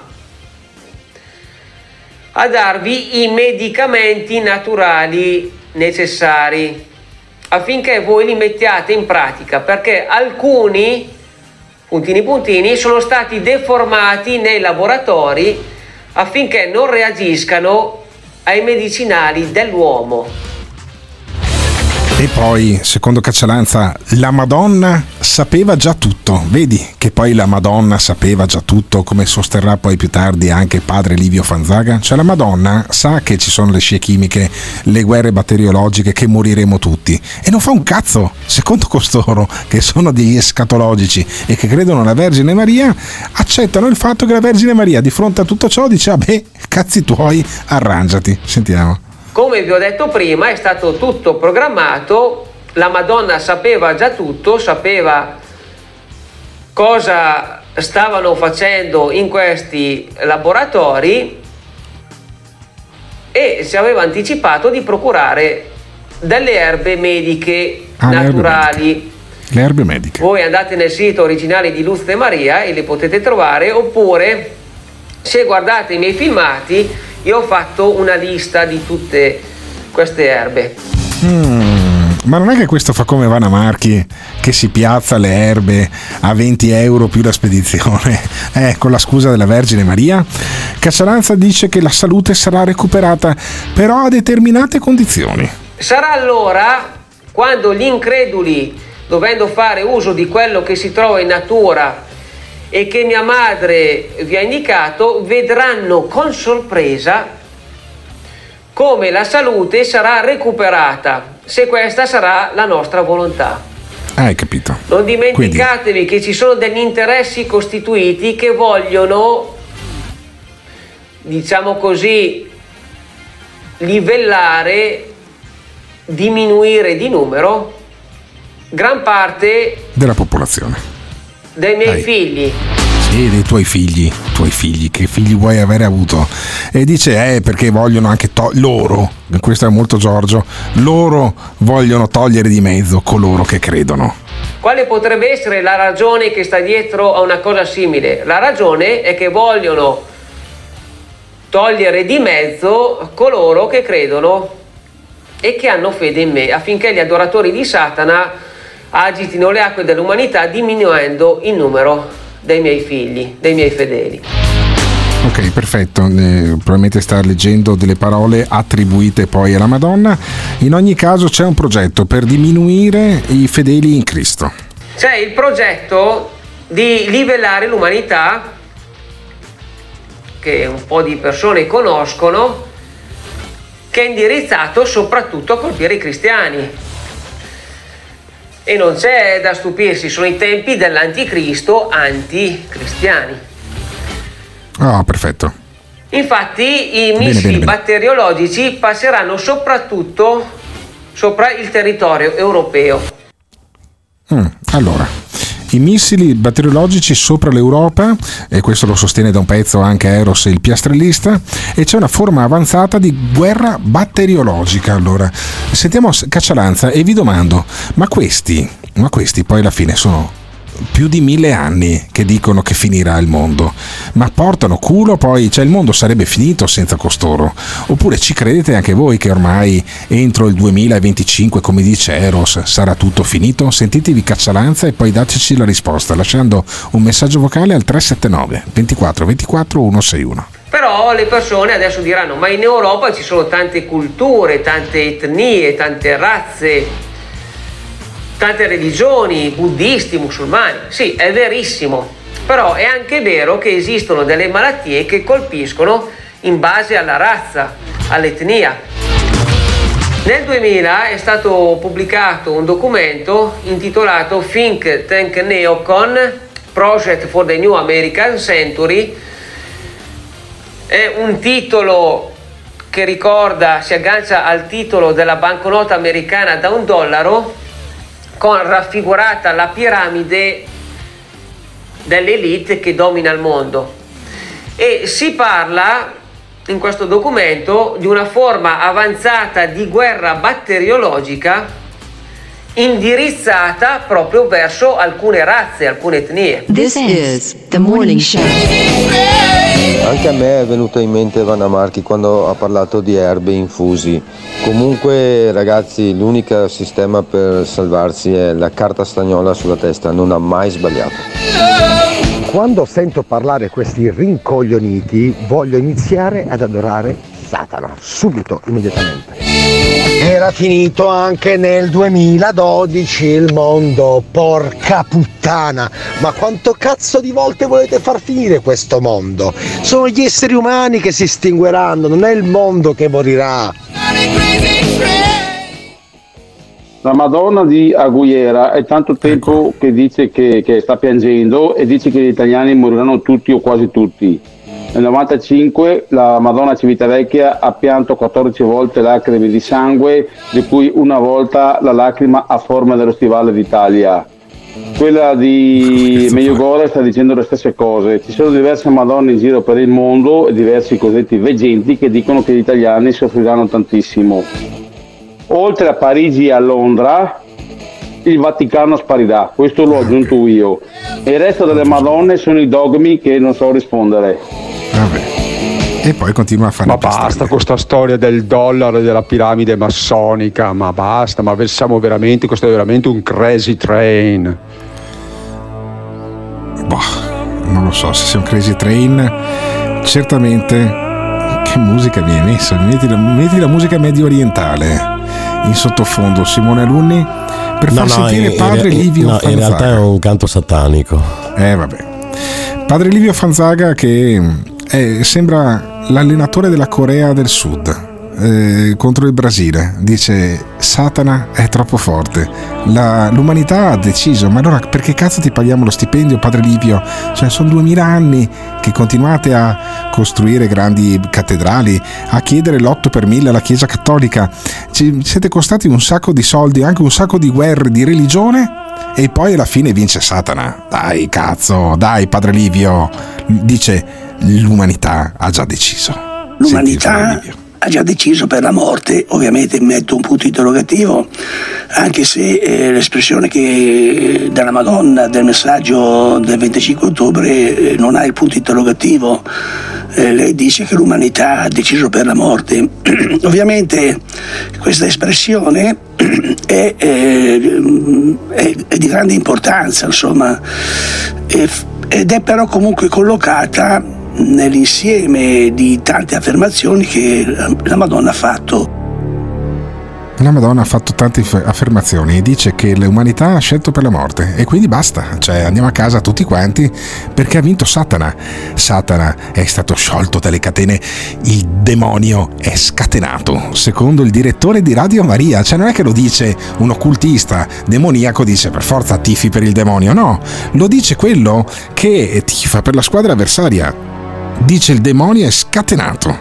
a darvi i medicamenti naturali necessari affinché voi li mettiate in pratica, perché alcuni puntini puntini sono stati deformati nei laboratori affinché non reagiscano ai medicinali dell'uomo. E poi, secondo Caccialanza, la Madonna sapeva già tutto. Vedi che poi la Madonna sapeva già tutto, come sosterrà poi più tardi anche padre Livio Fanzaga. Cioè la Madonna sa che ci sono le scie chimiche, le guerre batteriologiche, che moriremo tutti. E non fa un cazzo, secondo costoro, che sono degli escatologici e che credono alla Vergine Maria, accettano il fatto che la Vergine Maria di fronte a tutto ciò dice: ah beh, cazzi tuoi, arrangiati. Sentiamo. Come vi ho detto prima, è stato tutto programmato, la Madonna sapeva già tutto, sapeva cosa stavano facendo in questi laboratori e si aveva anticipato di procurare delle erbe mediche ah, naturali. Le erbe mediche. Le erbe mediche. Voi andate nel sito originale di Luz de Maria e le potete trovare, oppure se guardate i miei filmati io ho fatto una lista di tutte queste erbe. Mm, ma non è che questo fa come Vanna Marchi, che si piazza le erbe a venti euro più la spedizione, eh, con la scusa della Vergine Maria? Caccialanza dice che la salute sarà recuperata, però a determinate condizioni. Sarà allora quando gli increduli, dovendo fare uso di quello che si trova in natura e che mia madre vi ha indicato, vedranno con sorpresa come la salute sarà recuperata, se questa sarà la nostra volontà. Hai capito? Non dimenticatevi Quindi... che ci sono degli interessi costituiti che vogliono, diciamo così, livellare, diminuire di numero gran parte della popolazione. Dei miei Dai. figli. Sì, dei tuoi figli, tuoi figli, che figli vuoi avere avuto? E dice, eh, perché vogliono anche to- loro, questo è molto Giorgio, loro vogliono togliere di mezzo coloro che credono. Quale potrebbe essere la ragione che sta dietro a una cosa simile? La ragione è che vogliono togliere di mezzo coloro che credono e che hanno fede in me, affinché gli adoratori di Satana agitino le acque dell'umanità, diminuendo il numero dei miei figli, dei miei fedeli. Ok, perfetto, eh, probabilmente sta leggendo delle parole attribuite poi alla Madonna. In ogni caso c'è un progetto per diminuire i fedeli in Cristo. C'è il progetto di livellare l'umanità, che un po' di persone conoscono, che è indirizzato soprattutto a colpire i cristiani. E non c'è da stupirsi, sono i tempi dell'anticristo anticristiani. Ah, oh, perfetto. Infatti i bene, missili bene, bene. batteriologici passeranno soprattutto sopra il territorio europeo. Mm, allora, i missili batteriologici sopra l'Europa, e questo lo sostiene da un pezzo anche Eros il piastrellista, e c'è una forma avanzata di guerra batteriologica. Allora, sentiamo Caccialanza e vi domando, ma questi, ma questi poi alla fine sono più di mille anni che dicono che finirà il mondo, ma portano culo poi, cioè il mondo sarebbe finito senza costoro? Oppure ci credete anche voi che ormai entro il duemilaventicinque, come dice Eros, sarà tutto finito? Sentitevi Caccialanza e poi dateci la risposta lasciando un messaggio vocale al tre sette nove ventiquattro ventiquattro centosessantuno. Però le persone adesso diranno, ma in Europa ci sono tante culture, tante etnie, tante razze, tante religioni, buddisti, musulmani. Sì, è verissimo, però è anche vero che esistono delle malattie che colpiscono in base alla razza, all'etnia. Nel duemila è stato pubblicato un documento intitolato Think Tank Neocon Project for the New American Century. È un titolo che ricorda, si aggancia al titolo della banconota americana da un dollaro, con raffigurata la piramide dell'elite che domina il mondo, e si parla in questo documento di una forma avanzata di guerra batteriologica indirizzata proprio verso alcune razze, alcune etnie. This is the morning show. Anche a me è venuto in mente Vanna Marchi quando ha parlato di erbe infusi. Comunque ragazzi, l'unico sistema per salvarsi è la carta stagnola sulla testa, non ha mai sbagliato. Quando sento parlare questi rincoglioniti, voglio iniziare ad adorare Satana, subito, immediatamente. era finito anche nel duemiladodici il mondo, porca puttana, ma quanto cazzo di volte volete far finire questo mondo? Sono gli esseri umani che si estingueranno, non è il mondo che morirà. La Madonna di Aguilera è tanto tempo che dice che, che sta piangendo e dice che gli italiani moriranno tutti o quasi tutti. Nel novantacinque la Madonna Civitavecchia ha pianto quattordici volte lacrime di sangue, di cui una volta la lacrima a forma dello stivale d'Italia. Quella di Medjugorje sta dicendo le stesse cose. Ci sono diverse Madonne in giro per il mondo e diversi cosiddetti veggenti che dicono che gli italiani soffriranno tantissimo. Oltre a Parigi e a Londra, il Vaticano sparirà, questo l'ho aggiunto io. E il resto delle Madonne sono i dogmi che non so rispondere. Vabbè. E poi continua a fare. Ma basta con sta storia del dollaro e della piramide massonica, ma basta, ma siamo veramente, questo è veramente un crazy train. Boh, non lo so se sia un crazy train. Certamente. Che musica mi hai messo? Metti la, metti la musica medio orientale in sottofondo, Simone Alunni, per far no, sentire no, padre in, Livio no, Fanzaga. In realtà è un canto satanico. Eh vabbè. Padre Livio Fanzaga che è, sembra l'allenatore della Corea del Sud eh, contro il Brasile. Dice Satana è troppo forte, La, l'umanità ha deciso, ma allora perché cazzo ti paghiamo lo stipendio, Padre Livio? Cioè sono duemila anni che continuate a costruire grandi cattedrali, a chiedere l'otto per mille alla Chiesa Cattolica, ci siete costati un sacco di soldi, anche un sacco di guerre, di religione, e poi alla fine vince Satana. Dai cazzo, dai Padre Livio, dice l'umanità ha già deciso. L'umanità ha già deciso per la morte, ovviamente metto un punto interrogativo, anche se eh, l'espressione che della Madonna del messaggio del venticinque ottobre eh, non ha il punto interrogativo, eh, lei dice che l'umanità ha deciso per la morte. Ovviamente questa espressione è, è, è, è di grande importanza, insomma, è, ed è però comunque collocata nell'insieme di tante affermazioni che la Madonna ha fatto. La Madonna ha fatto tante affermazioni e dice che l'umanità ha scelto per la morte e quindi basta, cioè andiamo a casa tutti quanti perché ha vinto Satana. Satana è stato sciolto dalle catene, il demonio è scatenato, secondo il direttore di Radio Maria. Cioè non è che lo dice un occultista demoniaco, dice per forza tifi per il demonio, no, lo dice quello che tifa per la squadra avversaria. Dice il demonio è scatenato.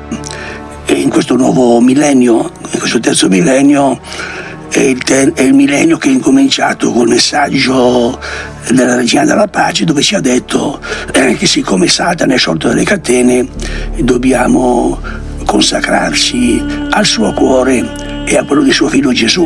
E in questo nuovo millennio, in questo terzo millennio, è il, ter- è il millennio che è incominciato col messaggio della Regina della Pace, dove ci ha detto eh, che siccome Satana è sciolto dalle catene dobbiamo consacrarci al suo cuore e a quello di suo figlio Gesù.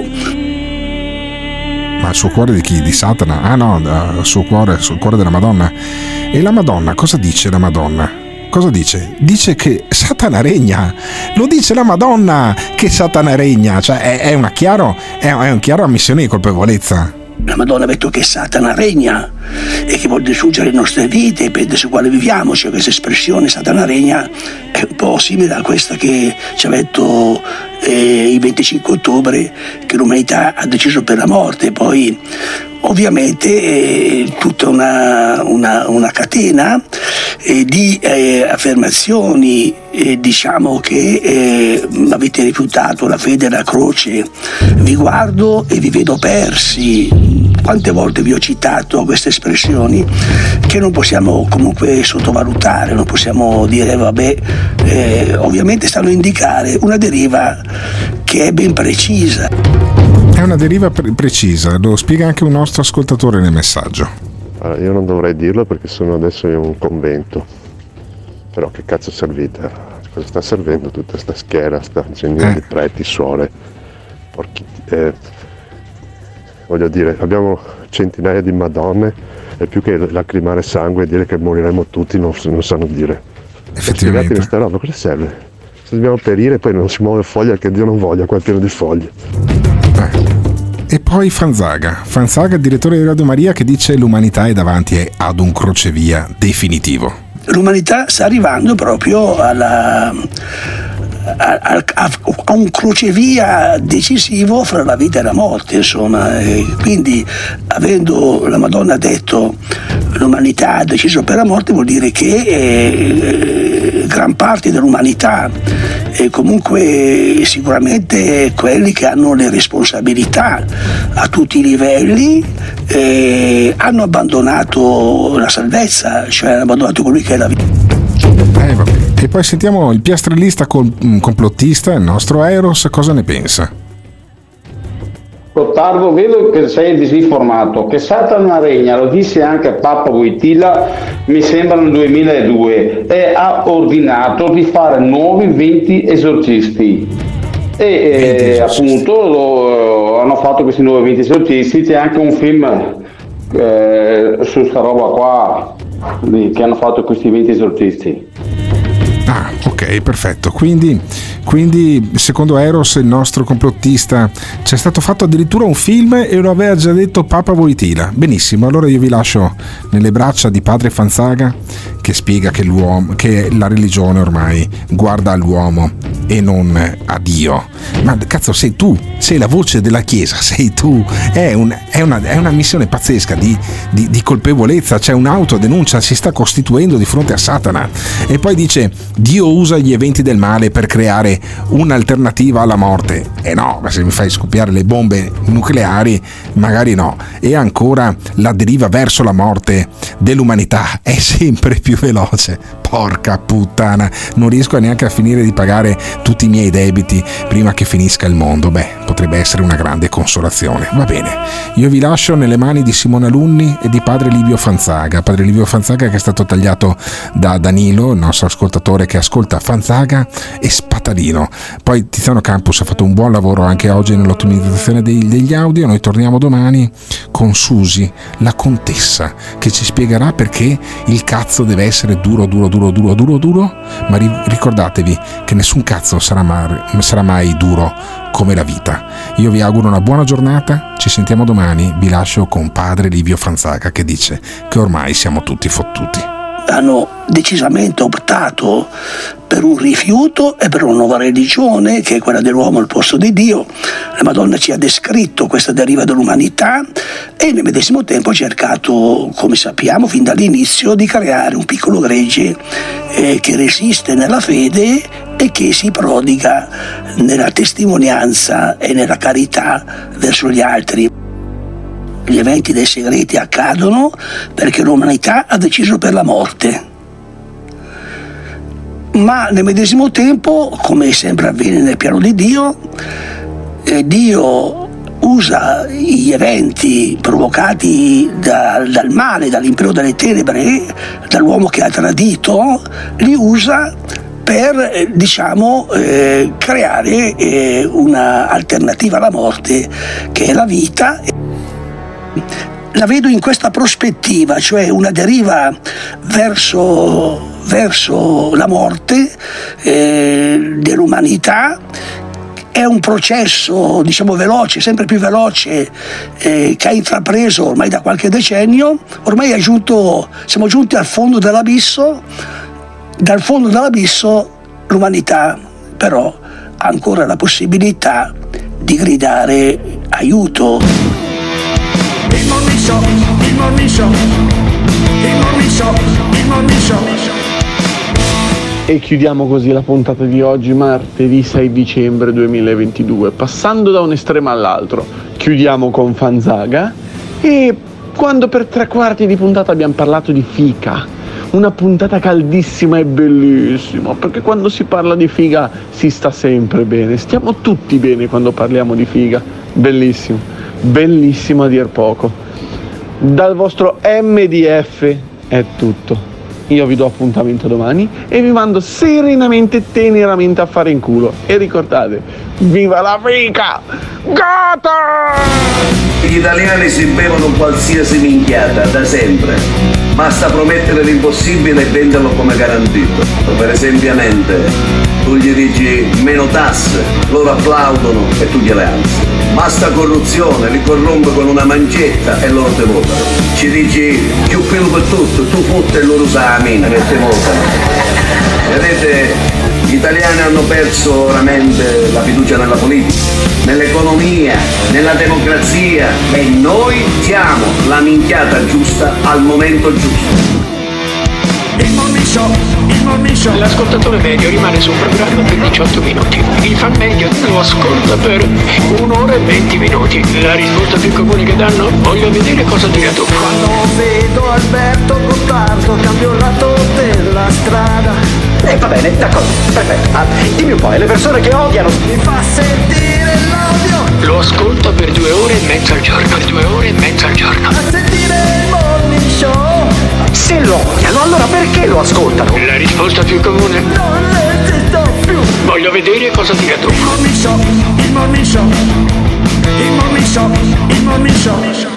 Ma il suo cuore di chi? Di Satana? Ah no, il suo cuore, il suo cuore della Madonna. E la Madonna, cosa dice la Madonna? Cosa dice? Dice che Satana regna. Lo dice la Madonna che Satana regna. Cioè è, è una chiaro, è, è un chiaro ammissione di colpevolezza. La Madonna ha detto che Satana regna e che vuol distruggere le nostre vite, dipende su quale viviamo. Cioè questa espressione Satana regna è un po' simile a questa che ci ha detto eh, il venticinque ottobre, che l'umanità ha deciso per la morte. Poi ovviamente eh, tutta una, una, una catena eh, di eh, affermazioni, eh, diciamo che eh, avete rifiutato la fede e la croce, vi guardo e vi vedo persi. Quante volte vi ho citato queste espressioni che non possiamo comunque sottovalutare, non possiamo dire vabbè, eh, ovviamente stanno a indicare una deriva che è ben precisa. È una deriva pre- precisa, lo spiega anche un nostro ascoltatore nel messaggio. Allora, io non dovrei dirlo perché sono adesso in un convento, però che cazzo è servita? Cosa sta servendo tutta sta schiera, sta genere eh. di preti, suore, porchi, eh, voglio dire, abbiamo centinaia di madonne e più che lacrimare sangue e dire che moriremo tutti non, non sanno dire. Effettivamente. Questa roba, cosa serve? Se dobbiamo perire poi non si muove foglia, che Dio non voglia, qua è pieno di foglie. E poi Fanzaga, Fanzaga, direttore di Radio Maria, che dice l'umanità è davanti ad un crocevia definitivo. L'umanità sta arrivando proprio alla, a, a, a un crocevia decisivo fra la vita e la morte, insomma. E quindi, avendo la Madonna detto l'umanità ha deciso per la morte, vuol dire che eh, gran parte dell'umanità e comunque sicuramente quelli che hanno le responsabilità a tutti i livelli eh, hanno abbandonato la salvezza, cioè hanno abbandonato colui che è la vita. Eh, vabbè. E poi sentiamo il piastrellista col- complottista, il nostro Eros, cosa ne pensa? Gottardo, vedo che sei disinformato, che Satana regna, lo disse anche Papa Wojtyla, mi sembra nel duemiladue, e ha ordinato di fare nuovi venti esorcisti. E eh, appunto lo, hanno fatto questi nuovi venti esorcisti, c'è anche un film eh, su sta roba qua che hanno fatto questi venti esorcisti. Ah, ok, perfetto. Quindi, quindi, secondo Eros, il nostro complottista, c'è stato fatto addirittura un film e lo aveva già detto Papa Wojtyla. Benissimo, allora io vi lascio nelle braccia di padre Fanzaga, che spiega che, l'uomo, che la religione ormai guarda all'uomo e non a Dio. Ma cazzo, sei tu, sei la voce della Chiesa, sei tu. È, un, è, una, è una missione pazzesca di, di, di colpevolezza, c'è un'autodenuncia, si sta costituendo di fronte a Satana. E poi dice: Dio usa gli eventi del male per creare un'alternativa alla morte. E no, ma se mi fai scoppiare le bombe nucleari, magari no. E ancora, la deriva verso la morte dell'umanità è sempre più veloce. Porca puttana, non riesco neanche a finire di pagare tutti i miei debiti prima che finisca il mondo. Beh, potrebbe essere una grande consolazione. Va bene, io vi lascio nelle mani di Simone Alunni e di padre Livio Fanzaga. Padre Livio Fanzaga che è stato tagliato da Danilo, il nostro ascoltatore che ascolta Fanzaga e Spatalino. Poi Tiziano Campus ha fatto un buon lavoro anche oggi nell'ottimizzazione dei, degli audio. Noi torniamo domani con Susi, la contessa, che ci spiegherà perché il cazzo deve essere duro, duro, duro, duro, duro, duro, ma ri- ricordatevi che nessun cazzo sarà mai, sarà mai duro come la vita. Io vi auguro una buona giornata, ci sentiamo domani, vi lascio con padre Livio Fanzaga che dice che ormai siamo tutti fottuti. Hanno decisamente optato per un rifiuto e per una nuova religione che è quella dell'uomo al posto di Dio. La Madonna ci ha descritto questa deriva dell'umanità e nel medesimo tempo ha cercato, come sappiamo, fin dall'inizio di creare un piccolo gregge eh, che resiste nella fede e che si prodiga nella testimonianza e nella carità verso gli altri. Gli eventi dei segreti accadono perché l'umanità ha deciso per la morte. Ma nel medesimo tempo, come sempre avviene nel piano di Dio, eh, Dio usa gli eventi provocati da, dal male, dall'impero delle tenebre, dall'uomo che ha tradito, li usa per eh, diciamo eh, creare eh, una alternativa alla morte che è la vita. La vedo in questa prospettiva, cioè una deriva verso, verso la morte eh, dell'umanità. È un processo, diciamo, veloce, sempre più veloce, eh, che ha intrapreso ormai da qualche decennio. Ormai è giunto, siamo giunti al fondo dell'abisso. Dal fondo dell'abisso l'umanità però ha ancora la possibilità di gridare aiuto. Il Morning Show, il Morning Show, il Morning Show, il Morning Show. E chiudiamo così la puntata di oggi, martedì sei dicembre duemilaventidue, passando da un estremo all'altro. Chiudiamo con Fanzaga e quando per tre quarti di puntata abbiamo parlato di fica, una puntata caldissima e bellissima, perché quando si parla di figa si sta sempre bene, stiamo tutti bene quando parliamo di figa, bellissimo, bellissimo a dir poco. Dal vostro M D F è tutto. Io vi do appuntamento domani e vi mando serenamente, teneramente a fare in culo. E ricordate, viva la fica! Gata! Gli italiani si bevono qualsiasi minchiata, da sempre. Basta promettere l'impossibile e venderlo come garantito. Per esempio, tu gli dici meno tasse, loro applaudono e tu gliele alzi. Basta corruzione, li corrompe con una mancetta e loro te votano. Ci dici più pelo per tutto, tu fotte e loro usa la mina che te votano. Vedete, gli italiani hanno perso veramente la fiducia nella politica, nell'economia, nella democrazia e noi siamo la minchiata giusta al momento giusto. Il Morning Show, il Morning Show. L'ascoltatore medio rimane sul programma per diciotto minuti. Il fan medio lo ascolta per un'ora e venti minuti. La risposta più comune che danno: voglio vedere cosa dirà tu. Quando vedo Alberto Gottardo cambio il lato della strada. Eh va bene, d'accordo, perfetto. Ah, dimmi un po', e le persone che odiano? Mi fa sentire l'odio. Lo ascolta per due ore e mezza al giorno. Per due ore e mezza al giorno. A sentire il Morning Show. Se lo odiano, allora perché lo ascoltano? La risposta più comune: non esisto più. Voglio vedere cosa dirà tu. Il Morning Show, il Morning Show, il Morning Show, il Morning Show.